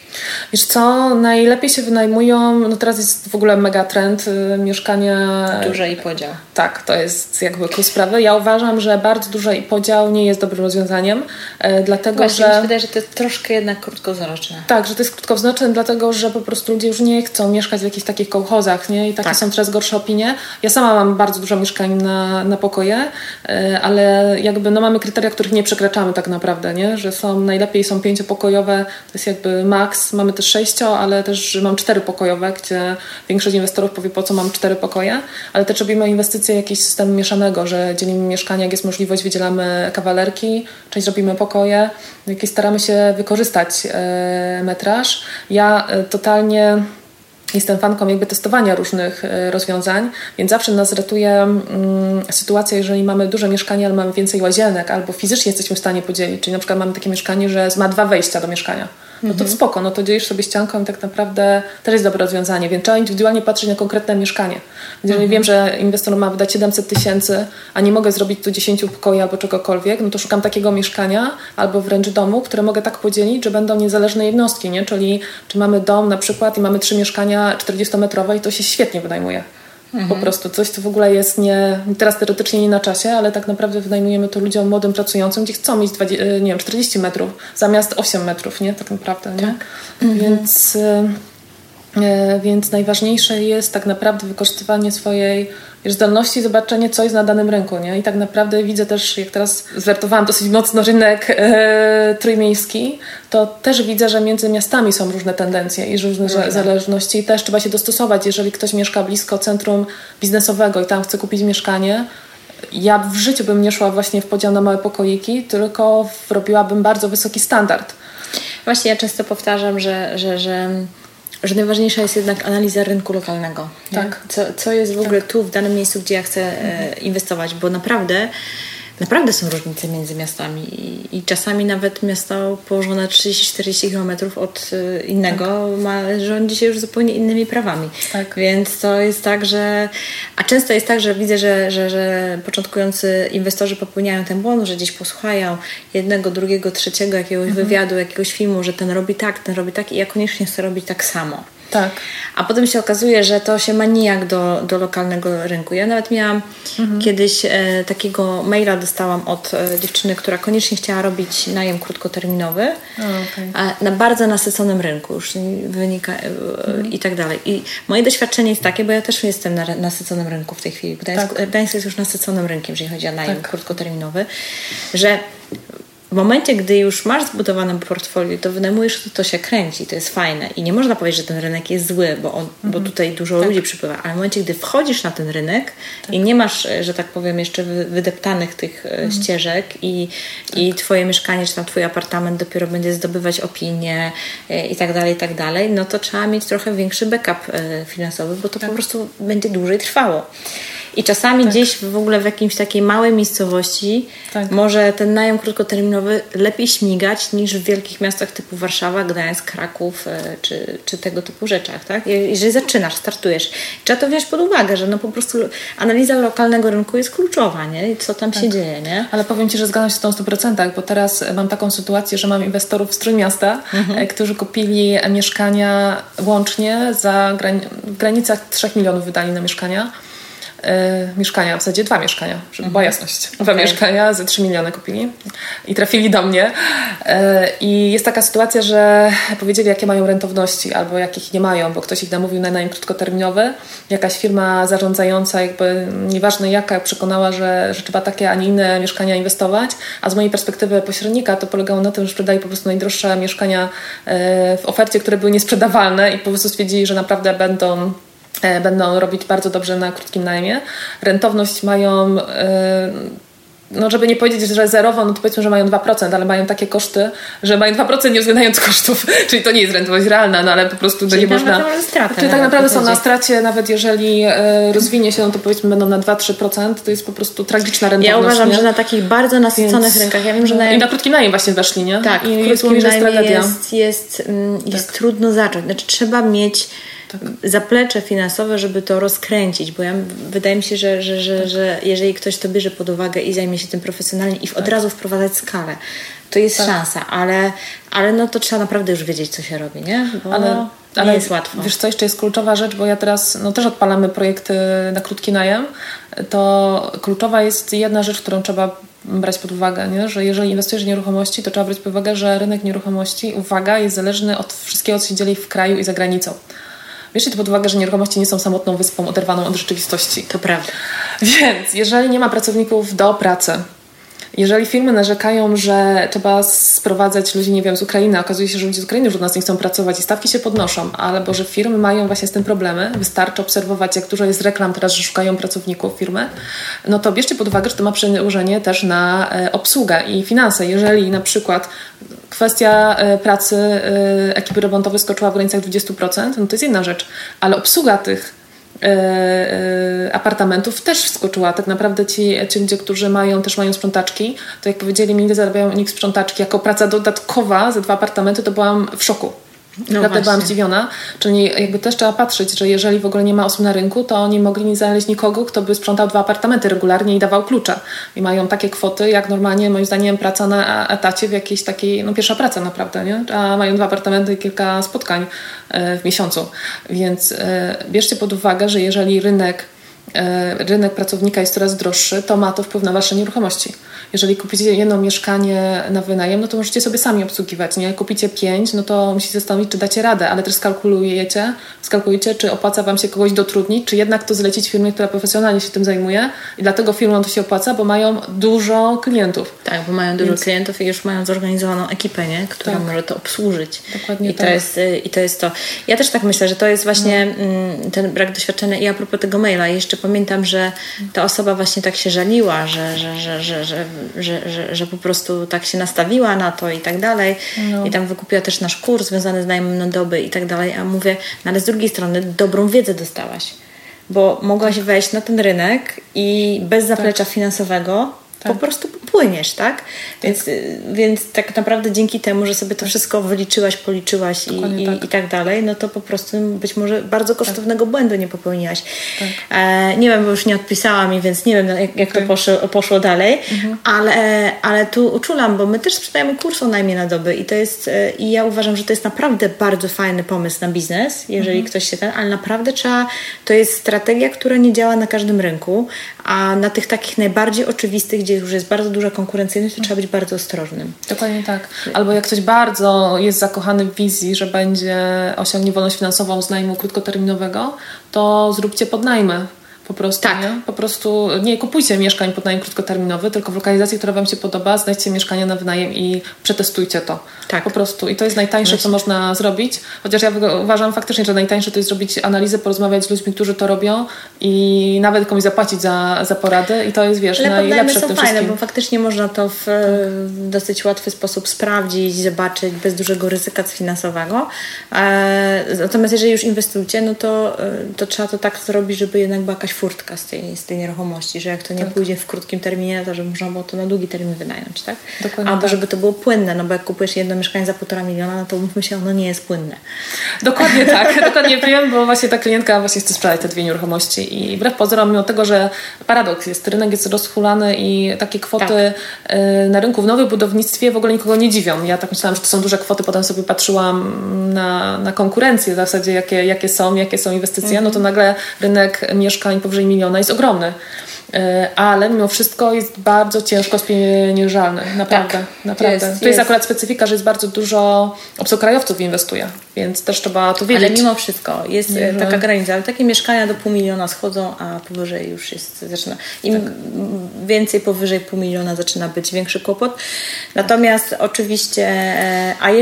Wiesz co, najlepiej się wynajmują, no teraz jest w ogóle mega trend, mieszkania... Duże i podział. Tak, to jest jakby klucz sprawy. Ja uważam, że bardzo duże i podział nie jest dobrym rozwiązaniem, dlatego Właśnie, że... mi się wydaje, że to jest troszkę jednak krótkowzroczne. Tak, że to jest krótkowzroczne, dlatego że po prostu ludzie już nie chcą mieszkać w jakichś takich kołchozach, nie? I takie są teraz gorsze opinie. Ja sama mam bardzo dużo mieszkań na pokoje, ale jakby no mamy kryteria, których nie przekraczamy tak naprawdę, nie? Że najlepiej są 5-pokojowe, to jest jakby maks. Mamy też 6, ale też mam 4-pokojowe, gdzie większość inwestorów powie, po co mam 4 pokoje, ale też robimy inwestycje jakiś system mieszanego, że dzielimy mieszkania, jak jest możliwość, wydzielamy kawalerki, część robimy pokoje, jakieś staramy się wykorzystać metraż. Ja totalnie jestem fanką jakby testowania różnych rozwiązań, więc zawsze nas ratuje sytuacja, jeżeli mamy duże mieszkanie, ale mamy więcej łazienek, albo fizycznie jesteśmy w stanie podzielić, czyli na przykład mamy takie mieszkanie, że ma 2 wejścia do mieszkania. No to spoko, no to dzielisz sobie ścianką i tak naprawdę też jest dobre rozwiązanie, więc trzeba indywidualnie patrzeć na konkretne mieszkanie. Więc jeżeli wiem, że inwestor ma wydać 700 000, a nie mogę zrobić tu 10 pokoi albo czegokolwiek, no to szukam takiego mieszkania albo wręcz domu, które mogę tak podzielić, że będą niezależne jednostki, nie? Czyli czy mamy dom na przykład i mamy 3 mieszkania 40-metrowe i to się świetnie wynajmuje. Po prostu coś, co w ogóle jest teraz teoretycznie nie na czasie, ale tak naprawdę wynajmujemy to ludziom młodym, pracującym, gdzie chcą mieć 40 metrów zamiast 8 metrów, nie? Tak naprawdę, nie? Więc najważniejsze jest tak naprawdę wykorzystywanie swojej zdolności, zobaczenie, co jest na danym rynku, nie? I tak naprawdę widzę też, jak teraz zwertowałam dosyć mocno rynek trójmiejski, to też widzę, że między miastami są różne tendencje i różne zależności i też trzeba się dostosować. Jeżeli ktoś mieszka blisko centrum biznesowego i tam chce kupić mieszkanie, ja w życiu bym nie szła właśnie w podział na małe pokoiki, tylko robiłabym bardzo wysoki standard. Właśnie ja często powtarzam, że najważniejsza jest jednak analiza rynku lokalnego. Tak. Co jest w ogóle tu, w danym miejscu, gdzie ja chcę inwestować, bo naprawdę są różnice między miastami i czasami nawet miasto położone 30-40 km od innego rządzi się już zupełnie innymi prawami. Tak. Więc to jest tak, a często jest tak, że widzę, że początkujący inwestorzy popełniają ten błąd, że gdzieś posłuchają jednego, drugiego, trzeciego jakiegoś wywiadu, jakiegoś filmu, że ten robi tak i ja koniecznie chcę robić tak samo. Tak. A potem się okazuje, że to się ma nijak do lokalnego rynku. Ja nawet miałam kiedyś takiego maila dostałam od dziewczyny, która koniecznie chciała robić najem krótkoterminowy na bardzo nasyconym rynku już wynika i tak dalej. I moje doświadczenie jest takie, bo ja też jestem na nasyconym rynku w tej chwili. Gdańsk jest już nasyconym rynkiem, jeżeli chodzi o najem krótkoterminowy, że w momencie, gdy już masz zbudowane portfolio, to wynajmujesz, to się kręci, to jest fajne. I nie można powiedzieć, że ten rynek jest zły, bo tutaj dużo ludzi przypływa. Ale w momencie, gdy wchodzisz na ten rynek i nie masz, że tak powiem, jeszcze wydeptanych tych ścieżek i twoje mieszkanie, czy tam twój apartament dopiero będzie zdobywać opinię i tak dalej, no to trzeba mieć trochę większy backup finansowy, bo to po prostu będzie dłużej trwało. I czasami gdzieś w ogóle w jakimś takiej małej miejscowości może ten najem krótkoterminowy lepiej śmigać niż w wielkich miastach typu Warszawa, Gdańsk, Kraków czy tego typu rzeczach. Tak? Jeżeli startujesz, trzeba to wziąć pod uwagę, że no po prostu analiza lokalnego rynku jest kluczowa, nie? I co tam się dzieje, nie? Ale powiem Ci, że zgadzam się z tą 100%, bo teraz mam taką sytuację, że mam inwestorów z Trójmiasta, którzy kupili mieszkania łącznie w granicach 3 milionów wydali na mieszkania. W zasadzie 2 mieszkania, żeby była jasność. 2 mieszkania za 3 miliony kupili i trafili do mnie. I jest taka sytuacja, że powiedzieli, jakie mają rentowności albo jakich nie mają, bo ktoś ich namówił na najem krótkoterminowy. Jakaś firma zarządzająca, jakby nieważne jaka, przekonała, że trzeba takie, a nie inne mieszkania inwestować. A z mojej perspektywy pośrednika to polegało na tym, że sprzedali po prostu najdroższe mieszkania w ofercie, które były niesprzedawalne i po prostu stwierdzili, że naprawdę będą robić bardzo dobrze na krótkim najmie. Rentowność mają, no żeby nie powiedzieć, że zerowo, no to powiedzmy, że mają 2%, ale mają takie koszty, że mają 2% nie uwzględniając kosztów, czyli to nie jest rentowność realna, no ale po prostu to nie można... Czyli tak naprawdę są na stracie, nawet jeżeli rozwinie się, no to powiedzmy będą na 2-3%, to jest po prostu tragiczna rentowność. Ja uważam, że na takich bardzo nasyconych rynkach, ja wiem, że i na krótkim najem właśnie weszli, nie? Tak, i w krótkim najmie jest trudno zacząć. Znaczy trzeba mieć zaplecze finansowe, żeby to rozkręcić, bo wydaje mi się, że jeżeli ktoś to bierze pod uwagę i zajmie się tym profesjonalnie i od razu wprowadzać skalę, to jest szansa, ale no to trzeba naprawdę już wiedzieć, co się robi, nie? Bo nie jest łatwo. Wiesz co, jeszcze jest kluczowa rzecz, bo ja teraz też odpalamy projekty na krótki najem, to kluczowa jest jedna rzecz, którą trzeba brać pod uwagę, nie? Że jeżeli inwestujesz w nieruchomości, to trzeba brać pod uwagę, że rynek nieruchomości, jest zależny od wszystkiego, co się dzieje w kraju i za granicą. Bierzcie to pod uwagę, że nieruchomości nie są samotną wyspą oderwaną od rzeczywistości. To prawda. Więc jeżeli nie ma pracowników do pracy, jeżeli firmy narzekają, że trzeba sprowadzać ludzi, nie wiem, z Ukrainy, a okazuje się, że ludzie z Ukrainy już u nas nie chcą pracować i stawki się podnoszą, albo że firmy mają właśnie z tym problemy, wystarczy obserwować, jak dużo jest reklam teraz, że szukają pracowników firmy, no to bierzcie pod uwagę, że to ma przełożenie też na obsługę i finanse. Jeżeli na przykład kwestia pracy ekipy remontowej skoczyła w granicach 20%, no to jest jedna rzecz, ale obsługa tych apartamentów też wskoczyła. Tak naprawdę ci ludzie, którzy mają sprzątaczki, to jak powiedzieli mi, ile zarabiają nikt sprzątaczki jako praca dodatkowa za 2 apartamenty, to byłam w szoku. Naprawdę byłam zdziwiona. Czyli jakby też trzeba patrzeć, że jeżeli w ogóle nie ma osób na rynku, to nie mogli nie znaleźć nikogo, kto by sprzątał 2 apartamenty regularnie i dawał klucze. I mają takie kwoty, jak normalnie moim zdaniem praca na etacie w jakiejś takiej, pierwsza praca naprawdę, nie? A mają 2 apartamenty i kilka spotkań w miesiącu. Więc bierzcie pod uwagę, że jeżeli rynek pracownika jest coraz droższy, to ma to wpływ na wasze nieruchomości. Jeżeli kupicie jedno mieszkanie na wynajem, no to możecie sobie sami obsługiwać, nie? Jak kupicie 5, no to musicie zastanowić, czy dacie radę, ale też skalkulujecie, czy opłaca wam się kogoś dotrudnić, czy jednak to zlecić firmie, która profesjonalnie się tym zajmuje i dlatego firmom to się opłaca, bo mają dużo klientów. Tak, bo mają dużo klientów i już mają zorganizowaną ekipę, nie? Która może to obsłużyć. Dokładnie I to jest to. Ja też tak myślę, że to jest właśnie ten brak doświadczenia. I a propos tego maila, jeszcze pamiętam, że ta osoba właśnie tak się żaliła, że po prostu tak się nastawiła na to i tak dalej. I tam wykupiła też nasz kurs związany z najmem na doby i tak dalej. A mówię, ale z drugiej strony dobrą wiedzę dostałaś, bo mogłaś wejść na ten rynek i bez zaplecza finansowego po prostu popłyniesz, tak? Więc tak naprawdę dzięki temu, że sobie to wszystko wyliczyłaś, policzyłaś i tak dalej, no to po prostu być może bardzo kosztownego błędu nie popełniłaś. Nie wiem, bo już nie odpisała mi, więc nie wiem, jak to poszło dalej, ale tu uczulam, bo my też sprzedajemy kurs o najmie na doby i to jest, i ja uważam, że to jest naprawdę bardzo fajny pomysł na biznes, jeżeli ktoś się ale naprawdę to jest strategia, która nie działa na każdym rynku, a na tych takich najbardziej oczywistych, gdzie już jest bardzo duża konkurencyjność, to trzeba być bardzo ostrożnym. Dokładnie tak. Albo jak ktoś bardzo jest zakochany w wizji, że osiągnie wolność finansową z najmu krótkoterminowego, to zróbcie podnajmy. Po prostu, nie? Po prostu nie kupujcie mieszkań pod najem krótkoterminowy, tylko w lokalizacji, która wam się podoba, znajdźcie mieszkanie na wynajem i przetestujcie to. Tak. Po prostu. I to jest najtańsze, co można zrobić. Chociaż ja uważam faktycznie, że najtańsze to jest zrobić analizę, porozmawiać z ludźmi, którzy to robią i nawet komuś zapłacić za porady i to jest, najlepsze w tym wszystkim. Bo faktycznie można to w dosyć łatwy sposób sprawdzić, zobaczyć bez dużego ryzyka finansowego. Natomiast jeżeli już inwestujecie, no to trzeba to tak zrobić, żeby jednak była jakaś furtka z tej nieruchomości, że jak to nie pójdzie w krótkim terminie, to żeby można było to na długi termin wynająć, tak? Dokładnie. Albo żeby to było płynne, no bo jak kupujesz jedno mieszkanie za 1,5 miliona, no to mówmy się, ono nie jest płynne. Dokładnie tak, dokładnie wiem, bo właśnie ta klientka chce sprzedać te 2 nieruchomości i wbrew pozorom, mimo tego, że paradoks jest, rynek jest rozhulany i takie kwoty na rynku w nowym budownictwie w ogóle nikogo nie dziwią. Ja tak myślałam, że to są duże kwoty, potem sobie patrzyłam na konkurencję w zasadzie, jakie są inwestycje, no to nagle rynek mieszkań powyżej 1 miliona jest ogromny. Ale mimo wszystko jest bardzo ciężko spieniężalny. Naprawdę. To jest akurat specyfika, że jest bardzo dużo obcokrajowców inwestuje, więc też trzeba to wiedzieć. Ale mimo wszystko jest taka granica. Ale takie mieszkania do 500 000 schodzą, a powyżej już zaczyna. Im więcej powyżej 500 000 zaczyna być większy kłopot. Natomiast oczywiście, a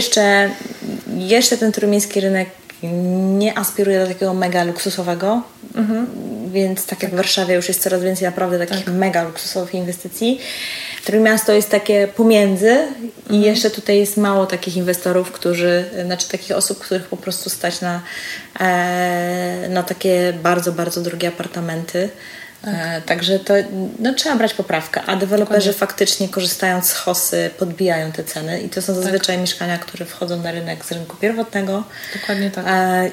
jeszcze ten trójmiejski rynek nie aspiruje do takiego mega luksusowego, więc tak jak w Warszawie już jest coraz więcej naprawdę takich mega luksusowych inwestycji. Trójmiasto jest takie pomiędzy i jeszcze tutaj jest mało takich inwestorów, takich osób, których po prostu stać na takie bardzo, bardzo drogie apartamenty. Także to trzeba brać poprawkę, a deweloperzy faktycznie korzystając z HOS-y podbijają te ceny i to są zazwyczaj mieszkania, które wchodzą na rynek z rynku pierwotnego. Dokładnie tak.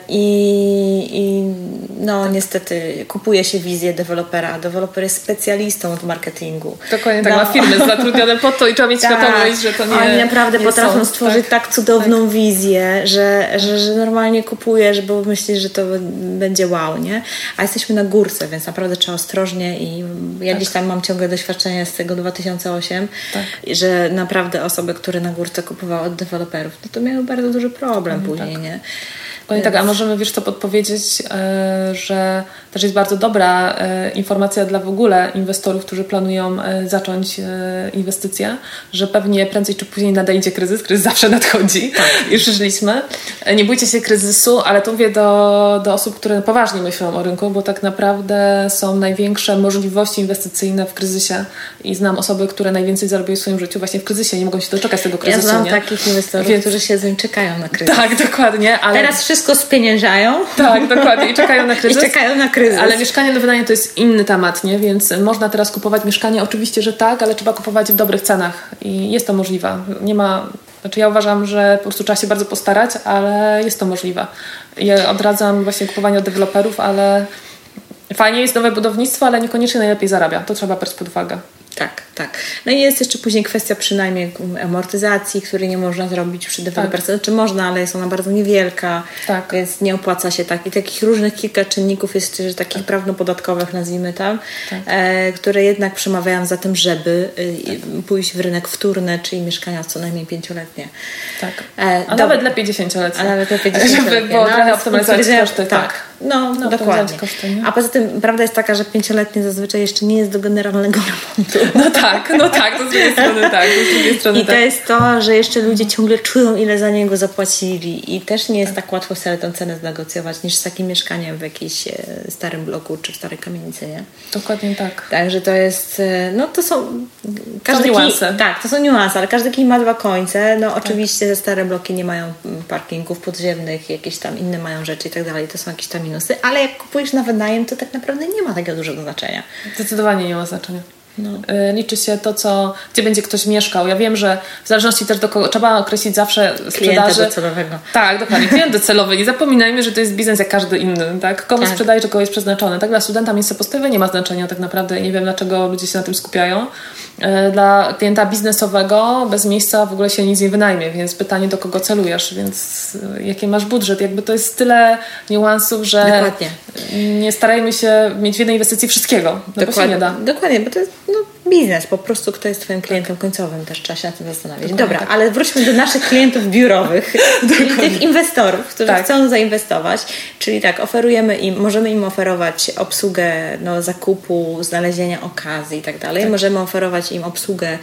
Niestety kupuje się wizję dewelopera, a deweloper jest specjalistą od marketingu. Dokładnie tak, ma firmy zatrudnione po to i trzeba mieć świadomość, że to nie oni naprawdę nie potrafią są, stworzyć tak cudowną wizję, że normalnie kupujesz, bo myślisz, że to będzie wow, nie? A jesteśmy na górce, więc naprawdę trzeba ostrożnie i ja gdzieś tam mam ciągle doświadczenie z tego 2008, że naprawdę osoby, które na górce kupowały od deweloperów, to miały bardzo duży problem później, nie? Tak, a możemy podpowiedzieć, że też jest bardzo dobra informacja dla w ogóle inwestorów, którzy planują zacząć inwestycje, że pewnie prędzej czy później nadejdzie kryzys. Kryzys zawsze nadchodzi. Już żyliśmy. Nie bójcie się kryzysu, ale to mówię do osób, które poważnie myślą o rynku, bo tak naprawdę są największe możliwości inwestycyjne w kryzysie i znam osoby, które najwięcej zarobiły w swoim życiu właśnie w kryzysie. Nie mogą się doczekać tego kryzysu. Ja znam takich inwestorów, którzy siedzą i czekają na kryzys. Tak, dokładnie. Ale teraz wszystko spieniężają. Tak, dokładnie. I czekają na kryzys. Ale mieszkanie do wydania to jest inny temat, nie? Więc można teraz kupować mieszkanie. Oczywiście, że tak, ale trzeba kupować w dobrych cenach. I jest to możliwe. Ja uważam, że po prostu trzeba się bardzo postarać, ale jest to możliwe. Ja odradzam właśnie kupowanie od deweloperów, ale fajnie jest nowe budownictwo, ale niekoniecznie najlepiej zarabia. To trzeba brać pod uwagę. Tak. No i jest jeszcze później kwestia przynajmniej amortyzacji, której nie można zrobić przy deweloperce. Znaczy można, ale jest ona bardzo niewielka, więc nie opłaca się tak. I takich różnych kilka czynników jest jeszcze takich prawno-podatkowych, nazwijmy tam, które jednak przemawiają za tym, żeby pójść w rynek wtórny, czyli mieszkania co najmniej 5-letnie. A nawet lepiej 10-letnie. Żeby było trochę optymalizować koszty. Dokładnie. Koszty, a poza tym prawda jest taka, że 5-letnie zazwyczaj jeszcze nie jest do generalnego remontu. No tak, to z drugiej strony I to jest to, że jeszcze ludzie ciągle czują, ile za niego zapłacili i też nie jest tak łatwo sobie tę cenę znegocjować niż z takim mieszkaniem w jakimś starym bloku czy w starej kamienicy, nie? Dokładnie tak. Także to jest, to są niuanse. To są niuanse, ale każdy kij ma dwa końce. Oczywiście te stare bloki nie mają parkingów podziemnych, jakieś tam inne mają rzeczy i tak dalej, to są jakieś tam minusy, ale jak kupujesz na wynajem, to tak naprawdę nie ma takiego dużego znaczenia. Zdecydowanie nie ma znaczenia. Liczy się to, gdzie będzie ktoś mieszkał. Ja wiem, że w zależności też do kogo trzeba określić zawsze sprzedaży. Klienta docelowego. Tak, dokładnie. Klient docelowy. Nie zapominajmy, że to jest biznes jak każdy inny. Tak? Komu sprzedaje, czy kogo jest przeznaczony. Tak, dla studenta miejsce postojowe nie ma znaczenia tak naprawdę. Nie wiem, dlaczego ludzie się na tym skupiają. Dla klienta biznesowego bez miejsca w ogóle się nic nie wynajmie, więc pytanie, do kogo celujesz, więc jaki masz budżet. Jakby to jest tyle niuansów, że nie starajmy się mieć w jednej inwestycji wszystkiego. Bo się nie da. Dokładnie, bo to jest biznes, po prostu kto jest twoim klientem końcowym, też trzeba się na tym zastanowić. Dobra, ale wróćmy do naszych klientów biurowych, czyli tych inwestorów, którzy chcą zainwestować, czyli możemy im oferować obsługę zakupu, znalezienia okazji i tak dalej. Możemy oferować im obsługę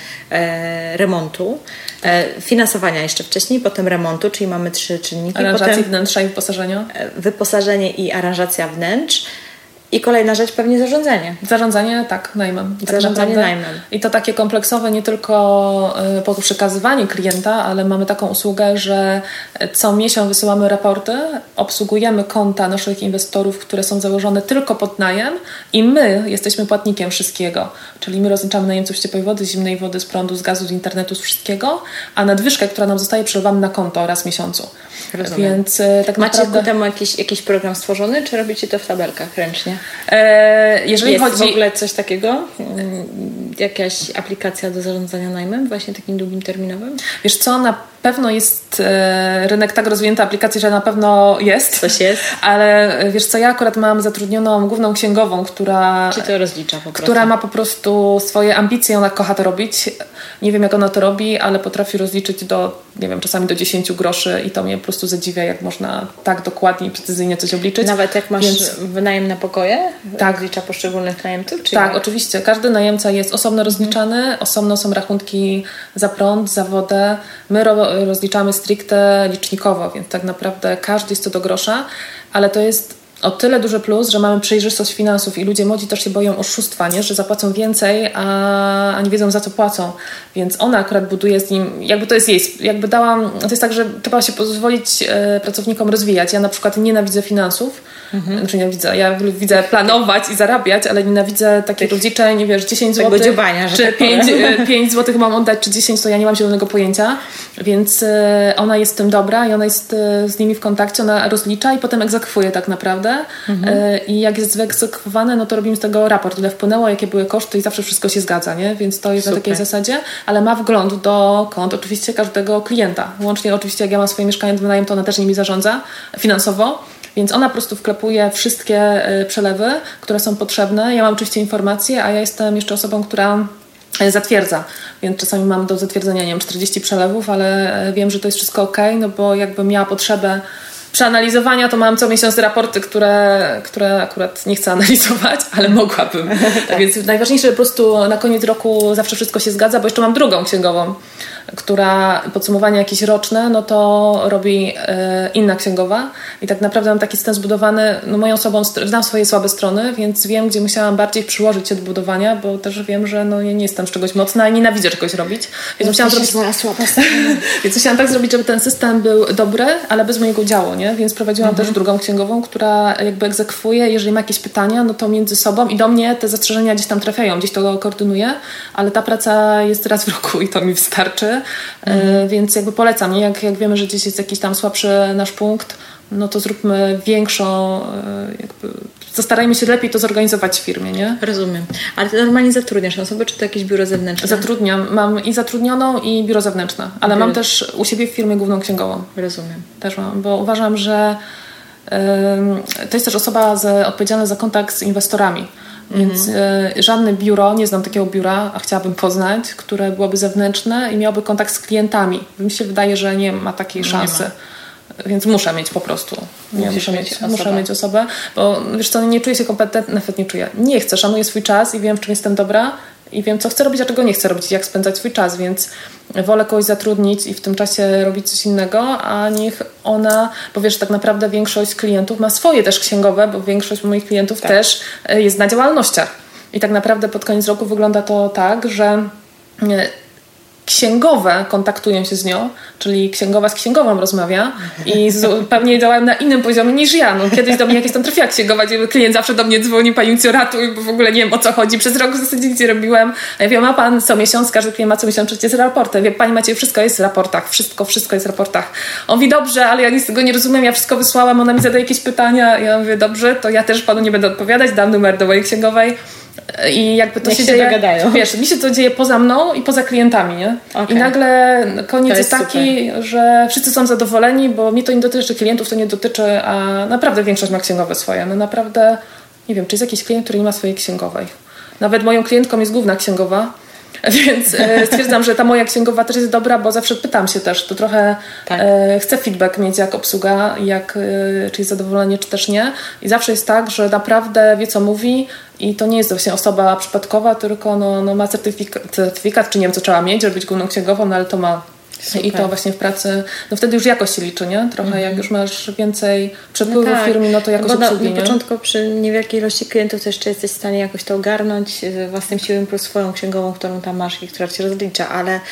remontu, finansowania jeszcze wcześniej, potem remontu, czyli mamy 3 czynniki. Aranżacji wnętrza i wyposażenia. Wyposażenie i aranżacja wnętrz. I kolejna rzecz pewnie zarządzanie. Zarządzanie, najmem. Zarządzanie najmem. I to takie kompleksowe, nie tylko po przekazywaniu klienta, ale mamy taką usługę, że co miesiąc wysyłamy raporty, obsługujemy konta naszych inwestorów, które są założone tylko pod najem i my jesteśmy płatnikiem wszystkiego. Czyli my rozliczamy najemców z ciepłej wody, z zimnej wody, z prądu, z gazu, z internetu, z wszystkiego, a nadwyżkę, która nam zostaje, przelewamy na konto raz w miesiącu. Rozumiem. Więc tak macie naprawdę... ku temu jakiś program stworzony, czy robicie to w tabelkach ręcznie? Jeżeli jest chodzi... w ogóle coś takiego? Jakaś aplikacja do zarządzania najmem, właśnie takim długim terminowym? Wiesz co, na pewno jest rynek tak rozwinięty aplikacji, że na pewno jest. Coś jest. Ale wiesz co, ja akurat mam zatrudnioną główną księgową, która... Czy to rozlicza po prostu? Która ma po prostu swoje ambicje, ona kocha to robić. Nie wiem, jak ona to robi, ale potrafi rozliczyć czasami do 10 groszy i to mnie po prostu zadziwia, jak można tak dokładnie i precyzyjnie coś obliczyć. Nawet jak masz wynajem na pokoje? Rozlicza poszczególnych najemców? Czy tak, oczywiście. Każdy najemca jest osobno rozliczany, osobno są rachunki za prąd, za wodę. My rozliczamy stricte licznikowo, więc tak naprawdę każdy jest co do grosza, ale to jest o tyle duży plus, że mamy przejrzystość finansów i ludzie młodzi też się boją oszustwa, nie? Że zapłacą więcej, a nie wiedzą, za co płacą. Więc ona akurat buduje z nim, jakby to jest jej, jakby dałam, to jest tak, że trzeba się pozwolić pracownikom rozwijać. Ja na przykład nienawidzę finansów, znaczy nienawidzę, ja widzę planować i zarabiać, ale nienawidzę takich rozliczeń, wiesz, 10 zł, czy 5 zł mam oddać, czy 10, to ja nie mam zielonego pojęcia, więc ona jest w tym dobra i ona jest z nimi w kontakcie, ona rozlicza i potem egzekwuje tak naprawdę i jak jest wyegzekwowane, no to robimy z tego raport, ile wpłynęło, jakie były koszty i zawsze wszystko się zgadza, nie? Więc to jest na takiej zasadzie, ale ma wgląd do kont oczywiście każdego klienta, łącznie oczywiście jak ja mam swoje mieszkanie do wynajem, to ona też nimi zarządza finansowo. Więc ona po prostu wklepuje wszystkie przelewy, które są potrzebne. Ja mam oczywiście informacje, a ja jestem jeszcze osobą, która zatwierdza. Więc czasami mam do zatwierdzenia, nie wiem, 40 przelewów, ale wiem, że to jest wszystko okej, no bo jakbym miała potrzebę przeanalizowania, to mam co miesiąc raporty, które akurat nie chcę analizować, ale mogłabym. Tak. Więc najważniejsze, że po prostu na koniec roku zawsze wszystko się zgadza, bo jeszcze mam drugą księgową, która podsumowania jakieś roczne, no to robi inna księgowa i tak naprawdę mam taki system zbudowany, no moją osobą znam swoje słabe strony, więc wiem, gdzie musiałam bardziej przyłożyć się do budowania, bo też wiem, że no ja nie jestem z czegoś mocna i nienawidzę czegoś robić. Więc musiałam zrobić więc musiałam tak zrobić, żeby ten system był dobry, ale bez mojego udziału, nie? Więc prowadziłam też drugą księgową, która jakby egzekwuje, jeżeli ma jakieś pytania, no to między sobą i do mnie te zastrzeżenia gdzieś tam trafiają, gdzieś to koordynuję, ale ta praca jest raz w roku i to mi wystarczy. Więc jakby polecam, nie? Jak wiemy, że gdzieś jest jakiś tam słabszy nasz punkt, no to zróbmy większą, jakby zastarajmy się lepiej to zorganizować w firmie, nie? Rozumiem. Ale ty normalnie zatrudniasz osobę, czy to jakieś biuro zewnętrzne? Zatrudniam. Mam i zatrudnioną, i biuro zewnętrzne. Ale mam też u siebie w firmie główną księgową. Rozumiem. Też mam, bo uważam, że to jest też osoba odpowiedzialna za kontakt z inwestorami. Więc żadne biuro, nie znam takiego biura, a chciałabym poznać, które byłoby zewnętrzne i miałoby kontakt z klientami. Mi się wydaje, że nie ma takiej szansy. Więc muszę mieć po prostu. Muszę mieć osobę, bo wiesz co, nie czuję się kompetentna, nawet nie czuję. Nie chcę, szanuję swój czas i wiem, w czym jestem dobra i wiem, co chcę robić, a czego nie chcę robić, jak spędzać swój czas, więc wolę kogoś zatrudnić i w tym czasie robić coś innego, a niech ona, bo wiesz, tak naprawdę większość klientów ma swoje też księgowe, bo większość moich klientów też jest na działalnościach. I tak naprawdę pod koniec roku wygląda to tak, że księgowe kontaktują się z nią, czyli księgowa z księgową rozmawia i zupełnie działają na innym poziomie niż ja. No, kiedyś do mnie jakieś tam trafiła księgowa, gdzie klient zawsze do mnie dzwoni, pani ratuj, bo w ogóle nie wiem, o co chodzi. Przez rok w zasadzie nic nie robiłem. Ja wiem, ma pan co miesiąc, każdy klient ma co miesiąc przecież raporty. Wie pani, macie, wszystko jest w raportach, wszystko jest w raportach. On mówi, dobrze, ale ja nic z tego nie rozumiem, ja wszystko wysłałam, ona mi zadaje jakieś pytania. Ja mówię, dobrze, to ja też panu nie będę odpowiadać, dam numer do mojej księgowej. I jakby to się dzieje, dogadają. Wiesz, mi się to dzieje poza mną i poza klientami, nie? Okay. I nagle koniec jest taki, super, że wszyscy są zadowoleni, bo mnie to nie dotyczy, klientów to nie dotyczy, a naprawdę większość ma księgowe swoje. No naprawdę, nie wiem, czy jest jakiś klient, który nie ma swojej księgowej. Nawet moją klientką jest główna księgowa, więc stwierdzam, że ta moja księgowa też jest dobra, bo zawsze pytam się też, to trochę chcę feedback mieć jak obsługa, czy jest zadowolenie, czy też nie. I zawsze jest tak, że naprawdę wie, co mówi i to nie jest właśnie osoba przypadkowa, tylko no ma certyfikat, czy nie wiem, co trzeba mieć, żeby być główną księgową, no ale to ma. Super. I to właśnie w pracy, no wtedy już jakość się liczy, nie? Trochę jak już masz więcej przepływu w firmie, no to jakość obsługi, na początku przy niewielkiej ilości klientów to jeszcze jesteś w stanie jakoś to ogarnąć własnym siłą plus swoją księgową, którą tam masz i która cię rozlicza,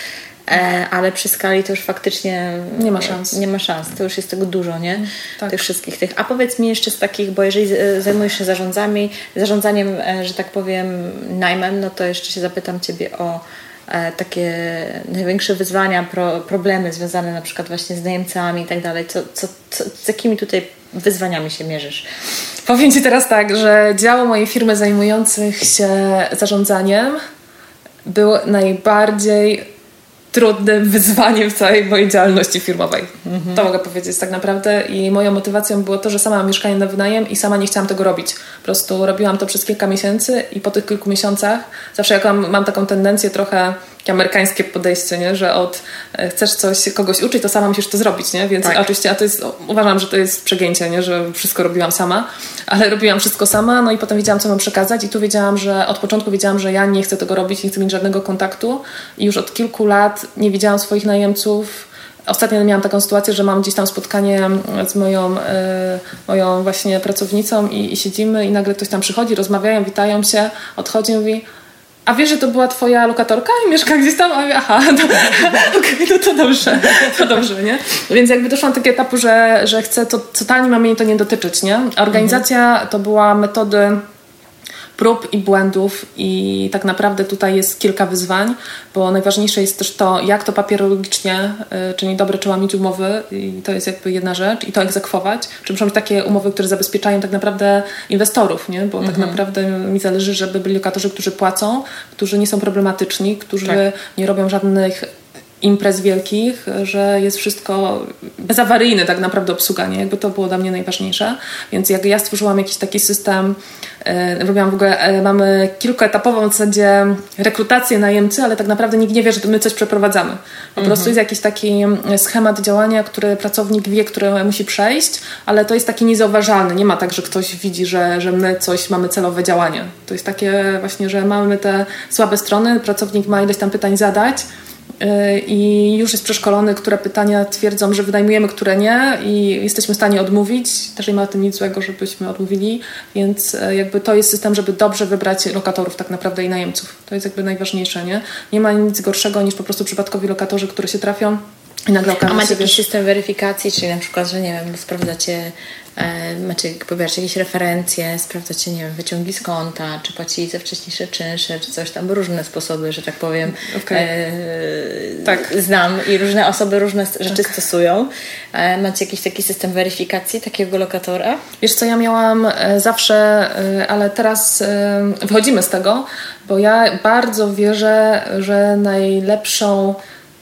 ale przy skali to już faktycznie nie ma szans. To już jest tego dużo, nie? Tak. Tych wszystkich tych. A powiedz mi jeszcze z takich, bo jeżeli zajmujesz się zarządzaniem, że tak powiem, najmem, no to jeszcze się zapytam ciebie o takie największe wyzwania, problemy związane na przykład właśnie z najemcami i tak dalej. Z jakimi tutaj wyzwaniami się mierzysz? Powiem ci teraz tak, że działo mojej firmy zajmujących się zarządzaniem było najbardziej trudnym wyzwaniem w całej mojej działalności firmowej. To mogę powiedzieć tak naprawdę i moją motywacją było to, że sama mam mieszkanie na wynajem i sama nie chciałam tego robić. Po prostu robiłam to przez kilka miesięcy i po tych kilku miesiącach zawsze jak mam taką tendencję trochę amerykańskie podejście, nie? Że chcesz kogoś uczyć, to sama musisz to zrobić, nie? Więc oczywiście, uważam, że to jest przegięcie, nie? Że wszystko robiłam sama, ale robiłam wszystko sama, no i potem wiedziałam, co mam przekazać i tu od początku wiedziałam, że ja nie chcę tego robić, nie chcę mieć żadnego kontaktu i już od kilku lat nie widziałam swoich najemców Ostatnio miałam taką sytuację, że mam gdzieś tam spotkanie z moją właśnie pracownicą i siedzimy i nagle ktoś tam przychodzi, rozmawiają, witają się, odchodzi i mówi: a wiesz, że to była twoja lokatorka i mieszka gdzieś tam? A ja, aha, okej, no to dobrze, nie? Więc jakby doszłam do takiego etapu, że chcę to totalnie ma mnie to nie dotyczyć, nie? A organizacja to była metody prób i błędów i tak naprawdę tutaj jest kilka wyzwań, bo najważniejsze jest też to, jak to papierologicznie, czyli dobre trzeba mieć umowy i to jest jakby jedna rzecz i to egzekwować. Czy muszą być takie umowy, które zabezpieczają tak naprawdę inwestorów, nie? Bo tak naprawdę mi zależy, żeby byli lokatorzy, którzy płacą, którzy nie są problematyczni, którzy nie robią żadnych imprez wielkich, że jest wszystko bezawaryjne tak naprawdę obsługa, nie? Jakby to było dla mnie najważniejsze. Więc jak ja stworzyłam jakiś taki system, robiłam w ogóle, mamy kilkuetapową w zasadzie rekrutację najemcy, ale tak naprawdę nikt nie wie, że my coś przeprowadzamy. Po prostu jest jakiś taki schemat działania, który pracownik wie, który musi przejść, ale to jest taki niezauważalny. Nie ma tak, że ktoś widzi, że my coś mamy celowe działanie. To jest takie właśnie, że mamy te słabe strony, pracownik ma ileś tam pytań zadać, i już jest przeszkolony, które pytania twierdzą, że wynajmujemy, które nie i jesteśmy w stanie odmówić. Też nie ma w tym nic złego, żebyśmy odmówili, więc jakby to jest system, żeby dobrze wybrać lokatorów tak naprawdę i najemców. To jest jakby najważniejsze, nie? Nie ma nic gorszego niż po prostu przypadkowi lokatorzy, które się trafią i nagle okaże się... A macie jakiś system weryfikacji, czyli na przykład, że nie wiem, sprawdzacie, pobieracie jakieś referencje, sprawdzacie, nie wiem, wyciągi z konta, czy płacili za wcześniejsze czynsze, czy coś tam, różne sposoby, że tak powiem, znam i różne osoby różne rzeczy stosują. Macie jakiś taki system weryfikacji takiego lokatora? Wiesz co, ja miałam zawsze, ale teraz wychodzimy z tego, bo ja bardzo wierzę, że najlepszym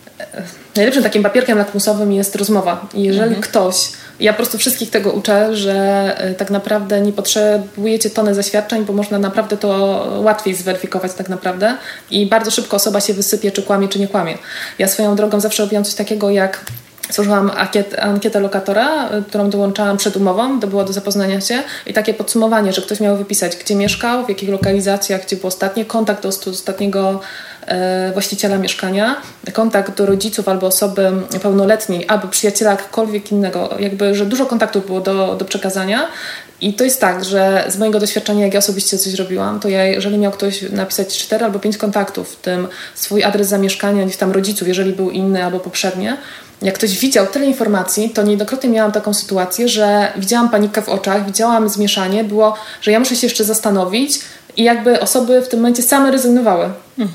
takim papierkiem lakmusowym jest rozmowa. I jeżeli ktoś, ja po prostu wszystkich tego uczę, że tak naprawdę nie potrzebujecie tony zaświadczeń, bo można naprawdę to łatwiej zweryfikować tak naprawdę i bardzo szybko osoba się wysypie, czy kłamie, czy nie kłamie. Ja swoją drogą zawsze robiłam coś takiego, jak stworzyłam ankietę lokatora, którą dołączałam przed umową, to było do zapoznania się i takie podsumowanie, że ktoś miał wypisać, gdzie mieszkał, w jakich lokalizacjach, gdzie był ostatni kontakt do ostatniego właściciela mieszkania, kontakt do rodziców albo osoby pełnoletniej, albo przyjaciela jakkolwiek innego, jakby, że dużo kontaktów było do przekazania. I to jest tak, że z mojego doświadczenia, jak ja osobiście coś robiłam, to ja, jeżeli miał ktoś napisać 4 albo 5 kontaktów, w tym swój adres zamieszkania, gdzieś tam rodziców, jeżeli był inny albo poprzednie, jak ktoś widział tyle informacji, to niejednokrotnie miałam taką sytuację, że widziałam panikę w oczach, widziałam zmieszanie, było, że ja muszę się jeszcze zastanowić i jakby osoby w tym momencie same rezygnowały.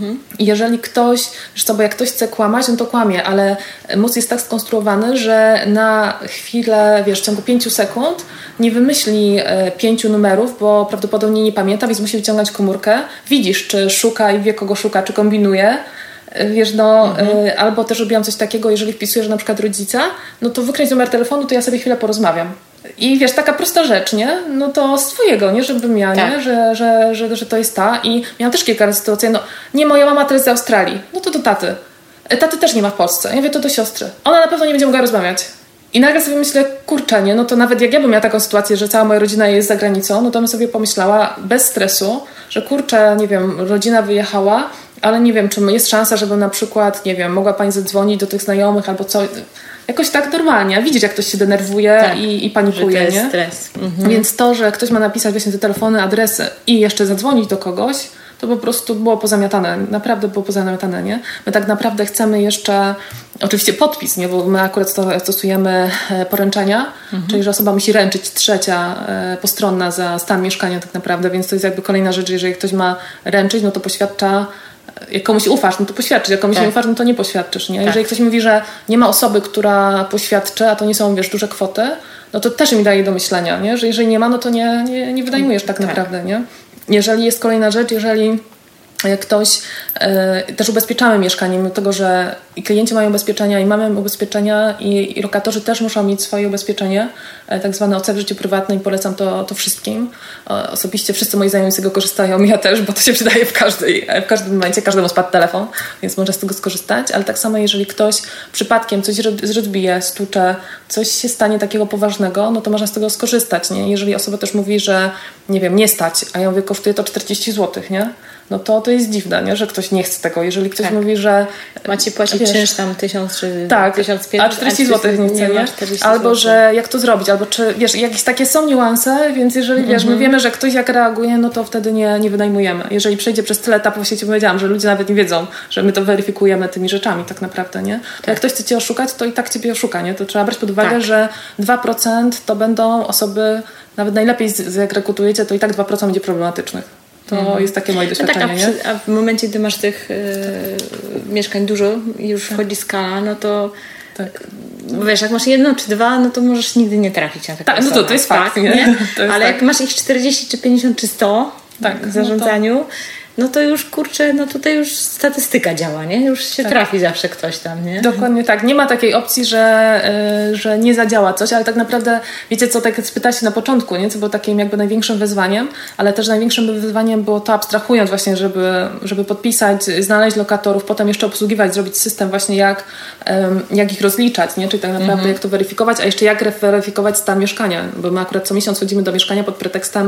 I jeżeli ktoś, zresztą, bo jak ktoś chce kłamać, no to kłamie, ale mózg jest tak skonstruowany, że na chwilę, wiesz, w ciągu 5 sekund nie wymyśli 5 numerów, bo prawdopodobnie nie pamięta, więc musi wyciągać komórkę. Widzisz, czy szuka i wie, kogo szuka, czy kombinuje. Wiesz, albo też robiłam coś takiego, jeżeli wpisuję, że na przykład rodzica, no to wykręć numer telefonu, to ja sobie chwilę porozmawiam. I wiesz, taka prosta rzecz, nie? No to z twojego, nie? Żebym ja, tak. Nie? Że to jest ta. I miałam też kilka razy sytuację, no nie, moja mama to jest z Australii. No to do taty. Taty też nie ma w Polsce. Ja mówię, to do siostry. Ona na pewno nie będzie mogła rozmawiać. I nagle sobie myślę, kurczę, nie? No to nawet jak ja bym miała taką sytuację, że cała moja rodzina jest za granicą, no to bym sobie pomyślała bez stresu, że kurczę, nie wiem, rodzina wyjechała, ale nie wiem, czy jest szansa, żeby na przykład, nie wiem, mogła pani zadzwonić do tych znajomych albo co. Jakoś tak normalnie. Widzisz, jak ktoś się denerwuje tak, i panikuje, że to jest nie? Stres. Więc to, że ktoś ma napisać właśnie te telefony, adresy i jeszcze zadzwonić do kogoś, to po prostu było pozamiatane. Naprawdę było pozamiatane, nie? My tak naprawdę chcemy jeszcze, oczywiście podpis, nie? Bo my akurat stosujemy poręczenia, czyli że osoba musi ręczyć trzecia postronna za stan mieszkania tak naprawdę, więc to jest jakby kolejna rzecz, jeżeli ktoś ma ręczyć, no to poświadcza. Jak komuś ufasz, no to poświadczysz. Jak komuś nie ufasz, no to nie poświadczysz. Nie? Jeżeli ktoś mówi, że nie ma osoby, która poświadczy, a to nie są, wiesz, duże kwoty, no to też mi daje do myślenia, nie? Że jeżeli nie ma, no to nie wynajmujesz tak naprawdę. Nie? Jeżeli jest kolejna rzecz, jeżeli ktoś, też ubezpieczamy mieszkanie, mimo tego, że i klienci mają ubezpieczenia i mamy ubezpieczenia i lokatorzy też muszą mieć swoje ubezpieczenie, tak zwane OC w życiu prywatnym i polecam to wszystkim. Osobiście wszyscy moi znajomi z tego korzystają, ja też, bo to się przydaje w każdym momencie, każdemu spadł telefon, więc można z tego skorzystać, ale tak samo jeżeli ktoś przypadkiem coś rozbije, stucze, coś się stanie takiego poważnego, no to można z tego skorzystać, nie? Jeżeli osoba też mówi, że nie wiem, nie stać, a ja mówię, kosztuje to 40 zł, nie? no to jest dziwne, nie? Że ktoś nie chce tego. Jeżeli ktoś mówi, że... Macie płacić czynsz tam 1000 czy tak, 1500, a 40 zł nie chce, nie? Albo, że jak to zrobić, albo czy, wiesz, jakieś takie są niuanse, więc jeżeli, wiesz, my wiemy, że ktoś jak reaguje, no to wtedy nie wynajmujemy. Jeżeli przejdzie przez tyle etapów, w powiedziałam, że ludzie nawet nie wiedzą, że my to weryfikujemy tymi rzeczami tak naprawdę, nie? To jak ktoś chce cię oszukać, to i tak ciebie oszuka, nie? To trzeba brać pod uwagę, że 2% to będą osoby, nawet najlepiej jak rekrutujecie, to i tak 2% będzie problematycznych. To jest takie moje doświadczenie. No tak, a w momencie, gdy masz tych mieszkań dużo i już wchodzi skala, no to wiesz, jak masz 1 czy 2, no to możesz nigdy nie trafić na taką osobę. No to jest fakt, nie? To jest ale jak masz ich 40 czy 50 czy 100 w zarządzaniu, no to już kurczę, no tutaj już statystyka działa, nie? Już się trafi zawsze ktoś tam, nie? Dokładnie tak. Nie ma takiej opcji, że nie zadziała coś, ale tak naprawdę, wiecie co, tak spytacie na początku, nie? Co było takim jakby największym wyzwaniem, ale też największym wyzwaniem było to, abstrahując właśnie, żeby podpisać, znaleźć lokatorów, potem jeszcze obsługiwać, zrobić system właśnie jak ich rozliczać, nie? Czyli tak naprawdę jak to weryfikować, a jeszcze jak weryfikować stan mieszkania, bo my akurat co miesiąc chodzimy do mieszkania pod pretekstem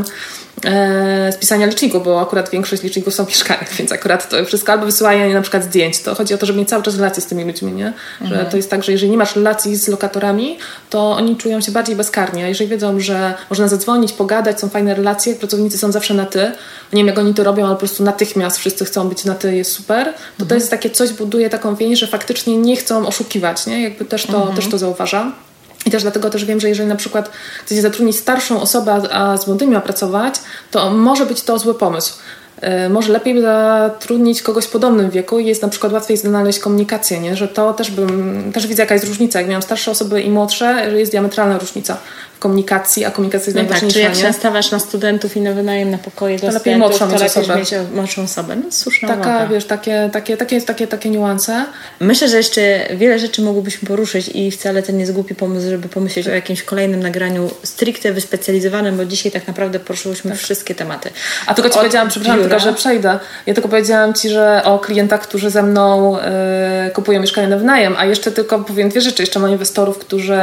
spisania liczników, bo akurat większość liczników są w mieszkaniach, więc akurat to wszystko albo wysyłanie na przykład zdjęć. To chodzi o to, żeby mieć cały czas relacje z tymi ludźmi, nie? Że to jest tak, że jeżeli nie masz relacji z lokatorami, to oni czują się bardziej bezkarni, a jeżeli wiedzą, że można zadzwonić, pogadać, są fajne relacje, pracownicy są zawsze na ty, nie wiem jak oni to robią, ale po prostu natychmiast wszyscy chcą być na ty, jest super, to jest takie coś, buduje taką więź, że faktycznie nie chcą oszukiwać, nie? Jakby też to zauważam. I też dlatego też wiem, że jeżeli na przykład chcecie zatrudnić starszą osobę, a z młodymi ma pracować, to może być to zły pomysł. Może lepiej zatrudnić kogoś w podobnym wieku i jest na przykład łatwiej znaleźć komunikację, nie? Że to też widzę jaka jest różnica. Jak miałam starsze osoby i młodsze, że jest diametralna różnica w komunikacji, a komunikacja jest najważniejsza. Czy jak się nastawiasz na studentów i na wynajem na pokoje dla lepiej studentów, to lepiej mieć młodszą osobę. No słuszna taka, uwaga. Wiesz, takie niuanse. Myślę, że jeszcze wiele rzeczy mogłybyśmy poruszyć i wcale to nie jest głupi pomysł, żeby pomyśleć o jakimś kolejnym nagraniu stricte wyspecjalizowanym, bo dzisiaj tak naprawdę poruszyłyśmy wszystkie tematy. A tylko Ci powiedziałam, przepraszam, tylko że przejdę. Ja tylko powiedziałam Ci, że o klientach, którzy ze mną kupują mieszkanie na wynajem, a jeszcze tylko powiem 2 rzeczy. Jeszcze mam inwestorów,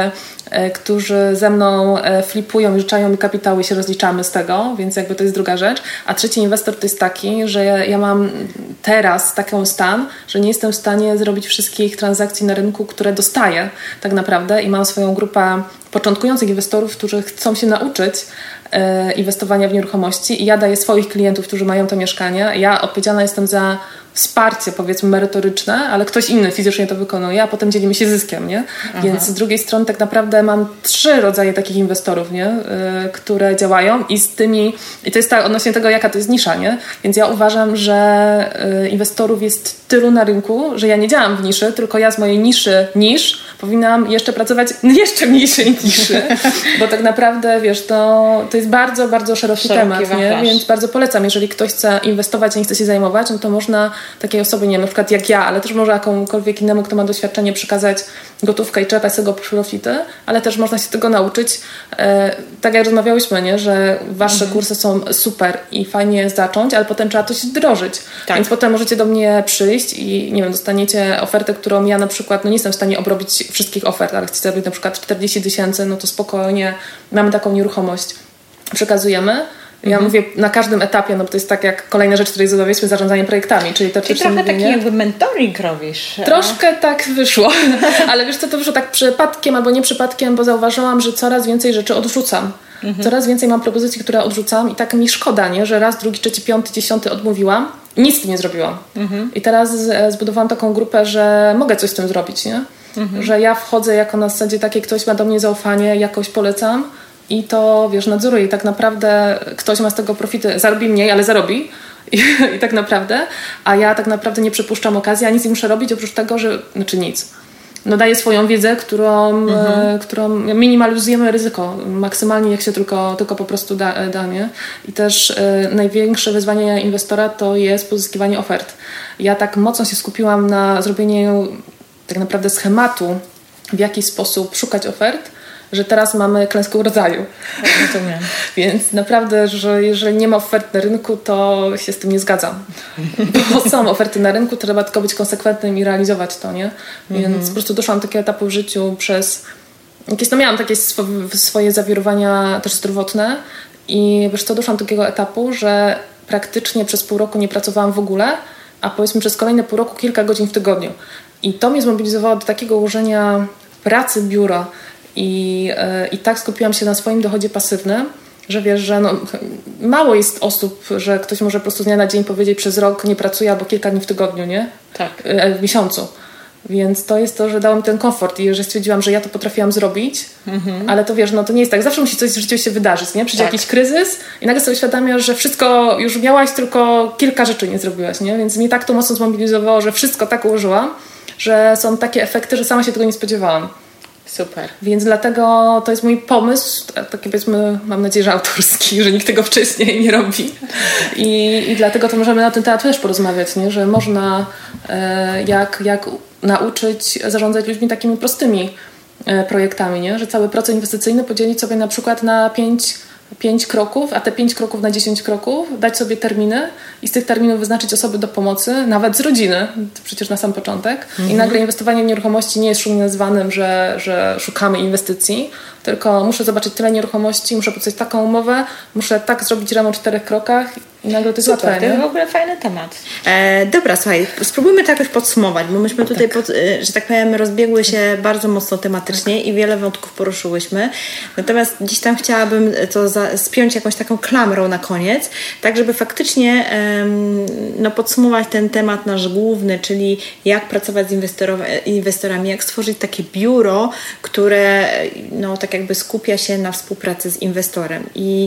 którzy ze mną flipują, życzają mi kapitału i się rozliczamy z tego, więc jakby to jest druga rzecz. A trzeci inwestor to jest taki, że ja mam teraz taką stan, że nie jestem w stanie zrobić wszystkich transakcji na rynku, które dostaję tak naprawdę i mam swoją grupę początkujących inwestorów, którzy chcą się nauczyć inwestowania w nieruchomości i ja daję swoich klientów, którzy mają te mieszkania. Ja odpowiedzialna jestem za wsparcie, powiedzmy, merytoryczne, ale ktoś inny fizycznie to wykonuje, a potem dzielimy się zyskiem, nie? Więc z drugiej strony tak naprawdę mam 3 rodzaje takich inwestorów, nie? Które działają i to jest tak odnośnie tego, jaka to jest nisza, nie? Więc ja uważam, że inwestorów jest tylu na rynku, że ja nie działam w niszy, tylko ja z mojej nisz powinnam jeszcze pracować jeszcze mniejszej niszy, bo tak naprawdę, wiesz, to jest bardzo, bardzo szeroki temat, nie? Więc bardzo polecam, jeżeli ktoś chce inwestować, a nie chce się zajmować, no to można takiej osobie, nie wiem, na przykład jak ja, ale też może jakąkolwiek innemu, kto ma doświadczenie, przekazać gotówkę i czerpać z tego profity, ale też można się tego nauczyć. Tak jak rozmawiałyśmy, nie? Że wasze kursy są super i fajnie jest zacząć, ale potem trzeba coś wdrożyć. Tak. Więc potem możecie do mnie przyjść i nie wiem, dostaniecie ofertę, którą ja na przykład nie jestem w stanie obrobić wszystkich ofert, ale chcecie zrobić na przykład 40 000, no to spokojnie mamy taką nieruchomość. Przekazujemy. Ja mówię na każdym etapie, no bo to jest tak jak kolejna rzecz, której zadawaliśmy, zarządzanie projektami. Czyli trochę taki jakby mentoring robisz. Troszkę tak wyszło, ale wiesz co, to wyszło tak przypadkiem albo nie przypadkiem, bo zauważyłam, że coraz więcej rzeczy odrzucam. Coraz więcej mam propozycji, które odrzucam i tak mi szkoda, nie? Że raz, drugi, trzeci, 5, 10 odmówiłam. Nic z tym nie zrobiłam. I teraz zbudowałam taką grupę, że mogę coś z tym zrobić, nie? Że ja wchodzę jako na zasadzie takiej, ktoś ma do mnie zaufanie, jakoś polecam. I to, wiesz, nadzoruję i tak naprawdę ktoś ma z tego profity, zarobi mniej, ale zarobi i tak naprawdę, a ja tak naprawdę nie przypuszczam okazji, a nic nie muszę robić oprócz tego, że, znaczy nic. No daję swoją wiedzę, którą minimalizujemy ryzyko maksymalnie, jak się tylko po prostu da, nie? I też największe wyzwanie inwestora to jest pozyskiwanie ofert. Ja tak mocno się skupiłam na zrobieniu tak naprawdę schematu, w jaki sposób szukać ofert, że teraz mamy klęskę urodzaju. Więc naprawdę, że jeżeli nie ma ofert na rynku, to się z tym nie zgadzam. Bo są oferty na rynku, trzeba tylko być konsekwentnym i realizować to, nie? Więc po prostu doszłam do takiego etapu w życiu miałam takie swoje zawirowania też zdrowotne I wiesz co, doszłam do takiego etapu, że praktycznie przez pół roku nie pracowałam w ogóle, a powiedzmy przez kolejne pół roku kilka godzin w tygodniu. I to mnie zmobilizowało do takiego ułożenia pracy biura i tak skupiłam się na swoim dochodzie pasywnym, że wiesz, że mało jest osób, że ktoś może po prostu z dnia na dzień powiedzieć przez rok nie pracuję albo kilka dni w tygodniu, nie? Tak. W miesiącu. Więc to jest to, że dało mi ten komfort i że stwierdziłam, że ja to potrafiłam zrobić, ale to wiesz, to nie jest tak. Zawsze musi coś w życiu się wydarzyć, nie? Przyjdzie jakiś kryzys i nagle sobie uświadamiasz, że wszystko już miałaś, tylko kilka rzeczy nie zrobiłaś, nie? Więc mnie tak to mocno zmobilizowało, że wszystko tak ułożyłam, że są takie efekty, że sama się tego nie spodziewałam. Super. Więc dlatego to jest mój pomysł, taki powiedzmy, mam nadzieję, że autorski, że nikt tego wcześniej nie robi. I dlatego to możemy na ten temat też porozmawiać, nie? Że można jak nauczyć zarządzać ludźmi takimi prostymi projektami, nie? Że cały proces inwestycyjny podzielić sobie na przykład na 5 kroków, a te 5 kroków na 10 kroków, dać sobie terminy i z tych terminów wyznaczyć osoby do pomocy, nawet z rodziny, to przecież na sam początek. I nagle inwestowanie w nieruchomości nie jest szumnie nazywanym, że szukamy inwestycji, tylko muszę zobaczyć tyle nieruchomości, muszę podpisać taką umowę, muszę tak zrobić remont w 4 krokach i nagle to jest łatwe. To jest w ogóle fajny temat. Dobra, słuchaj, spróbujmy to jakoś podsumować, bo myśmy tutaj, że tak powiem, rozbiegły się bardzo mocno tematycznie i wiele wątków poruszyłyśmy. Natomiast gdzieś tam chciałabym to spiąć jakąś taką klamrą na koniec, tak żeby faktycznie podsumować ten temat nasz główny, czyli jak pracować z inwestorami, jak stworzyć takie biuro, które tak jakby skupia się na współpracy z inwestorem.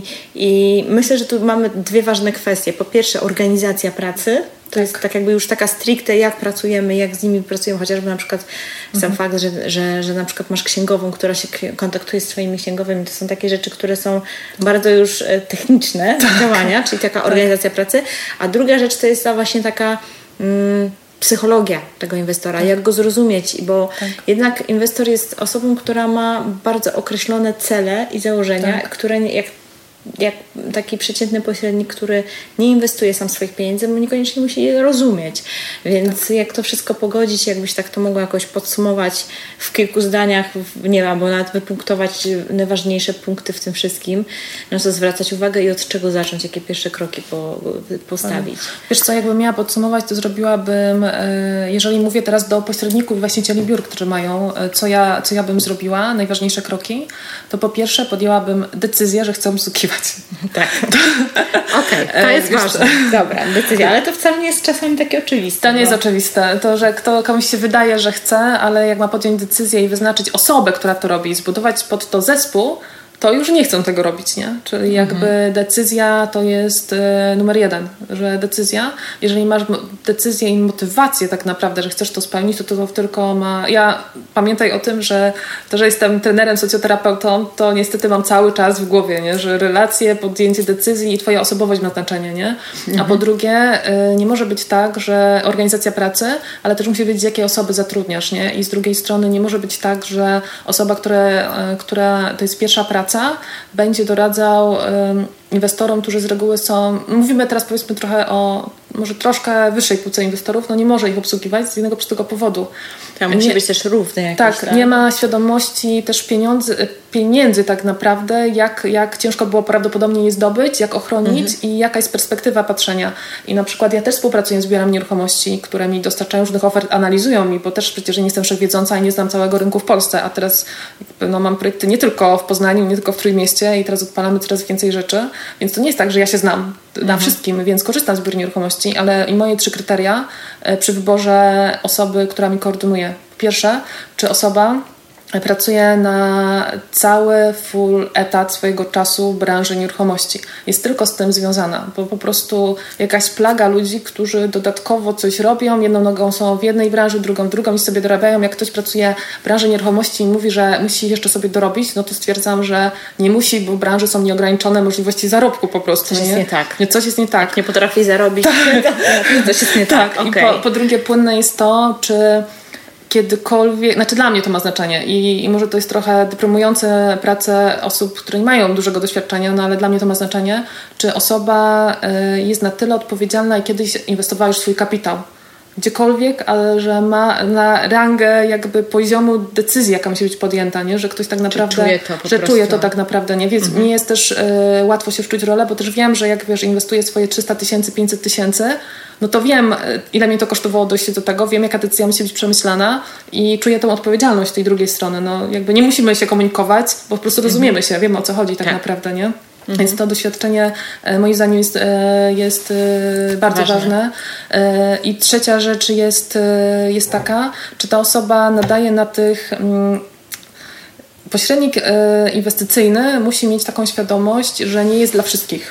I myślę, że tu mamy dwie ważne kwestie. Po pierwsze, organizacja pracy. To jest tak jakby już taka stricte, jak pracujemy, jak z nimi pracujemy, chociażby na przykład sam fakt, że na przykład masz księgową, która się kontaktuje z twoimi księgowymi. To są takie rzeczy, które są bardzo już techniczne działania, czyli taka organizacja pracy. A druga rzecz to jest ta właśnie taka psychologia tego inwestora, jak go zrozumieć, bo jednak inwestor jest osobą, która ma bardzo określone cele i założenia, które jak taki przeciętny pośrednik, który nie inwestuje sam swoich pieniędzy, bo niekoniecznie musi je rozumieć. Więc jak to wszystko pogodzić, jakbyś tak to mogła jakoś podsumować w kilku zdaniach, nie wiem, albo nawet wypunktować najważniejsze punkty w tym wszystkim, na co zwracać uwagę i od czego zacząć, jakie pierwsze kroki postawić. Wiesz co, jakbym miała podsumować, to zrobiłabym, jeżeli mówię teraz do pośredników i właścicieli biur, którzy mają, co ja bym zrobiła, najważniejsze kroki, to po pierwsze podjęłabym decyzję, że chcę obsługiwać. Tak. Okej, to jest ważne. Dobra, decyzja, ale to wcale nie jest czasami takie oczywiste. To nie jest oczywiste. To, że komuś się wydaje, że chce, ale jak ma podjąć decyzję i wyznaczyć osobę, która to robi i zbudować pod to zespół, to już nie chcą tego robić, nie? Czyli jakby decyzja to jest numer 1, że decyzja, jeżeli masz decyzję i motywację tak naprawdę, że chcesz to spełnić, to tylko ma... Ja pamiętaj o tym, że to, że jestem trenerem, socjoterapeutą, to niestety mam cały czas w głowie, nie? Że relacje, podjęcie decyzji i twoja osobowość ma znaczenie, nie? A po drugie, nie może być tak, że organizacja pracy, ale też musi wiedzieć, jakie osoby zatrudniasz, nie? I z drugiej strony nie może być tak, że osoba, która to jest pierwsza praca, będzie doradzał inwestorom, którzy z reguły są... Mówimy teraz powiedzmy trochę o może troszkę wyższej półce inwestorów, nie może ich obsługiwać z jednego prostego powodu. To musi być też równy jakiś. Tak, nie ma świadomości też pieniędzy tak naprawdę, jak ciężko było prawdopodobnie je zdobyć, jak ochronić i jaka jest perspektywa patrzenia. I na przykład ja też współpracuję z biurami nieruchomości, które mi dostarczają różnych ofert, analizują mi, bo też przecież nie jestem wszechwiedząca i nie znam całego rynku w Polsce, a teraz mam projekty nie tylko w Poznaniu, nie tylko w Trójmieście i teraz odpalamy coraz więcej rzeczy, więc to nie jest tak, że ja się znam na wszystkim, więc korzystam z biur nieruchomości, ale i moje 3 kryteria przy wyborze osoby, która mi koordynuje. Pierwsze, czy osoba pracuje na cały full etat swojego czasu w branży nieruchomości. Jest tylko z tym związana, bo po prostu jakaś plaga ludzi, którzy dodatkowo coś robią, jedną nogą są w jednej branży, drugą w drugą i sobie dorabiają. Jak ktoś pracuje w branży nieruchomości i mówi, że musi jeszcze sobie dorobić, to stwierdzam, że nie musi, bo w branży są nieograniczone możliwości zarobku po prostu. Coś jest nie tak. Coś jest nie tak. Nie potrafi zarobić. Coś jest nie tak. I po drugie płynne jest to, czy kiedykolwiek, dla mnie to ma znaczenie i może to jest trochę deprymujące pracę osób, które nie mają dużego doświadczenia, ale dla mnie to ma znaczenie, czy osoba jest na tyle odpowiedzialna i kiedyś inwestowała już swój kapitał. gdziekolwiek, ale że ma na rangę jakby poziomu decyzji, jaka musi być podjęta, nie? Że ktoś tak naprawdę czuje to tak naprawdę, nie? Więc mi jest też łatwo się wczuć w rolę, bo też wiem, że jak wiesz, inwestuję swoje 300 000, 500 000, no to wiem, ile mnie to kosztowało dojście do tego, wiem, jaka decyzja musi być przemyślana i czuję tą odpowiedzialność tej drugiej strony. No jakby nie musimy się komunikować, bo po prostu rozumiemy się, wiemy, o co chodzi tak naprawdę, nie? Więc to doświadczenie moim zdaniem jest bardzo ważne. I trzecia rzecz jest taka, czy ta osoba nadaje na tych... Pośrednik inwestycyjny musi mieć taką świadomość, że nie jest dla wszystkich.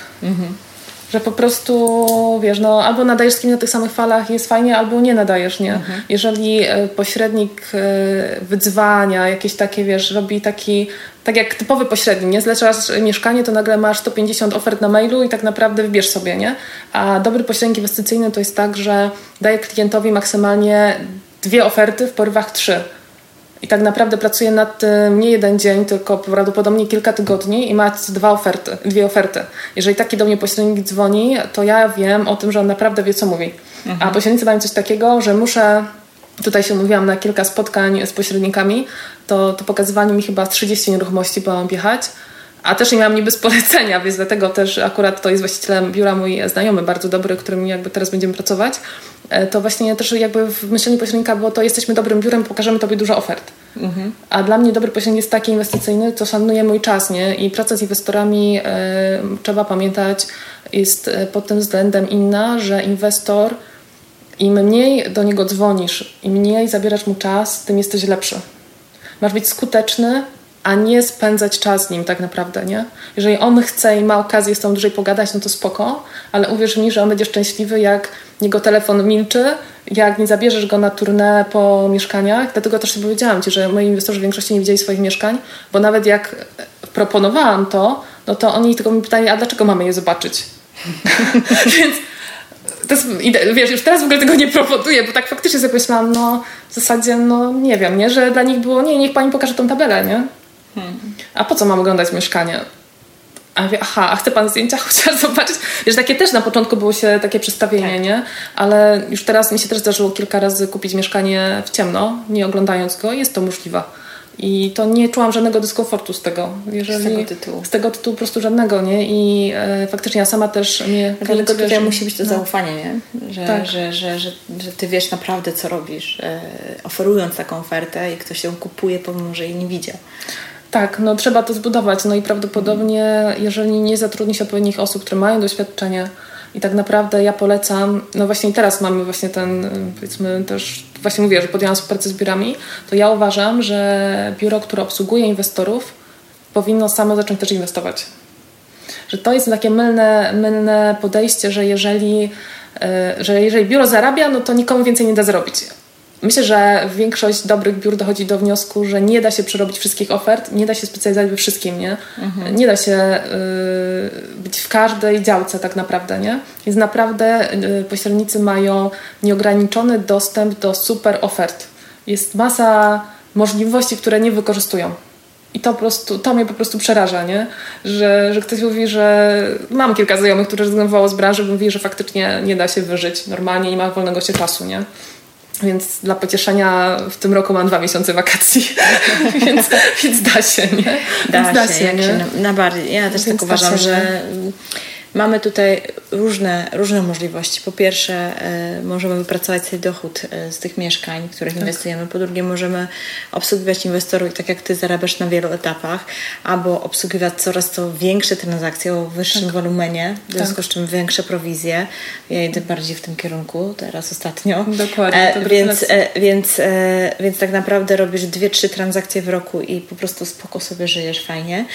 Że po prostu, wiesz, no albo nadajesz z kim na tych samych falach, jest fajnie, albo nie nadajesz, nie? Jeżeli pośrednik wydzwania, jakieś takie, wiesz, robi taki, tak jak typowy pośrednik, nie? Zlecasz mieszkanie, to nagle masz 150 ofert na mailu i tak naprawdę wybierz sobie, nie? A dobry pośrednik inwestycyjny to jest tak, że daje klientowi maksymalnie 2 oferty, w porywach 3. I tak naprawdę pracuje nad tym nie jeden dzień, tylko prawdopodobnie kilka tygodni i ma 2 oferty. Jeżeli taki do mnie pośrednik dzwoni, to ja wiem o tym, że on naprawdę wie, co mówi. A pośrednicy mają coś takiego, że muszę, tutaj się umówiłam na kilka spotkań z pośrednikami, to pokazywali mi chyba 30 nieruchomości, bo mam jechać. A też nie miałam niby z polecenia, więc dlatego też akurat to jest właścicielem biura mój znajomy, bardzo dobry, którym jakby teraz będziemy pracować. To właśnie też jakby w myśleniu pośrednika było to, jesteśmy dobrym biurem, pokażemy tobie dużo ofert. A dla mnie dobry pośrednik jest taki inwestycyjny, co szanuje mój czas, nie? I praca z inwestorami, trzeba pamiętać, jest pod tym względem inna, że inwestor, im mniej do niego dzwonisz, im mniej zabierasz mu czas, tym jesteś lepszy. Masz być skuteczny, a nie spędzać czas z nim tak naprawdę, nie? Jeżeli on chce i ma okazję z tobą dłużej pogadać, no to spoko, ale uwierz mi, że on będzie szczęśliwy, jak jego telefon milczy, jak nie zabierzesz go na tournée po mieszkaniach. Dlatego też powiedziałam ci, że moi inwestorzy w większości nie widzieli swoich mieszkań, bo nawet jak proponowałam to, no to oni tylko mi pytali, a dlaczego mamy je zobaczyć? Więc to jest, wiesz, już teraz w ogóle tego nie proponuję, bo tak faktycznie sobie myślałam, no w zasadzie, no nie wiem, nie, że dla nich było, nie, niech pani pokaże tą tabelę, nie? A po co mam oglądać mieszkanie? A ja mówię, a chce pan zdjęcia chociaż zobaczyć? Wiesz, takie też na początku było się takie przestawienie, nie? Ale już teraz mi się też zdarzyło kilka razy kupić mieszkanie w ciemno, nie oglądając go, jest to możliwe. I to nie czułam żadnego dyskomfortu z tego. Z tego tytułu po prostu żadnego, nie? I faktycznie ja sama też mnie... Dlatego tutaj musi być to zaufanie, nie? Że ty wiesz naprawdę, co robisz, oferując taką ofertę i ktoś ją kupuje, pomimo że jej nie widział. Tak, no trzeba to zbudować. No i prawdopodobnie, jeżeli nie zatrudni się odpowiednich osób, które mają doświadczenie, i tak naprawdę ja polecam, no właśnie teraz mamy właśnie ten, powiedzmy też, właśnie mówię, że podjęłam współpracę z biurami, to ja uważam, że biuro, które obsługuje inwestorów, powinno samo zacząć też inwestować. Że to jest takie mylne podejście, że jeżeli biuro zarabia, no to nikomu więcej nie da zrobić. Myślę, że większość dobrych biur dochodzi do wniosku, że nie da się przerobić wszystkich ofert, nie da się specjalizować we wszystkim, nie? Nie da się być w każdej działce tak naprawdę, nie? Więc naprawdę pośrednicy mają nieograniczony dostęp do super ofert. Jest masa możliwości, które nie wykorzystują. I to mnie po prostu przeraża, nie? Że ktoś mówi, że mam kilka znajomych, którzy rezygnowało z branży, bo mówi, że faktycznie nie da się wyżyć normalnie, nie ma wolnego się czasu, nie? Więc dla pocieszenia w tym roku mam 2 miesiące wakacji, więc da się, nie? Da się, nie? Najbardziej. Ja też tak uważam, że mamy tutaj różne możliwości. Po pierwsze, możemy wypracować sobie dochód z tych mieszkań, w których inwestujemy. Po drugie, możemy obsługiwać inwestorów, tak jak ty zarabiasz na wielu etapach, albo obsługiwać coraz to większe transakcje o wyższym wolumenie, w związku z czym większe prowizje. Ja idę bardziej w tym kierunku teraz ostatnio. Dokładnie. Więc tak naprawdę robisz 2-3 transakcje w roku i po prostu spoko sobie żyjesz fajnie.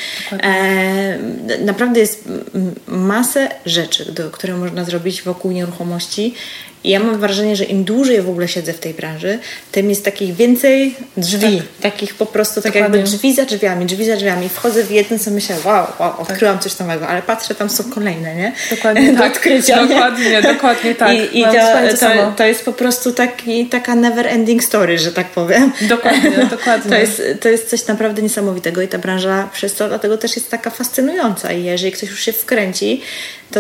Naprawdę jest masę rzeczy, które można zrobić wokół nieruchomości. I ja mam wrażenie, że im dłużej w ogóle siedzę w tej branży, tym jest takich więcej drzwi. Takich po prostu, tak jakby drzwi za drzwiami. Wchodzę w jeden, co myślę, wow, odkryłam coś nowego, ale patrzę, tam są kolejne, nie? Dokładnie tak. Odkrycia, dokładnie tak. I to jest po prostu taka never ending story, że tak powiem. Dokładnie. To jest coś naprawdę niesamowitego i ta branża przez to dlatego też jest taka fascynująca i jeżeli ktoś już się wkręci, to po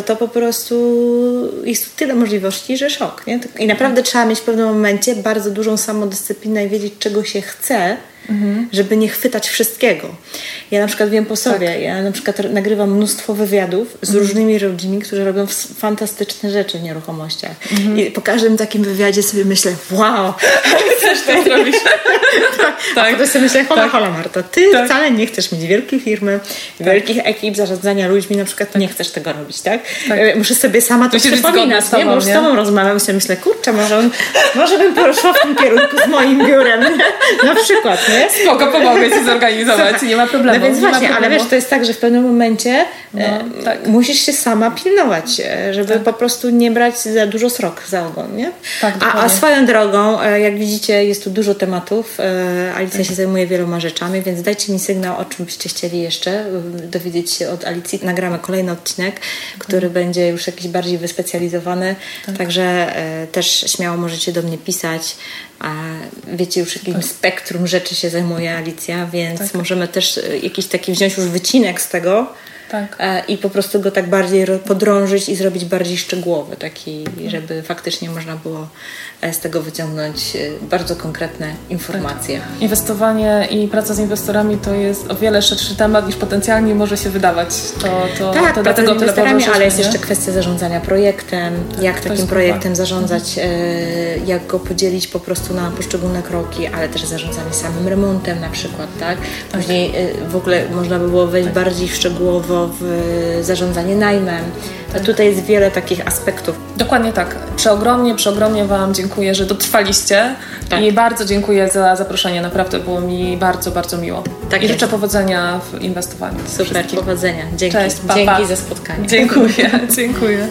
prostu jest tu tyle możliwości, że szok, nie? I naprawdę trzeba mieć w pewnym momencie bardzo dużą samodyscyplinę i wiedzieć, czego się chce, żeby nie chwytać wszystkiego. Ja na przykład wiem po sobie, ja na przykład nagrywam mnóstwo wywiadów z różnymi ludźmi, którzy robią fantastyczne rzeczy w nieruchomościach. I po każdym takim wywiadzie sobie myślę, wow, chcesz to zrobić. A potem sobie myślę, hola Marto, ty wcale nie chcesz mieć wielkiej firmy, wielkich ekip, zarządzania ludźmi, na przykład nie chcesz tego robić, tak? Muszę sobie sama to przypominać, nie? Bo już z tobą rozmawiam i sobie myślę, kurczę, może bym poszła w tym kierunku z moim biurem, na przykład, nie? Spoko, pomogę ci zorganizować, nie ma problemu. No więc właśnie, ale wiesz, to jest tak, że w pewnym momencie musisz się sama pilnować, żeby po prostu nie brać za dużo srok za ogon, nie? Tak, a swoją drogą, jak widzicie, jest tu dużo tematów. Alicja się zajmuje wieloma rzeczami, więc dajcie mi sygnał, o czym byście chcieli jeszcze dowiedzieć się od Alicji. Nagramy kolejny odcinek, który będzie już jakiś bardziej wyspecjalizowany, także też śmiało możecie do mnie pisać. A wiecie już jakim spektrum rzeczy się zajmuje Alicja, więc możemy też jakiś taki wziąć już wycinek z tego i po prostu go tak bardziej podrążyć i zrobić bardziej szczegółowy, taki, żeby faktycznie można było z tego wyciągnąć bardzo konkretne informacje. Inwestowanie i praca z inwestorami to jest o wiele szerszy temat niż potencjalnie może się wydawać. To dlatego tyle poruszyliśmy, ale jest jeszcze kwestia zarządzania projektem, jak takim projektem zarządzać, jak go podzielić po prostu na poszczególne kroki, ale też zarządzanie samym remontem na przykład, tak? Później w ogóle można by było wejść bardziej szczegółowo w zarządzanie najmem. A tutaj jest wiele takich aspektów. Dokładnie tak. Przeogromnie Wam dziękuję, że dotrwaliście i bardzo dziękuję za zaproszenie. Naprawdę było mi bardzo, bardzo miło. I życzę powodzenia w inwestowaniu. Super, powodzenia. Dzięki. Cześć, Dzięki za spotkanie. Dziękuję.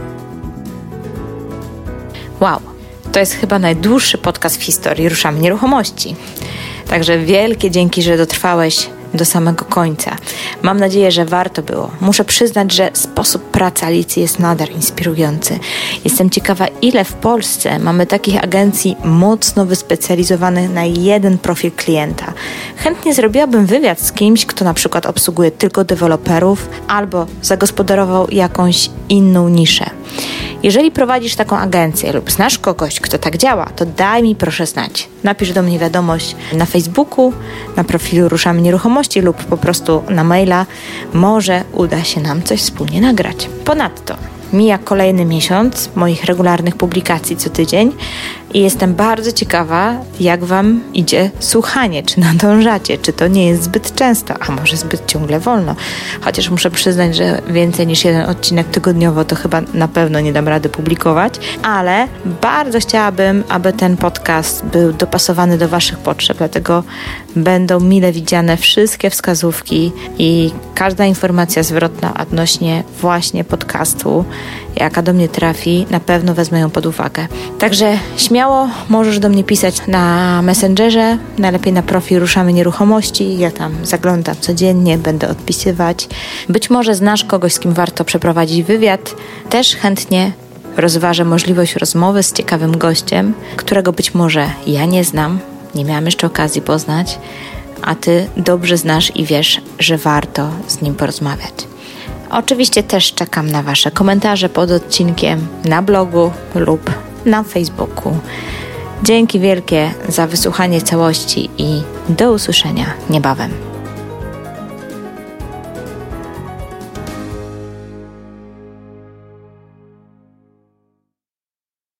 Wow, to jest chyba najdłuższy podcast w historii Ruszamy Nieruchomości. Także wielkie dzięki, że dotrwałeś do samego końca. Mam nadzieję, że warto było. Muszę przyznać, że sposób pracy Alicji jest nadal inspirujący. Jestem ciekawa, ile w Polsce mamy takich agencji mocno wyspecjalizowanych na jeden profil klienta. Chętnie zrobiłabym wywiad z kimś, kto na przykład obsługuje tylko deweloperów albo zagospodarował jakąś inną niszę. Jeżeli prowadzisz taką agencję lub znasz kogoś, kto tak działa, to daj mi proszę znać. Napisz do mnie wiadomość na Facebooku, na profilu Ruszamy Nieruchomości lub po prostu na maila. Może uda się nam coś wspólnie nagrać. Ponadto mija kolejny miesiąc moich regularnych publikacji co tydzień i jestem bardzo ciekawa, jak Wam idzie słuchanie, czy nadążacie, czy to nie jest zbyt często, a może zbyt ciągle wolno. Chociaż muszę przyznać, że więcej niż jeden odcinek tygodniowo to chyba na pewno nie dam rady publikować, ale bardzo chciałabym, aby ten podcast był dopasowany do Waszych potrzeb, dlatego będą mile widziane wszystkie wskazówki i każda informacja zwrotna odnośnie właśnie podcastu, jaka do mnie trafi, na pewno wezmę ją pod uwagę. Także śmiało możesz do mnie pisać na Messengerze, najlepiej na profil Ruszamy Nieruchomości. Ja tam zaglądam codziennie, będę odpisywać. Być może znasz kogoś, z kim warto przeprowadzić wywiad. Też chętnie rozważę możliwość rozmowy z ciekawym gościem, którego być może ja nie znam, nie miałam jeszcze okazji poznać, a Ty dobrze znasz i wiesz, że warto z nim porozmawiać. Oczywiście też czekam na Wasze komentarze pod odcinkiem na blogu lub na Facebooku. Dzięki wielkie za wysłuchanie całości i do usłyszenia niebawem.